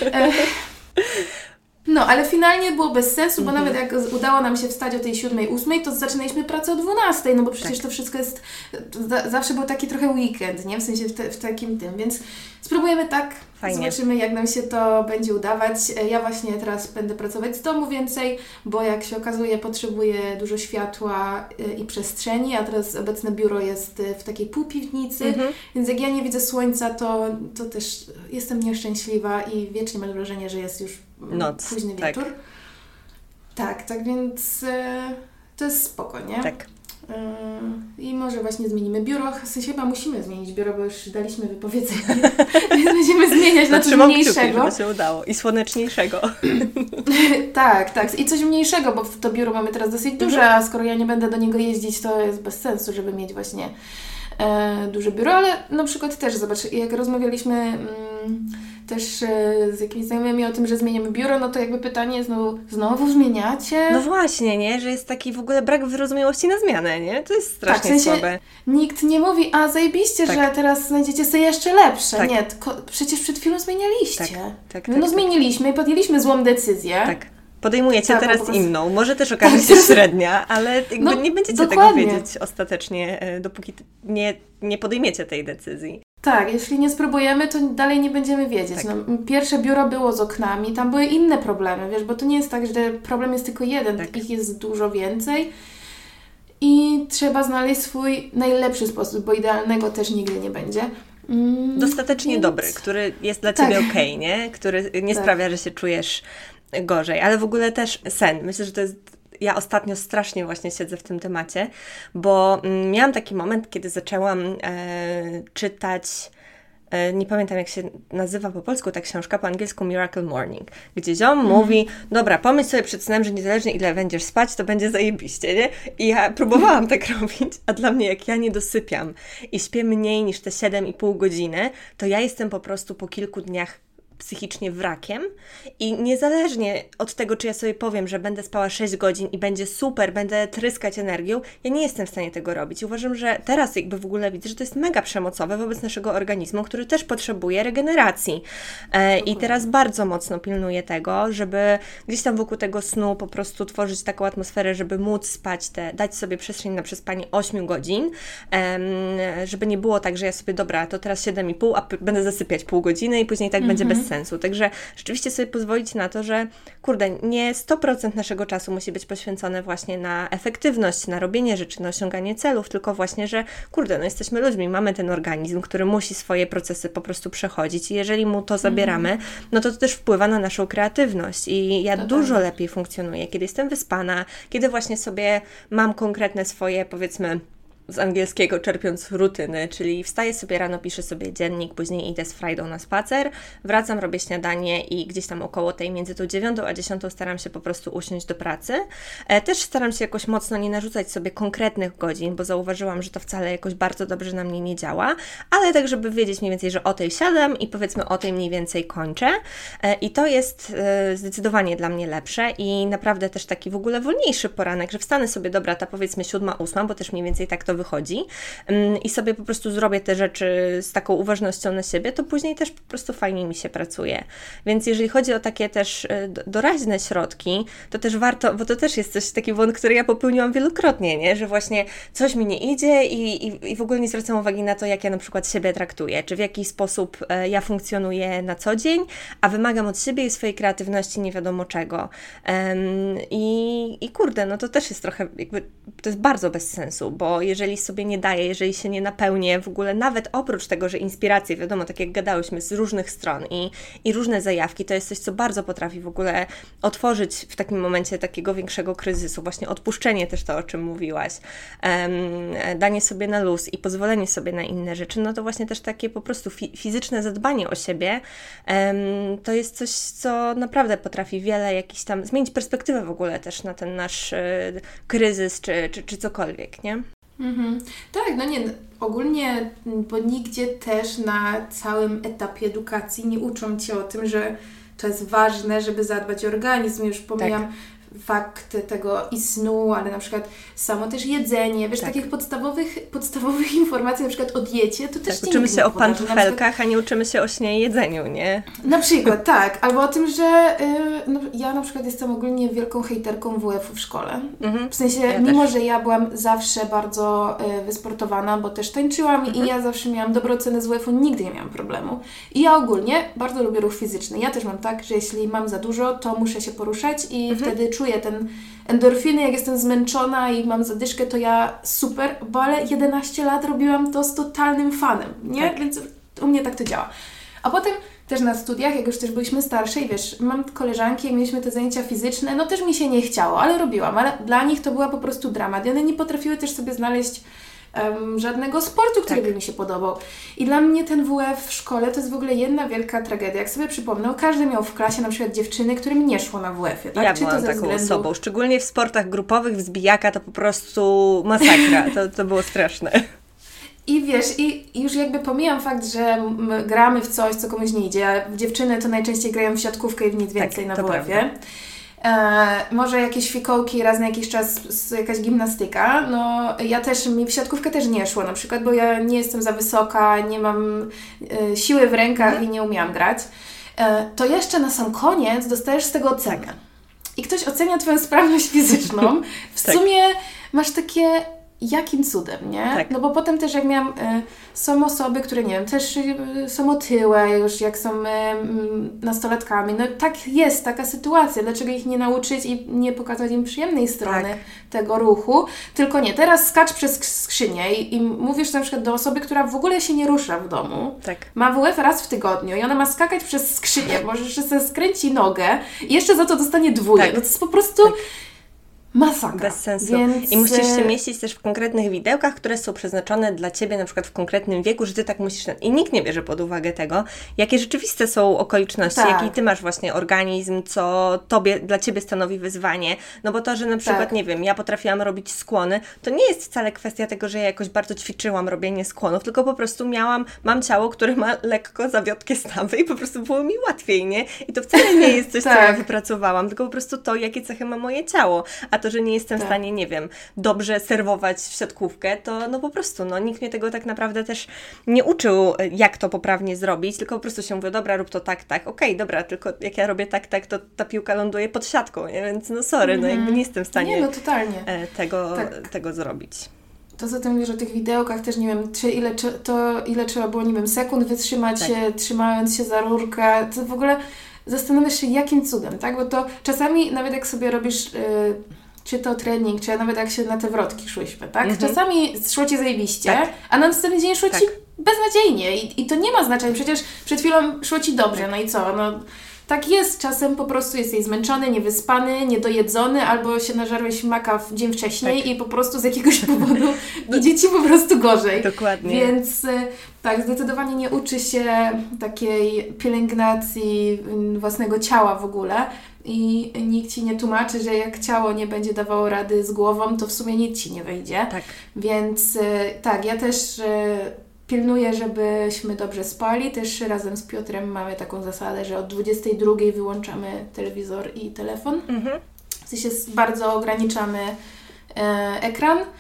No, ale finalnie było bez sensu, bo nawet jak udało nam się wstać o tej 7-8, to zaczynaliśmy pracę o 12, no bo przecież to wszystko jest, zawsze był taki trochę weekend, nie? W sensie w takim tym, więc spróbujemy tak, zobaczymy jak nam się to będzie udawać. Ja właśnie teraz będę pracować z domu więcej, bo jak się okazuje potrzebuję dużo światła i przestrzeni, a teraz obecne biuro jest w takiej półpiwnicy, więc jak ja nie widzę słońca, to też jestem nieszczęśliwa i wiecznie mam wrażenie, że jest już noc, późny wieczór. Tak, więc to jest spoko, nie? Tak. I może właśnie zmienimy biuro. W sensie chyba musimy zmienić biuro, bo już daliśmy wypowiedzenie. Więc będziemy zmieniać na coś mniejszego. Kciuki, żeby się udało. I słoneczniejszego. Tak. I coś mniejszego, bo to biuro mamy teraz dosyć duże, a skoro ja nie będę do niego jeździć, to jest bez sensu, żeby mieć właśnie duże biuro, ale na przykład też, zobacz, jak rozmawialiśmy też z jakimiś znajomymi o tym, że zmieniamy biuro, no to jakby pytanie znowu zmieniacie? No właśnie, nie? Że jest taki w ogóle brak wyrozumiałości na zmianę, nie? To jest strasznie w sensie słabe. Nikt nie mówi, a zajebiście, że teraz znajdziecie sobie jeszcze lepsze. Nie, przecież przed chwilą zmienialiście. Zmieniliśmy i podjęliśmy złą decyzję. Tak. Podejmujecie teraz inną. Może też okaże się średnia, ale jakby nie będziecie tego wiedzieć ostatecznie, dopóki nie podejmiecie tej decyzji. Tak, jeśli nie spróbujemy, to dalej nie będziemy wiedzieć. Pierwsze biuro było z oknami, tam były inne problemy, wiesz, bo to nie jest tak, że problem jest tylko jeden, ich jest dużo więcej i trzeba znaleźć swój najlepszy sposób, bo idealnego też nigdy nie będzie. Dostatecznie dobry, który jest dla Ciebie okej, nie? Który nie sprawia, że się czujesz gorzej, ale w ogóle też sen. Myślę, że to jest... Ja ostatnio strasznie właśnie siedzę w tym temacie, bo miałam taki moment, kiedy zaczęłam czytać, nie pamiętam jak się nazywa po polsku ta książka, po angielsku Miracle Morning, gdzie ziom mówi, dobra, pomyśl sobie przed snem, że niezależnie ile będziesz spać, to będzie zajebiście, nie? I ja próbowałam tak robić, a dla mnie jak ja nie dosypiam i śpię mniej niż te 7,5 godziny, to ja jestem po prostu po kilku dniach psychicznie wrakiem i niezależnie od tego, czy ja sobie powiem, że będę spała 6 godzin i będzie super, będę tryskać energią, ja nie jestem w stanie tego robić. Uważam, że teraz jakby w ogóle widzę, że to jest mega przemocowe wobec naszego organizmu, który też potrzebuje regeneracji. I teraz bardzo mocno pilnuję tego, żeby gdzieś tam wokół tego snu po prostu tworzyć taką atmosferę, żeby móc spać dać sobie przestrzeń na przespanie 8 godzin, żeby nie było tak, że ja sobie, dobra, to teraz 7,5, a będę zasypiać pół godziny i później tak będzie bez sensu. Także rzeczywiście sobie pozwolić na to, że kurde, nie 100% naszego czasu musi być poświęcone właśnie na efektywność, na robienie rzeczy, na osiąganie celów, tylko właśnie, że kurde, no jesteśmy ludźmi, mamy ten organizm, który musi swoje procesy po prostu przechodzić i jeżeli mu to zabieramy, no to też wpływa na naszą kreatywność i ja dużo lepiej funkcjonuję, kiedy jestem wyspana, kiedy właśnie sobie mam konkretne swoje, powiedzmy, z angielskiego czerpiąc rutyny, czyli wstaję sobie rano, piszę sobie dziennik, później idę z frajdą na spacer, wracam, robię śniadanie i gdzieś tam około tej między tą 9 a 10 staram się po prostu usiąść do pracy. Też staram się jakoś mocno nie narzucać sobie konkretnych godzin, bo zauważyłam, że to wcale jakoś bardzo dobrze na mnie nie działa, ale tak, żeby wiedzieć mniej więcej, że o tej siadam i powiedzmy o tej mniej więcej kończę. I to jest zdecydowanie dla mnie lepsze i naprawdę też taki w ogóle wolniejszy poranek, że wstanę sobie, dobra, ta powiedzmy 7, 8, bo też mniej więcej tak to wychodzi i sobie po prostu zrobię te rzeczy z taką uważnością na siebie, to później też po prostu fajnie mi się pracuje. Więc jeżeli chodzi o takie też doraźne środki, to też warto, bo to też jest taki błąd, który ja popełniłam wielokrotnie, nie? Że właśnie coś mi nie idzie i w ogóle nie zwracam uwagi na to, jak ja na przykład siebie traktuję, czy w jaki sposób ja funkcjonuję na co dzień, a wymagam od siebie i swojej kreatywności nie wiadomo czego. I kurde, no to też jest trochę, jakby, to jest bardzo bez sensu, bo jeżeli sobie nie daję, jeżeli się nie napełnię w ogóle, nawet oprócz tego, że inspiracje, wiadomo, tak jak gadałyśmy, z różnych stron i różne zajawki, to jest coś, co bardzo potrafi w ogóle otworzyć w takim momencie takiego większego kryzysu, właśnie odpuszczenie też to, o czym mówiłaś, danie sobie na luz i pozwolenie sobie na inne rzeczy, no to właśnie też takie po prostu fizyczne zadbanie o siebie, to jest coś, co naprawdę potrafi wiele jakiś tam, zmienić perspektywę w ogóle też na ten nasz kryzys, czy cokolwiek, nie? Tak, no nie, ogólnie, bo nigdzie też na całym etapie edukacji nie uczą Cię o tym, że to jest ważne, żeby zadbać o organizm. Już pomijam fakt tego i snu, ale na przykład samo też jedzenie, wiesz, takich podstawowych informacji, na przykład o diecie, to też uczymy się o pantofelkach, a nie uczymy się o śnie i jedzeniu, nie? Na przykład, tak. Albo o tym, że ja na przykład jestem ogólnie wielką hejterką WF-u w szkole. W sensie, mimo że ja byłam zawsze bardzo wysportowana, bo też tańczyłam i ja zawsze miałam dobre oceny z WF-u, nigdy nie miałam problemu. I ja ogólnie bardzo lubię ruch fizyczny. Ja też mam tak, że jeśli mam za dużo, to muszę się poruszać i wtedy czuję ten endorfiny, jak jestem zmęczona i mam zadyszkę, to ja super, bo ale 11 lat robiłam to z totalnym fanem, nie? Tak. Więc u mnie tak to działa. A potem też na studiach, jak już też byliśmy starsze i wiesz, mam koleżanki, jak mieliśmy te zajęcia fizyczne, no też mi się nie chciało, ale robiłam, ale dla nich to była po prostu dramat i one nie potrafiły też sobie znaleźć żadnego sportu, który by mi się podobał. I dla mnie ten WF w szkole to jest w ogóle jedna wielka tragedia. Jak sobie przypomnę, każdy miał w klasie na przykład dziewczyny, którym nie szło na WF-ie. Tak? Ja byłam taką osobą. Szczególnie w sportach grupowych, w zbijaka to po prostu masakra. To było straszne. I wiesz, i już jakby pomijam fakt, że gramy w coś, co komuś nie idzie, a dziewczyny to najczęściej grają w siatkówkę i w nic więcej na WF-ie. Może jakieś fikołki raz na jakiś czas, jakaś gimnastyka. No ja też, mi w siatkówkę też nie szło na przykład, bo ja nie jestem za wysoka, nie mam siły w rękach i nie umiałam grać. To jeszcze na sam koniec dostajesz z tego ocenę. I ktoś ocenia Twoją sprawność fizyczną. W sumie masz takie... Jakim cudem, nie? Tak. No bo potem też jak miałam, są osoby, które nie wiem, też są otyłe już jak są nastolatkami, no tak jest taka sytuacja, dlaczego ich nie nauczyć i nie pokazać im przyjemnej strony tego ruchu, tylko nie, teraz skacz przez skrzynię i mówisz na przykład do osoby, która w ogóle się nie rusza w domu, ma WF raz w tygodniu i ona ma skakać przez skrzynię, może jeszcze sobie skręci nogę i jeszcze za to dostanie 2, no to jest po prostu... Masakra. Bez sensu. Więc... I musisz się mieścić też w konkretnych widełkach, które są przeznaczone dla Ciebie na przykład w konkretnym wieku, że Ty tak musisz... I nikt nie bierze pod uwagę tego, jakie rzeczywiste są okoliczności, jaki Ty masz właśnie organizm, co dla Ciebie stanowi wyzwanie. No bo to, że na przykład, nie wiem, ja potrafiłam robić skłony, to nie jest wcale kwestia tego, że ja jakoś bardzo ćwiczyłam robienie skłonów, tylko po prostu mam ciało, które ma lekko zawiotkie stawy i po prostu było mi łatwiej, nie? I to wcale nie jest coś, co ja wypracowałam, tylko po prostu to, jakie cechy ma moje ciało. A to, że nie jestem w stanie, nie wiem, dobrze serwować w siatkówkę, to no po prostu, no nikt mnie tego tak naprawdę też nie uczył, jak to poprawnie zrobić, tylko po prostu się mówię, dobra, rób to tak, okej, dobra, tylko jak ja robię tak, to ta piłka ląduje pod siatką, nie? Więc no sorry, no jakby nie jestem w stanie tego zrobić. To zatem mówisz o tych widełkach też, nie wiem, ile trzeba było, nie wiem, sekund wytrzymać się, trzymając się za rurkę, to w ogóle zastanawiasz się, jakim cudem, tak? Bo to czasami nawet jak sobie robisz czy to trening, czy nawet jak się na te wrotki szłyśmy, tak? Czasami szło Ci zajebiście, a na następny dzień szło Ci beznadziejnie i to nie ma znaczenia, przecież przed chwilą szło Ci dobrze, no i co? No tak jest, czasem po prostu jesteś zmęczony, niewyspany, niedojedzony, albo się nażarłeś maka w dzień wcześniej i po prostu z jakiegoś powodu idzie Ci po prostu gorzej. Dokładnie. Więc tak, zdecydowanie nie uczy się takiej pielęgnacji własnego ciała w ogóle i nikt Ci nie tłumaczy, że jak ciało nie będzie dawało rady z głową, to w sumie nic Ci nie wyjdzie. Tak. Więc tak, ja też... pilnuję, żebyśmy dobrze spali. Też razem z Piotrem mamy taką zasadę, że od 22 wyłączamy telewizor i telefon. W sensie bardzo ograniczamy ekran.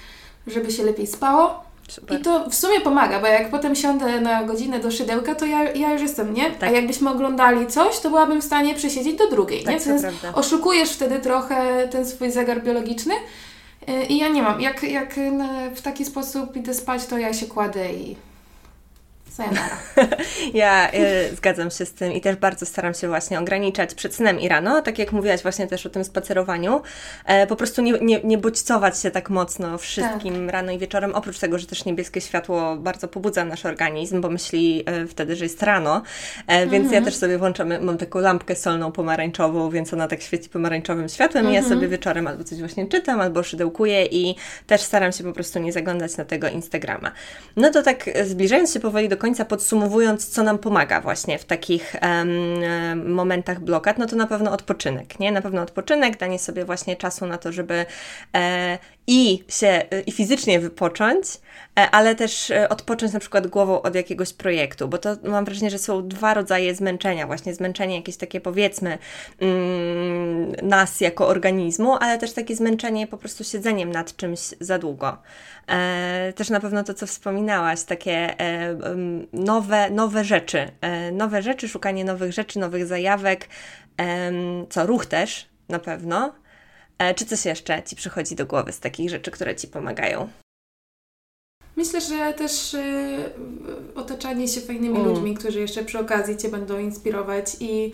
żeby się lepiej spało. Super. I to w sumie pomaga, bo jak potem siądę na godzinę do szydełka, to ja już jestem, nie? Tak. A jakbyśmy oglądali coś, to byłabym w stanie przesiedzieć do drugiej, Tak, nie? to Więc prawda. oszukujesz wtedy trochę ten swój zegar biologiczny i ja nie mam. Jak w taki sposób idę spać, to ja się kładę i sayonara. Ja zgadzam się z tym i też bardzo staram się właśnie ograniczać przed snem i rano, tak jak mówiłaś właśnie też o tym spacerowaniu, po prostu nie bodźcować się tak mocno wszystkim rano i wieczorem, oprócz tego, że też niebieskie światło bardzo pobudza nasz organizm, bo myśli wtedy, że jest rano, więc ja też sobie włączam, mam taką lampkę solną pomarańczową, więc ona tak świeci pomarańczowym światłem i ja sobie wieczorem albo coś właśnie czytam, albo szydełkuję i też staram się po prostu nie zaglądać na tego Instagrama. No to tak zbliżając się powoli do końca, podsumowując, co nam pomaga właśnie w takich momentach blokad, no to na pewno odpoczynek, nie? Na pewno odpoczynek, danie sobie właśnie czasu na to, żeby i fizycznie wypocząć, ale też odpocząć na przykład głową od jakiegoś projektu, bo to mam wrażenie, że są dwa rodzaje zmęczenia, właśnie zmęczenie jakieś takie powiedzmy nas jako organizmu, ale też takie zmęczenie po prostu siedzeniem nad czymś za długo. Też na pewno to, co wspominałaś, takie nowe rzeczy, szukanie nowych rzeczy, nowych zajawek, ruch też na pewno. Czy coś jeszcze Ci przychodzi do głowy z takich rzeczy, które Ci pomagają? Myślę, że też otaczanie się fajnymi ludźmi, którzy jeszcze przy okazji Cię będą inspirować i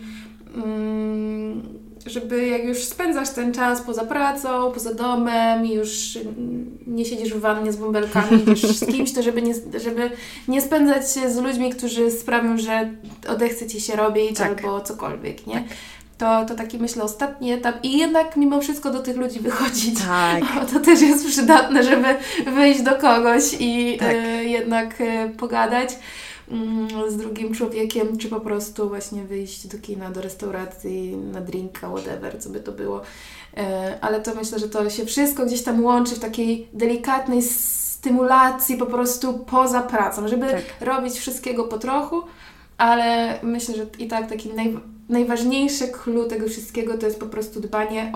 żeby jak już spędzasz ten czas poza pracą, poza domem i już nie siedzisz w wannie z bąbelkami, idziesz z kimś, to żeby nie spędzać się z ludźmi, którzy sprawią, że odechce Ci się robić albo cokolwiek, nie? To taki, myślę, ostatni etap i jednak mimo wszystko do tych ludzi wychodzić. Tak. Bo to też jest przydatne, żeby wyjść do kogoś i jednak pogadać z drugim człowiekiem, czy po prostu właśnie wyjść do kina, do restauracji, na drinka, whatever, co by to było. Ale to myślę, że to się wszystko gdzieś tam łączy w takiej delikatnej stymulacji po prostu poza pracą, żeby robić wszystkiego po trochu, ale myślę, że i tak takim najważniejszy clue tego wszystkiego to jest po prostu dbanie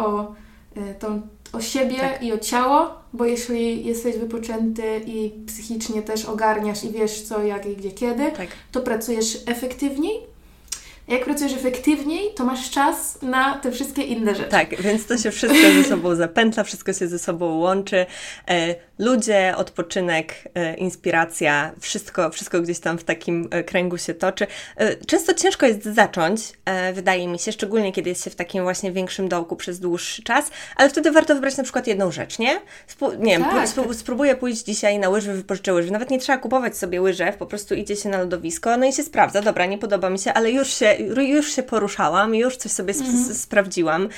o siebie i o ciało, bo jeśli jesteś wypoczęty i psychicznie też ogarniasz i wiesz co, jak i gdzie, kiedy, to pracujesz efektywniej. Jak pracujesz efektywniej, to masz czas na te wszystkie inne rzeczy. Tak, więc to się wszystko ze sobą zapętla, wszystko się ze sobą łączy. Ludzie, odpoczynek, inspiracja, wszystko gdzieś tam w takim kręgu się toczy. Często ciężko jest zacząć, wydaje mi się, szczególnie kiedy jest się w takim właśnie większym dołku przez dłuższy czas, ale wtedy warto wybrać na przykład jedną rzecz, nie? Spróbuję pójść dzisiaj na łyżwy, wypożyczę łyżwy. Nawet nie trzeba kupować sobie łyżew, po prostu idzie się na lodowisko, no i się sprawdza, dobra, nie podoba mi się, ale już się poruszałam, już coś sobie sprawdziłam,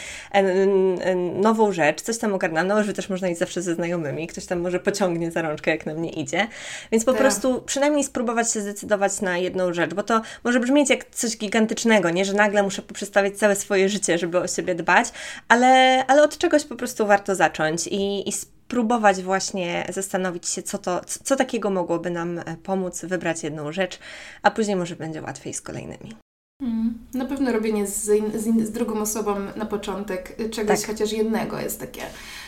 nową rzecz, coś tam ogarnęłam. Na łyżwy też można iść zawsze ze znajomymi, ktoś tam może pociągnie za rączkę, jak na mnie idzie, więc po prostu przynajmniej spróbować się zdecydować na jedną rzecz, bo to może brzmieć jak coś gigantycznego, nie, że nagle muszę poprzestawiać całe swoje życie, żeby o siebie dbać, ale od czegoś po prostu warto zacząć i spróbować właśnie zastanowić się, co takiego mogłoby nam pomóc, wybrać jedną rzecz, a później może będzie łatwiej z kolejnymi. Na pewno robienie z drugą osobą na początek czegoś chociaż jednego jest takie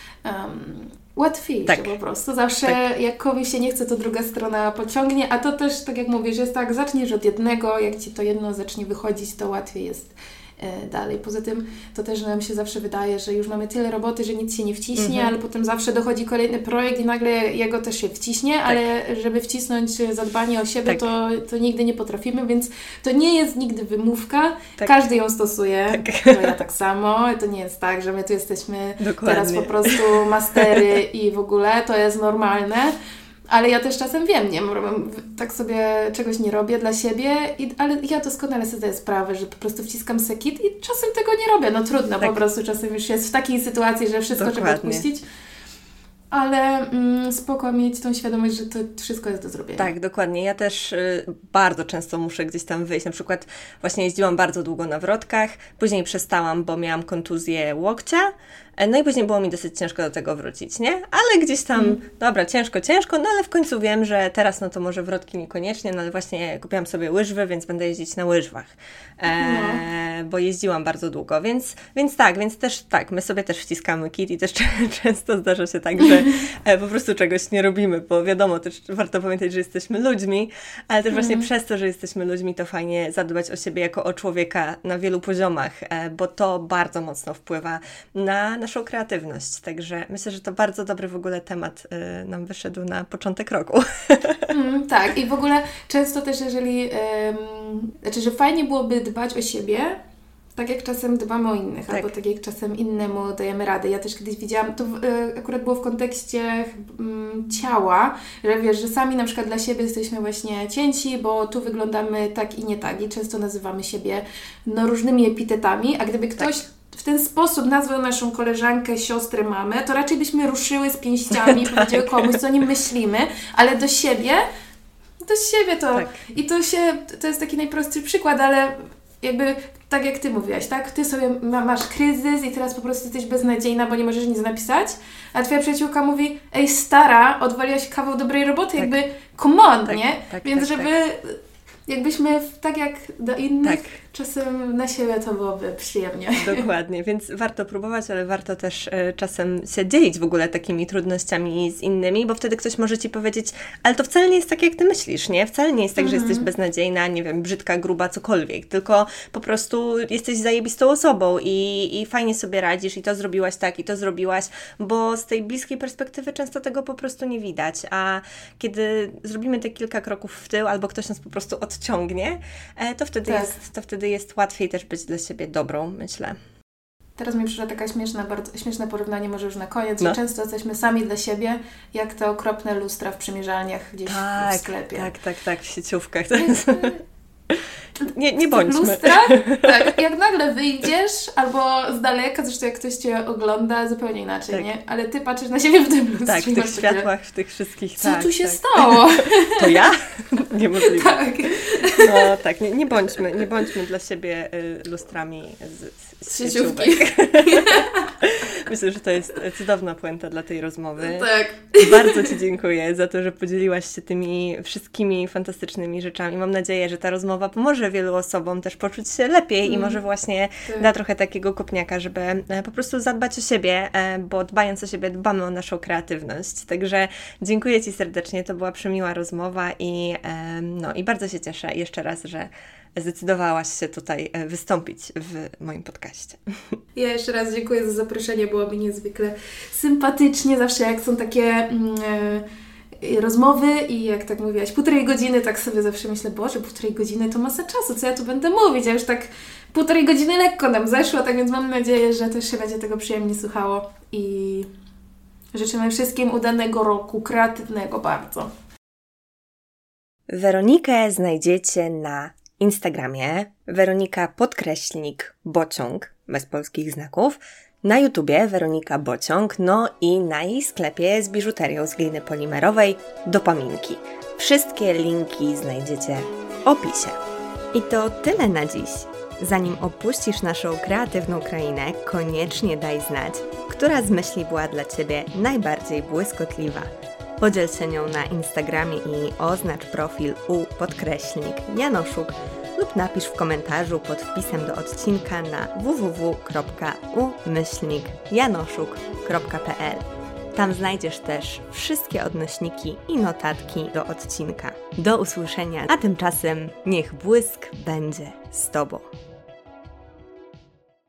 łatwiejsze po prostu. Zawsze jak komuś się nie chce, to druga strona pociągnie, a to też, tak jak mówisz, jest tak, zaczniesz od jednego, jak Ci to jedno zacznie wychodzić, to łatwiej jest dalej. Poza tym to też nam się zawsze wydaje, że już mamy tyle roboty, że nic się nie wciśnie, ale potem zawsze dochodzi kolejny projekt i nagle jego też się wciśnie, ale żeby wcisnąć zadbanie o siebie, to nigdy nie potrafimy, więc to nie jest nigdy wymówka. Każdy ją stosuje. To ja tak samo. To nie jest tak, że my tu jesteśmy teraz po prostu mastery i w ogóle to jest normalne. Ale ja też czasem wiem, tak sobie czegoś nie robię dla siebie, ale ja doskonale sobie zdaję sprawę, że po prostu wciskam sekit i czasem tego nie robię. No trudno, po prostu czasem już jest w takiej sytuacji, że wszystko trzeba odpuścić. Ale spoko mieć tą świadomość, że to wszystko jest do zrobienia. Tak, dokładnie. Ja też bardzo często muszę gdzieś tam wyjść. Na przykład właśnie jeździłam bardzo długo na wrotkach, później przestałam, bo miałam kontuzję łokcia, no i później było mi dosyć ciężko do tego wrócić, nie? Ale gdzieś tam, dobra, ciężko, no ale w końcu wiem, że teraz no to może wrotki niekoniecznie, no ale właśnie kupiłam sobie łyżwy, więc będę jeździć na łyżwach, bo jeździłam bardzo długo, więc też my sobie też wciskamy kit i też często zdarza się tak, że po prostu czegoś nie robimy, bo wiadomo, też warto pamiętać, że jesteśmy ludźmi, ale też właśnie przez to, że jesteśmy ludźmi, to fajnie zadbać o siebie jako o człowieka na wielu poziomach, bo to bardzo mocno wpływa na naszą kreatywność. Także myślę, że to bardzo dobry w ogóle temat nam wyszedł na początek roku. Tak, i w ogóle często też, jeżeli, że fajnie byłoby dbać o siebie, tak jak czasem dbamy o innych, albo tak jak czasem innemu dajemy radę. Ja też kiedyś widziałam, to akurat było w kontekście ciała, że wiesz, że sami na przykład dla siebie jesteśmy właśnie cięci, bo tu wyglądamy tak i nie tak i często nazywamy siebie różnymi epitetami, a gdyby ktoś w ten sposób nazwał naszą koleżankę, siostrę, mamę, to raczej byśmy ruszyły z pięściami, powiedziały komuś, co o nim myślimy, ale do siebie to... I to jest taki najprostszy przykład, ale jakby tak jak Ty mówiłaś, tak? Ty sobie masz kryzys i teraz po prostu jesteś beznadziejna, bo nie możesz nic napisać, a Twoja przyjaciółka mówi, ej stara, odwaliłaś kawał dobrej roboty, jakby come on, nie? Więc jakbyśmy tak jak do innych, czasem na siebie to byłoby przyjemnie. Dokładnie, więc warto próbować, ale warto też czasem się dzielić w ogóle takimi trudnościami z innymi, bo wtedy ktoś może Ci powiedzieć, ale to wcale nie jest tak, jak Ty myślisz, nie? Wcale nie jest tak, że jesteś beznadziejna, nie wiem, brzydka, gruba, cokolwiek, tylko po prostu jesteś zajebistą osobą i fajnie sobie radzisz i to zrobiłaś tak, i to zrobiłaś, bo z tej bliskiej perspektywy często tego po prostu nie widać, a kiedy zrobimy te kilka kroków w tył, albo ktoś nas po prostu odciągnie, to wtedy jest łatwiej też być dla siebie dobrą, myślę. Teraz mi przyszła taka bardzo śmieszne porównanie, może już na koniec, że często jesteśmy sami dla siebie, jak te okropne lustra w przymierzalniach gdzieś w sklepie. Tak, w sieciówkach. Nie bądźmy. Lustra, jak nagle wyjdziesz, albo z daleka, zresztą jak ktoś Cię ogląda, zupełnie inaczej, nie? Ale Ty patrzysz na siebie w tym lustrze. Tak, w tych światłach, w tych wszystkich. Co tu się stało? To ja? Niemożliwe. Tak. No tak, nie bądźmy dla siebie lustrami z sieciówek. Myślę, że to jest cudowna puenta dla tej rozmowy. Tak. Bardzo Ci dziękuję za to, że podzieliłaś się tymi wszystkimi fantastycznymi rzeczami. Mam nadzieję, że ta rozmowa pomoże wielu osobom też poczuć się lepiej i może właśnie da trochę takiego kopniaka, żeby po prostu zadbać o siebie, bo dbając o siebie dbamy o naszą kreatywność. Także dziękuję Ci serdecznie, to była przemiła rozmowa i bardzo się cieszę jeszcze raz, że zdecydowałaś się tutaj wystąpić w moim podcaście. Ja jeszcze raz dziękuję za zaproszenie, było mi niezwykle sympatycznie, zawsze jak są takie rozmowy i jak tak mówiłaś, 1,5 godziny, tak sobie zawsze myślę, Boże, 1,5 godziny to masa czasu, co ja tu będę mówić, a już tak 1,5 godziny lekko nam zeszło, tak więc mam nadzieję, że też się będzie tego przyjemnie słuchało i życzymy wszystkim udanego roku, kreatywnego bardzo. Weronikę znajdziecie na Instagramie Weronika_Bociąg bez polskich znaków, na YouTubie Weronika Bociąg, no i na jej sklepie z biżuterią z gliny polimerowej Dopaminki. Wszystkie linki znajdziecie w opisie. I to tyle na dziś. Zanim opuścisz naszą kreatywną krainę, koniecznie daj znać, która z myśli była dla Ciebie najbardziej błyskotliwa. Podziel się nią na Instagramie i oznacz profil u_Janoszuk lub napisz w komentarzu pod wpisem do odcinka na www.u-janoszuk.pl. Tam znajdziesz też wszystkie odnośniki i notatki do odcinka. Do usłyszenia, a tymczasem niech błysk będzie z Tobą.